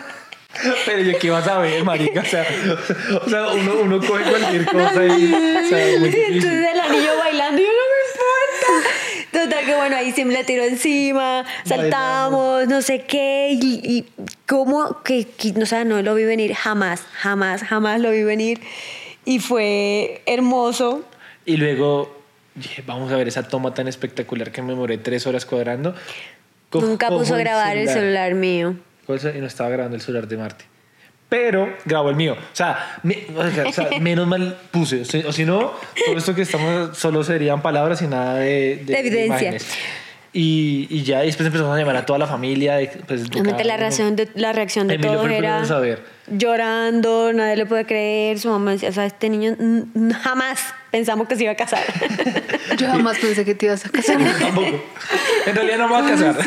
Pero yo qué vas a ver, marica. O sea, o sea uno, uno coge cualquier cosa y... O sea, muy difícil. Entonces el anillo bailando y yo, no me importa. Total que bueno, ahí sí me la tiró encima, saltamos, no sé qué, y, y cómo, que, que, o sea, no lo vi venir jamás, jamás, jamás lo vi venir. Y fue hermoso. Y luego dije, vamos a ver esa toma tan espectacular que me demoré tres horas cuadrando. Co- Nunca cojo puso a grabar el celular mío. Y no estaba grabando el celular de Marty. Pero grabó el mío. O sea, me- o sea, o sea, menos mal puse. O si, o si no, todo esto que estamos solo serían palabras y nada de, de, De evidencia. imágenes. Y, y ya y después empezamos a llamar a toda la familia. De, pues, de Realmente cada la uno. reacción de, la reacción de Emilio todos fue el primero era en saber. llorando, nadie le puede creer, su mamá decía, o sea, este niño mm, jamás pensamos que se iba a casar. Yo jamás pensé que te ibas a casar. Tampoco. En realidad no me voy a casar.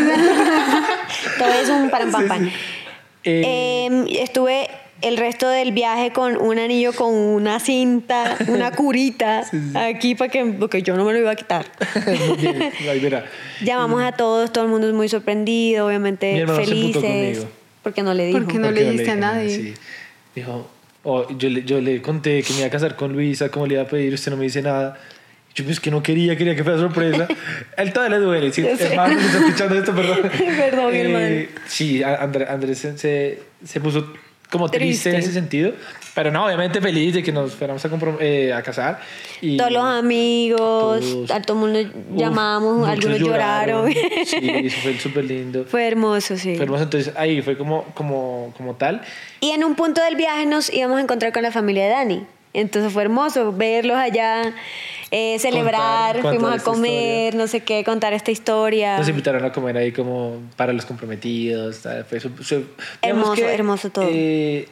Todo es un param pam Sí, pam. sí. Eh, Eh, estuve el resto del viaje con un anillo con una cinta, una curita aquí para que, porque yo no me lo iba a quitar. Muy bien, ahí verá. Llamamos a todos, todo el mundo es muy sorprendido, Mi obviamente hermano se emputó felices. conmigo. Porque no le dijo. Porque no Porque le dijiste a dije nada, nadie. sí. Dijo, oh, yo, le, yo le conté que me iba a casar con Luisa, cómo le iba a pedir, usted no me dice nada. Yo pues que no quería, quería que fuera sorpresa. Él todavía le duele, ¿sí? Hermano, que está escuchando esto, perdón. Perdón, Eh, hermano. Sí, Andrés, Andrés se, se, se puso como triste. Triste. en ese sentido. Pero no, obviamente feliz de que nos fuéramos a, comprom- eh, a casar. Y Todos los amigos, todos- a todo el mundo llamamos, Uf, algunos muchos lloraron. Sí, eso fue súper lindo. Fue hermoso, sí. Fue hermoso, entonces ahí fue como, como, como tal. Y en un punto del viaje nos íbamos a encontrar con la familia de Dani. Entonces fue hermoso verlos allá, eh, celebrar, Contar- contar fuimos a esta comer, historia. no sé qué, contar esta historia. Nos invitaron a comer ahí como para los comprometidos. ¿Sabes? Fue su- su- digamos Hermoso, hermoso todo. eh,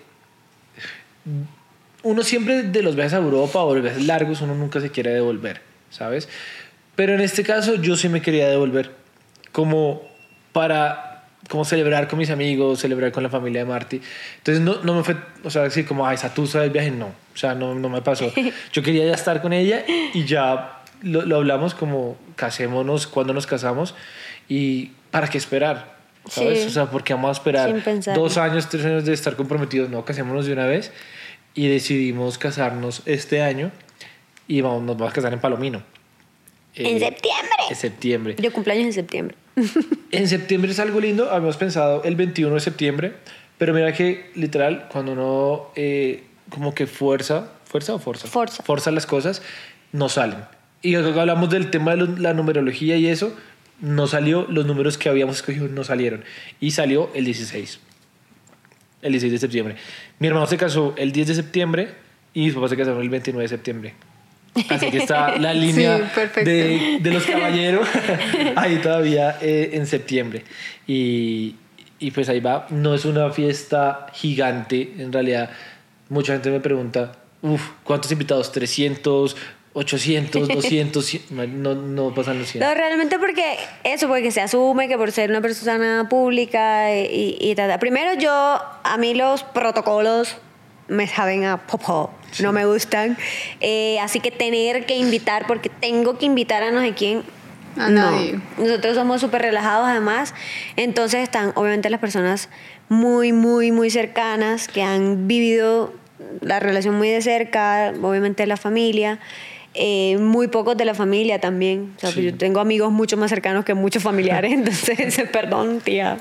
uno siempre de los viajes a Europa o los viajes largos, uno nunca se quiere devolver, ¿sabes? Pero en este caso yo sí me quería devolver. Como para como celebrar con mis amigos, celebrar con la familia de Marty. Entonces no, no me fue, o sea, así como, ay, esa tusa del viaje, no. O sea, no, no me pasó. Yo quería ya estar con ella y ya lo, lo hablamos como, casémonos cuando nos casamos y ¿para qué esperar? ¿Sabes? Sí. O sea, porque vamos a esperar Sin pensarlo. dos años, tres años de estar comprometidos. No, casémonos de una vez y decidimos casarnos este año y vamos, nos vamos a casar en Palomino. En Eh, septiembre. En septiembre. Yo cumpleaños en septiembre. En septiembre es algo lindo, habíamos pensado el veintiuno de septiembre, pero mira que literal, cuando uno eh, como que fuerza, ¿fuerza o fuerza? Forza. Forza las cosas, no salen. Y cuando hablamos del tema de lo- la numerología y eso, no salió, los números que habíamos escogido no salieron. Y salió el dieciséis. El dieciséis de septiembre. Mi hermano se casó el diez de septiembre y mis papás se casaron el veintinueve de septiembre. Así que está la línea Sí, perfecto. de, de los caballeros ahí todavía eh, en septiembre. Y, y pues ahí va. No es una fiesta gigante. En realidad, mucha gente me pregunta, uff, ¿cuántos invitados? ¿trescientos? ¿ochocientos? ¿doscientos? cien? No, no pasan los cien. No, realmente porque eso, porque se asume que por ser una persona pública y, y, y tal. Primero yo, a mí los protocolos me saben a popó, Sí. no me gustan. Eh, así que tener que invitar, porque tengo que invitar a no sé quién. A no. nadie. Nosotros somos súper relajados además. Entonces están obviamente las personas muy, muy, muy cercanas que han vivido la relación muy de cerca, obviamente la familia. Eh, muy pocos de la familia también. O sea, Sí. Yo tengo amigos mucho más cercanos que muchos familiares, entonces, perdón, tía.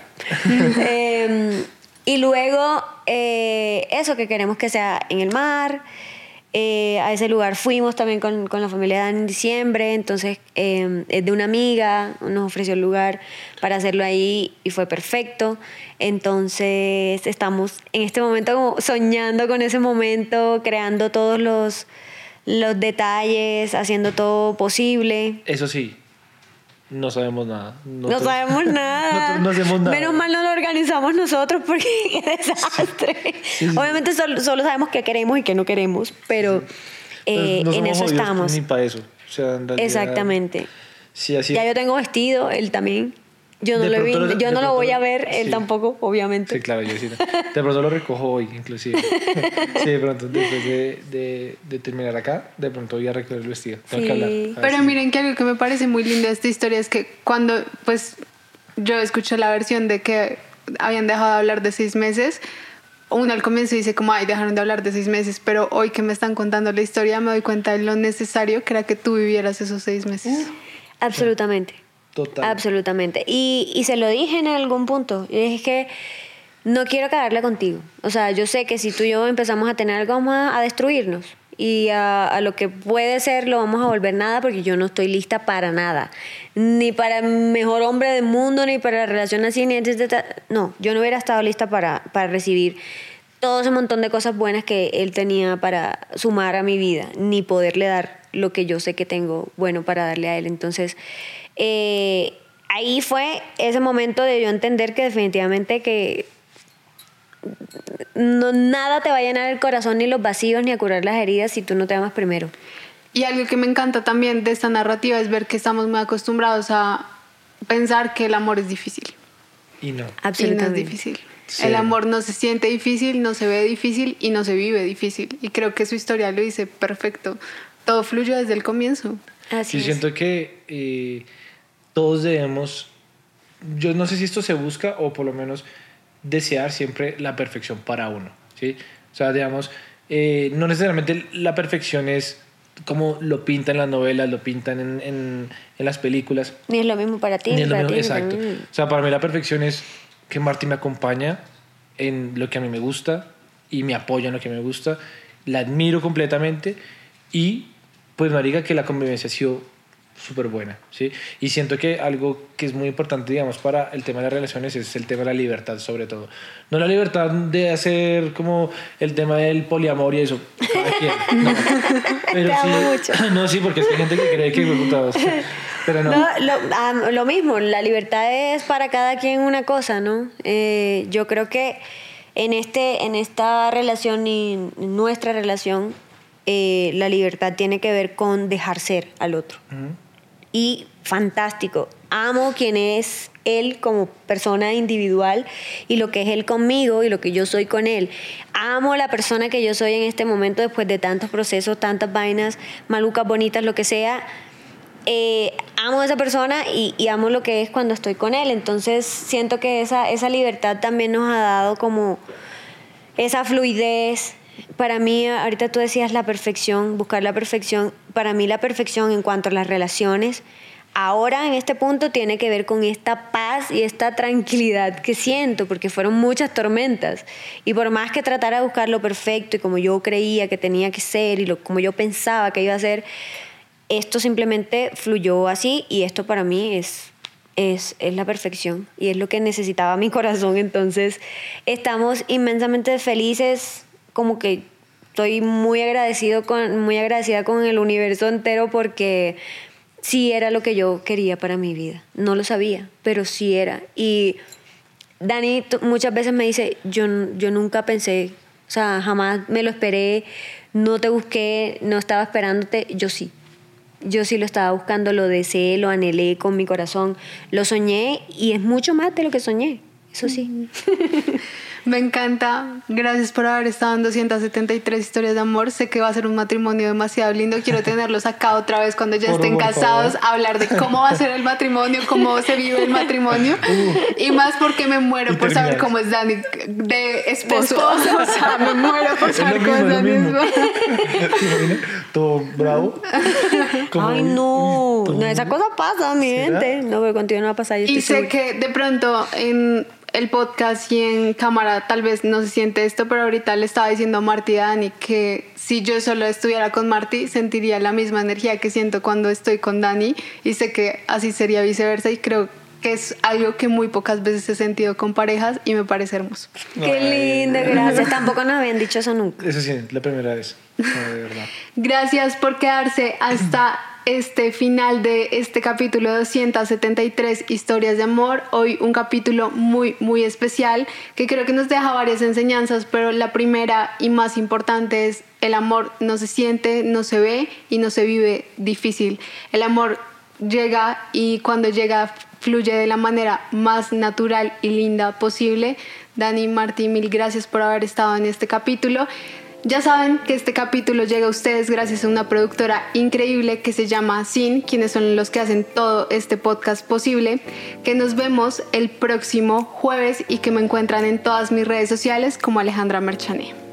Eh, y luego, eh, eso que queremos que sea en el mar. Eh, a ese lugar fuimos también con, con la familia de Dan en diciembre, entonces eh, es de una amiga, nos ofreció el lugar para hacerlo ahí y fue perfecto. Entonces estamos en este momento como soñando con ese momento, creando todos los, los detalles, haciendo todo posible. Eso sí, no sabemos nada. No Nosotros- sabemos nada. Nosotros no hacemos nada. Menos mal no lo organizamos nosotros porque qué desastre. Sí, sí. Obviamente solo, solo sabemos qué queremos y qué no queremos, pero eh, Pues no en somos eso jodidos estamos. Ni para eso. O sea, en realidad, Exactamente. Sí, así Ya yo tengo vestido, él también. Yo no De lo, vi, pronto lo- yo de no lo pronto voy a lo- ver, él sí. tampoco, obviamente. Sí, claro, yo sí. De pronto lo recojo hoy, inclusive. Sí, de pronto, después de, de, de terminar acá, de pronto voy a recoger el vestido. Tengo Sí. que hablar. A ver Pero si- miren que algo que me parece muy lindo de esta historia es que cuando pues yo escuché la versión de que habían dejado de hablar de seis meses, uno al comienzo dice como, ay, dejaron de hablar de seis meses, pero hoy que me están contando la historia me doy cuenta de lo necesario que era que tú vivieras esos seis meses. Absolutamente. Total. Absolutamente. Y, y se lo dije en algún punto. Y dije que no quiero cagarle contigo. O sea, yo sé que si tú y yo empezamos a tener algo, vamos a, a destruirnos. Y a, a lo que puede ser lo vamos a volver nada porque yo no estoy lista para nada. Ni para el mejor hombre del mundo, ni para la relación así, ni etcétera. No, yo no hubiera estado lista para, para recibir todo ese montón de cosas buenas que él tenía para sumar a mi vida, ni poderle dar lo que yo sé que tengo bueno para darle a él. Entonces, eh, ahí fue ese momento de yo entender que definitivamente que no, nada te va a llenar el corazón, ni los vacíos, ni a curar las heridas si tú no te amas primero. Y algo que me encanta también de esta narrativa es ver que estamos muy acostumbrados a pensar que el amor es difícil. Y no. Y no es Absolutamente. difícil. Cero. El amor no se siente difícil, no se ve difícil y no se vive difícil. Y creo que su historia lo dice perfecto. Todo fluyó desde el comienzo. Así Yo es. siento que eh, todos debemos, yo no sé si esto se busca o por lo menos desear siempre la perfección para uno, ¿sí? O sea, digamos, eh, no necesariamente la perfección es como lo pintan las novelas, lo pintan en, en, en las películas. Ni es lo mismo para ti. Ni es lo para mismo, ti, exacto. mm. O sea, para mí la perfección es que Marty me acompaña en lo que a mí me gusta y me apoya en lo que me gusta. La admiro completamente y pues marica que la convivencia ha sido súper buena, ¿sí? Y siento que algo que es muy importante, digamos, para el tema de las relaciones es el tema de la libertad, sobre todo. No la libertad de hacer como el tema del poliamor y eso. Cada quien, no. Pero Te sí, amo mucho. No, sí, porque es que hay gente que cree que puta, pero no. No, lo, ah, lo mismo, la libertad es para cada quien una cosa, ¿no? Eh, yo creo que en, este, en esta relación y en nuestra relación, eh, la libertad tiene que ver con dejar ser al otro. Uh-huh. Y fantástico. Amo quién es él como persona individual y lo que es él conmigo y lo que yo soy con él. Amo la persona que yo soy en este momento después de tantos procesos, tantas vainas, malucas, bonitas, lo que sea. Eh, amo a esa persona y, y amo lo que es cuando estoy con él. Entonces siento que esa, esa libertad también nos ha dado como esa fluidez. Para mí, ahorita tú decías la perfección, buscar la perfección. Para mí la perfección en cuanto a las relaciones, ahora en este punto tiene que ver con esta paz y esta tranquilidad que siento, porque fueron muchas tormentas. Y por más que tratara de buscar lo perfecto y como yo creía que tenía que ser y lo, como yo pensaba que iba a ser, esto simplemente fluyó así y esto para mí es, es, es la perfección y es lo que necesitaba mi corazón. Entonces estamos inmensamente felices, como que estoy muy, agradecido con, muy agradecida con el universo entero porque sí era lo que yo quería para mi vida. No lo sabía, pero sí era. Y Dani muchas veces me dice, yo, yo nunca pensé, o sea, jamás me lo esperé, no te busqué, no estaba esperándote. Yo sí. Yo sí lo estaba buscando, lo deseé, lo anhelé con mi corazón, lo soñé y es mucho más de lo que soñé, eso sí. Me encanta, gracias por haber estado en doscientas setenta y tres historias de amor. Sé que va a ser un matrimonio demasiado lindo. Quiero tenerlos acá otra vez cuando ya por estén casados, favor. Hablar de cómo va a ser el matrimonio, cómo se vive el matrimonio. Uh, y más porque me muero por terminar. Saber cómo es Dani de esposo. De esposo. O sea, me muero por saber cómo es Dani de esposo. Todo bravo. Ay, no. no. Esa cosa pasa, mi ¿será? Gente. No, pero contigo no va a pasar. Yo y sé seguro. Que de pronto en el podcast y en cámara tal vez no se siente esto, pero ahorita le estaba diciendo a Marty y a Dani que si yo solo estuviera con Marty sentiría la misma energía que siento cuando estoy con Dani y sé que así sería viceversa y creo que es algo que muy pocas veces he sentido con parejas y me parece hermoso. Qué lindo, gracias. Tampoco nos habían dicho eso nunca. Eso sí, la primera vez, no, de verdad. Gracias por quedarse hasta este final de este capítulo de doscientas setenta y tres historias de amor. Hoy un capítulo muy muy especial que creo que nos deja varias enseñanzas, pero la primera y más importante es el amor no se siente, no se ve y no se vive difícil. El amor llega y cuando llega fluye de la manera más natural y linda posible. Dani, Marty, mil gracias por haber estado en este capítulo. Ya saben que este capítulo llega a ustedes gracias a una productora increíble que se llama Sin, quienes son los que hacen todo este podcast posible. Que nos vemos el próximo jueves y que me encuentran en todas mis redes sociales como Alejandra Merchané.